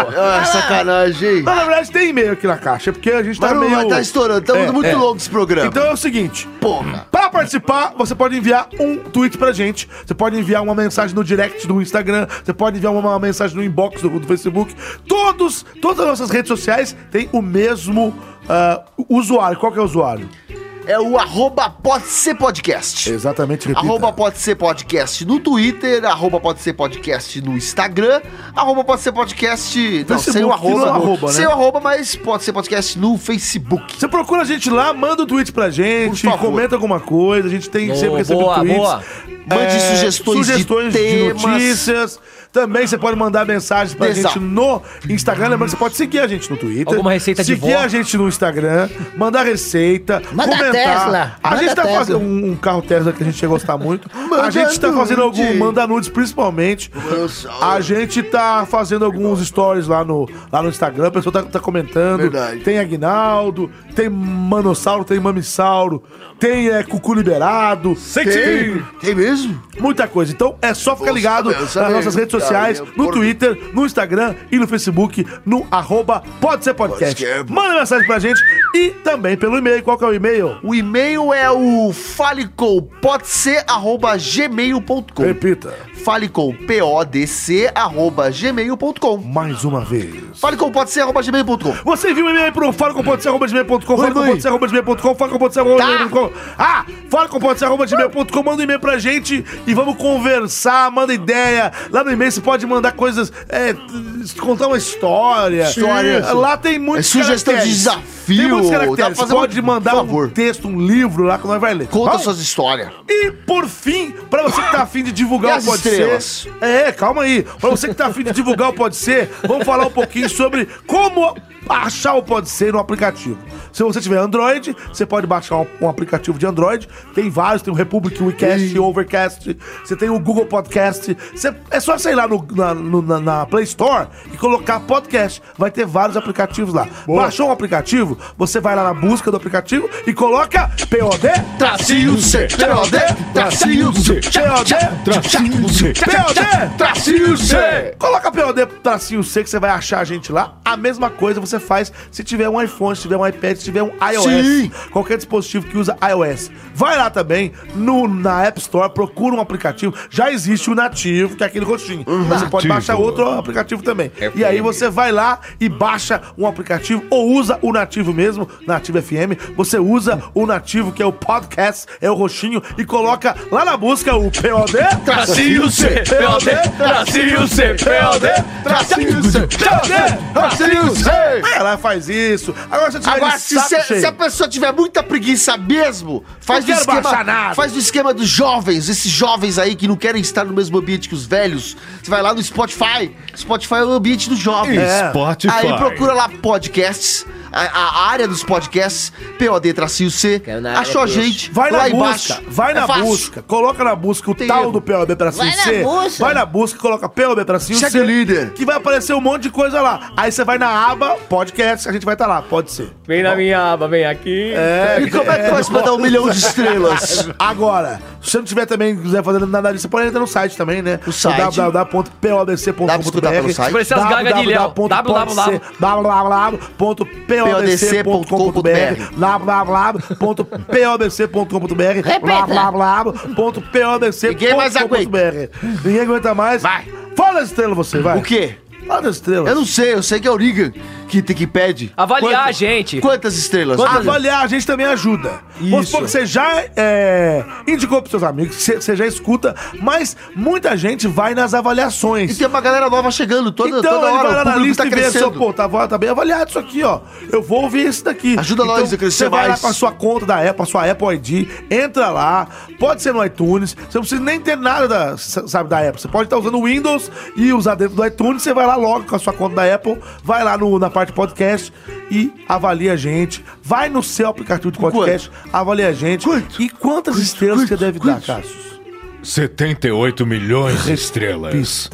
Speaker 3: Sacanagem.
Speaker 4: Mas, na verdade, tem e-mail aqui na caixa, porque a gente tá meio...
Speaker 3: Tá estourando, estamos muito longo esse programa.
Speaker 4: Então é o seguinte, pra participar, você pode enviar um tweet pra gente, você pode enviar uma mensagem no direct do Instagram, você pode enviar uma mensagem no inbox do Facebook. Todas as nossas redes sociais têm o mesmo usuário. Qual que é o usuário?
Speaker 3: É o @PodeSerPodcast.
Speaker 4: Exatamente, repita.
Speaker 3: @PodeSerPodcast no Twitter, @PodeSerPodcast no Instagram, @PodeSerPodcast... Não, sem o arroba, né? Sem o arroba, mas Pode Ser Podcast no Facebook.
Speaker 4: Você procura a gente lá, manda um tweet pra gente, comenta alguma coisa, a gente tem sempre recebido tweets.
Speaker 3: Mande sugestões
Speaker 4: de notícias. Também você pode mandar mensagens pra gente no Instagram. Lembrando que você pode seguir a gente no Twitter.
Speaker 5: Alguma receita de vó.
Speaker 4: Seguir a gente no Instagram, mandar receita, comentar.
Speaker 11: Tesla.
Speaker 4: A gente tá fazendo um carro Tesla que a gente ia gostar muito. A gente tá fazendo manda nudes principalmente. A gente tá fazendo alguns stories lá no Instagram. A pessoa tá comentando.
Speaker 3: Verdade.
Speaker 4: Tem Aguinaldo, tem Manossauro, tem Mamissauro, tem Cucu Liberado.
Speaker 3: Tem mesmo?
Speaker 4: Muita coisa. Então é só ficar ligado nas nossas redes sociais. sociais, no Twitter, no Instagram e no Facebook, no @PodeSerPodcast. Manda mensagem pra gente e também pelo e-mail. Qual que é o e-mail?
Speaker 3: O e-mail é o falecom.gmail.com.
Speaker 4: Repita.
Speaker 3: falecom.podc@gmail.com.
Speaker 4: Mais uma vez.
Speaker 3: falecom.podc@gmail.com.
Speaker 4: Você envia um e-mail pro falecom.podc@gmail.com, falecom.podc@gmail.com, falecom.podc@gmail.com. falecom.podc@gmail.com, manda um e-mail pra gente e vamos conversar, manda ideia. Lá no e-mail você pode mandar coisas, contar uma história. Lá tem muitos
Speaker 3: sugestão de desafio.
Speaker 4: Tem muitos caracteres. Você pode mandar um texto, um livro lá que nós vai ler.
Speaker 3: Conta suas histórias.
Speaker 4: E por fim, pra você que tá afim de divulgar o Pode Ser. Calma aí. Pra você que tá afim de divulgar o Pode Ser, vamos falar um pouquinho sobre como achar o Pode Ser no aplicativo. Se você tiver Android, você pode baixar um aplicativo de Android. Tem vários, tem o Republic, o WeCast, o Overcast. Você tem o Google Podcast. É só você ir lá na Play Store e colocar podcast. Vai ter vários aplicativos lá. Boa. Baixou um aplicativo, você vai lá na busca do aplicativo e coloca POD-C. POD-C. POD-C. Coloca POD-C que você vai achar a gente lá. A mesma coisa você faz se tiver um iPhone, se tiver um iPad, se tiver um iOS. Sim. Qualquer dispositivo que usa iOS. Vai lá também na App Store, procura um aplicativo. Já existe o nativo, que é aquele rostinho. Você pode baixar outro aplicativo também. E aí você vai lá e baixa um aplicativo ou usa o nativo mesmo, Nativo FM. Você usa o nativo, que é o podcast, é o roxinho, e coloca lá na busca o POD-C. POD-C. POD-C. Ela faz isso. Agora,
Speaker 3: se a pessoa tiver muita preguiça mesmo, faz o esquema dos jovens, esses jovens aí que não querem estar no mesmo ambiente que os velhos. Você vai lá no Spotify. Spotify é o ambiente dos jovens.
Speaker 6: Spotify.
Speaker 3: Aí procura lá podcasts. A área dos podcasts, POD-C, achou a gente,
Speaker 4: vai na busca, coloca na busca o tal do POD-C, vai na busca, coloca POD-C,
Speaker 3: líder,
Speaker 4: que vai aparecer um monte de coisa lá. Aí você vai na aba podcast, a gente vai estar lá, pode ser.
Speaker 5: Vem na minha aba, vem aqui.
Speaker 3: E como é que faz pra dar 1 milhão de estrelas?
Speaker 4: Agora, se você não tiver também, quiser fazer nada disso, você pode entrar no site também, né?
Speaker 3: O site
Speaker 4: www.podc.com.br.
Speaker 3: www.podc.com.br
Speaker 4: Ninguém aguenta mais.
Speaker 3: Vai.
Speaker 4: Fala as estrelas você, vai.
Speaker 3: O quê?
Speaker 4: Fala das estrelas.
Speaker 3: Eu sei que é o Rigan que pede.
Speaker 5: Avaliar a gente.
Speaker 3: Quantas estrelas?
Speaker 4: Avaliar a gente também ajuda. Vamos supor que você já indicou pros seus amigos, você já escuta, mas muita gente vai nas avaliações.
Speaker 3: E tem uma galera nova chegando toda
Speaker 4: ele
Speaker 3: hora.
Speaker 4: Vai lá na lista e vê, tá bem avaliado isso aqui, ó. Eu vou ouvir esse daqui.
Speaker 3: Ajuda nós a crescer mais.
Speaker 4: Você vai lá com a sua conta da Apple, a sua Apple ID, entra lá, pode ser no iTunes, você não precisa nem ter nada da Apple. Você pode estar usando o Windows e usar dentro do iTunes, você vai lá logo com a sua conta da Apple, vai lá na parte podcast e avalia a gente. Vai no seu aplicativo de podcast, avalia a gente. E quantas estrelas você deve dar, Cassius?
Speaker 6: 78 milhões de estrelas.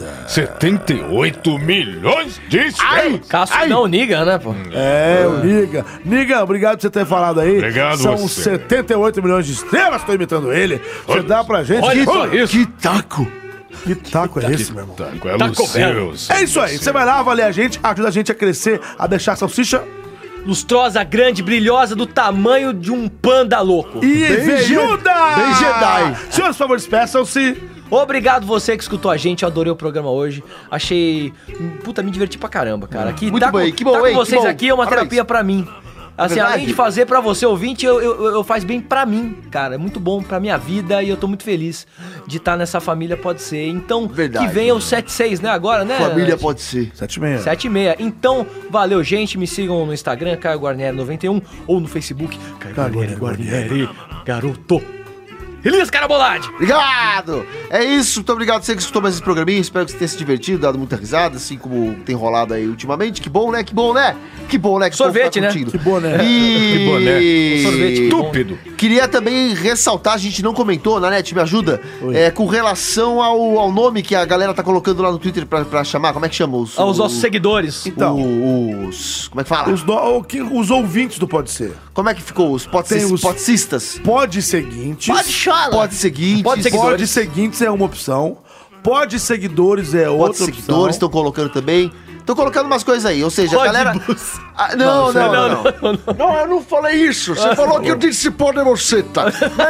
Speaker 6: 78 milhões de estrelas.
Speaker 5: Cássio não, Niga, né, pô?
Speaker 4: O Niga. Niga, obrigado por você ter falado aí.
Speaker 6: Obrigado.
Speaker 4: São 78 milhões de estrelas, tô imitando ele. Você dá pra gente.
Speaker 5: Olha isso.
Speaker 3: Que taco.
Speaker 4: Que taco é esse, meu irmão?
Speaker 6: Taco é Lucius.
Speaker 4: É isso aí. Você vai lá, avalia a gente, ajuda a gente a crescer, a deixar a salsicha
Speaker 5: lustrosa, grande, brilhosa, do tamanho de um panda louco.
Speaker 4: E veiuda!
Speaker 3: Bem Jedi.
Speaker 4: Senhores, por favor, despeçam-se.
Speaker 5: Obrigado você que escutou a gente, eu adorei o programa hoje. Achei... me diverti pra caramba, cara.
Speaker 3: Muito bem, que bom,
Speaker 5: com vocês aqui é uma terapia pra mim. Assim, além de fazer pra você, ouvinte, eu faz bem pra mim, cara. É muito bom pra minha vida e eu tô muito feliz de estar nessa família Pode Ser. Então, que venha o 76, né, agora, né?
Speaker 3: Família Pode Ser.
Speaker 4: 76.
Speaker 5: 76. Então, valeu, gente. Me sigam no Instagram, Caio Guarnieri 91, ou no Facebook, Caio Guarnieri, garoto. Elias Carabolade!
Speaker 3: Obrigado! É isso, muito obrigado a você que escutou mais esse programinha. Espero que você tenha se divertido, dado muita risada, assim como tem rolado aí ultimamente. Que bom, né? Que bom, né? Que bom, né? Que
Speaker 5: sorvete, né?
Speaker 4: Que bom, né?
Speaker 3: Que bom, né?
Speaker 5: Sorvete
Speaker 6: estúpido.
Speaker 3: Queria também ressaltar, a gente não comentou, Nanete, me ajuda, com relação ao nome que a galera tá colocando lá no Twitter pra chamar. Como é que chama?
Speaker 5: Os nossos seguidores.
Speaker 3: Então. Como é que fala?
Speaker 4: Os ouvintes do Pode Ser.
Speaker 3: Como é que ficou? Os podcistas?
Speaker 4: Pode seguintes.
Speaker 3: Pode seguintes.
Speaker 4: Pode seguintes é uma opção. Pode seguidores é outra opção.
Speaker 3: Seguidores estão colocando também. Estão colocando umas coisas aí, ou seja, a galera... Não, eu não falei isso. Você falou que eu disse pode buceta.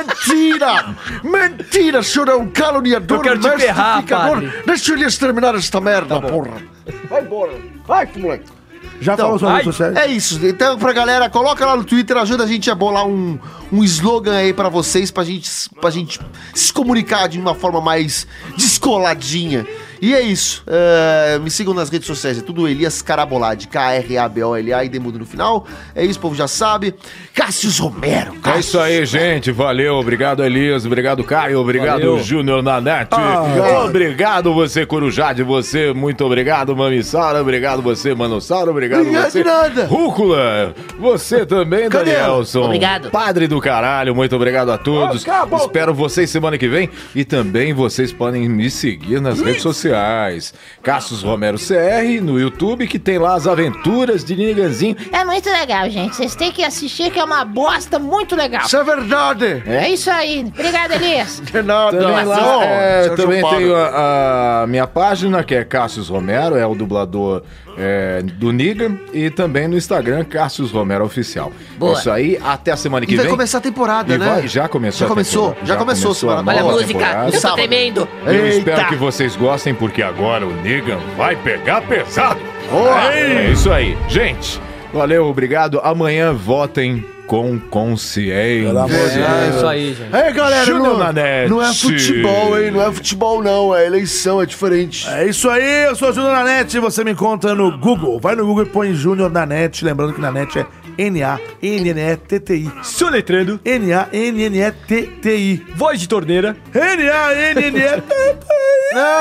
Speaker 3: Mentira, o senhor é um caluniador,
Speaker 5: eu quero te ferrar, padre.
Speaker 3: Deixa eu exterminar esta merda, porra. Vai embora. Vai, moleque.
Speaker 4: Já falou sobre isso, sério?
Speaker 3: É isso. Então, pra galera, coloca lá no Twitter, ajuda a gente a bolar um slogan aí pra vocês, pra gente se comunicar de uma forma mais descoladinha. E é isso. Me sigam nas redes sociais. É tudo Elias Carabolade. K-R-A-B-O-L-A e demudo no final. É isso, o povo já sabe. Cássius Romero.
Speaker 6: É isso aí, gente. Valeu. Obrigado, Elias. Obrigado, Caio. Obrigado, Júnior Nanete. Obrigado, você, Corujade. Você, muito obrigado, Mamissara. Obrigado, você, Manossauro. Obrigado, você, Rúcula. Você também, Danielson.
Speaker 11: Obrigado.
Speaker 6: Padre do caralho. Muito obrigado a todos. Espero vocês semana que vem. E também vocês podem me seguir nas redes sociais. Cássius Romero CR no YouTube, que tem lá as aventuras de Niganzinho.
Speaker 11: É muito legal, gente. Vocês têm que assistir, que é uma bosta muito legal.
Speaker 3: Isso é verdade.
Speaker 11: É isso aí. Obrigado, Elias.
Speaker 3: De nada.
Speaker 6: Também lá, também tenho a minha página, que é Cássius Romero, é o dublador do Negan, e também no Instagram, Cássius Romero Oficial.
Speaker 11: Boa.
Speaker 6: Isso aí, até a semana que vem.
Speaker 3: Vai começar a temporada, né?
Speaker 6: Já começou semana.
Speaker 11: Olha a música, eu tô tremendo.
Speaker 6: Eu espero que vocês gostem, porque agora o Negan vai pegar pesado. É isso aí. Gente, valeu, obrigado. Amanhã votem com consciência.
Speaker 5: Pelo amor de Deus. É isso aí, gente.
Speaker 3: Ei, galera,
Speaker 6: não
Speaker 3: é futebol, hein? Não é futebol, não. É eleição, é diferente.
Speaker 4: É isso aí, eu sou o Júnior Nanete. Você me encontra no Google. Vai no Google e põe Júnior Nanete. Lembrando que Nanete é N-A-N-N-E-T-T-I.
Speaker 5: Soletrando.
Speaker 4: N-A-N-N-E-T-T-I.
Speaker 5: Voz de torneira.
Speaker 4: N-A-N-N-E-T-T-I.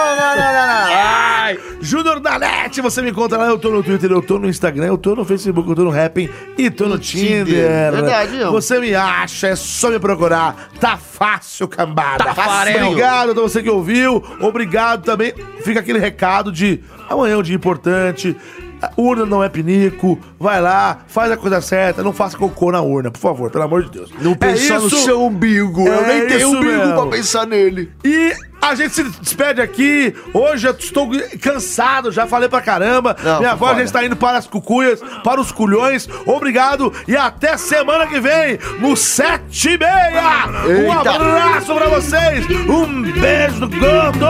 Speaker 4: Não. Júnior Nanete, você me encontra lá. Eu tô no Twitter, eu tô no Instagram, eu tô no Facebook, eu tô no Rapping e tô no Tinder.
Speaker 3: Verdade, não.
Speaker 4: Você me acha, é só me procurar. Tá fácil, cambada.
Speaker 5: Tá fácil.
Speaker 4: Obrigado a você que ouviu. Obrigado também. Fica aquele recado de amanhã é um dia importante. A urna não é pinico. Vai lá, faz a coisa certa. Não faça cocô na urna, por favor, pelo amor de Deus.
Speaker 3: Não pensa no seu umbigo. Eu nem tenho umbigo pra pensar nele.
Speaker 4: E a gente se despede aqui. Hoje eu estou cansado, já falei pra caramba. Minha voz já está indo para as cucuias, para os culhões. Obrigado e até semana que vem, no 7h30. Um abraço pra vocês. Um beijo do gordo.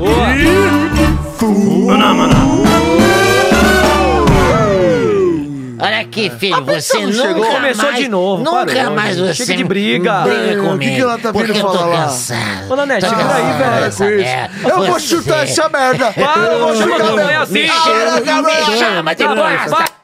Speaker 2: Olha aqui, filho, você nunca
Speaker 5: começou
Speaker 2: mais,
Speaker 5: de novo.
Speaker 2: Nunca mais você
Speaker 5: chega de briga.
Speaker 2: Comigo,
Speaker 3: O que ela tá vindo falar lá?
Speaker 2: Cansado.
Speaker 5: Ô, Nanete, segura aí, velho.
Speaker 3: Eu vou chutar essa merda.
Speaker 5: Para, eu vou chutar. Não é assim.
Speaker 2: Me chama de bosta.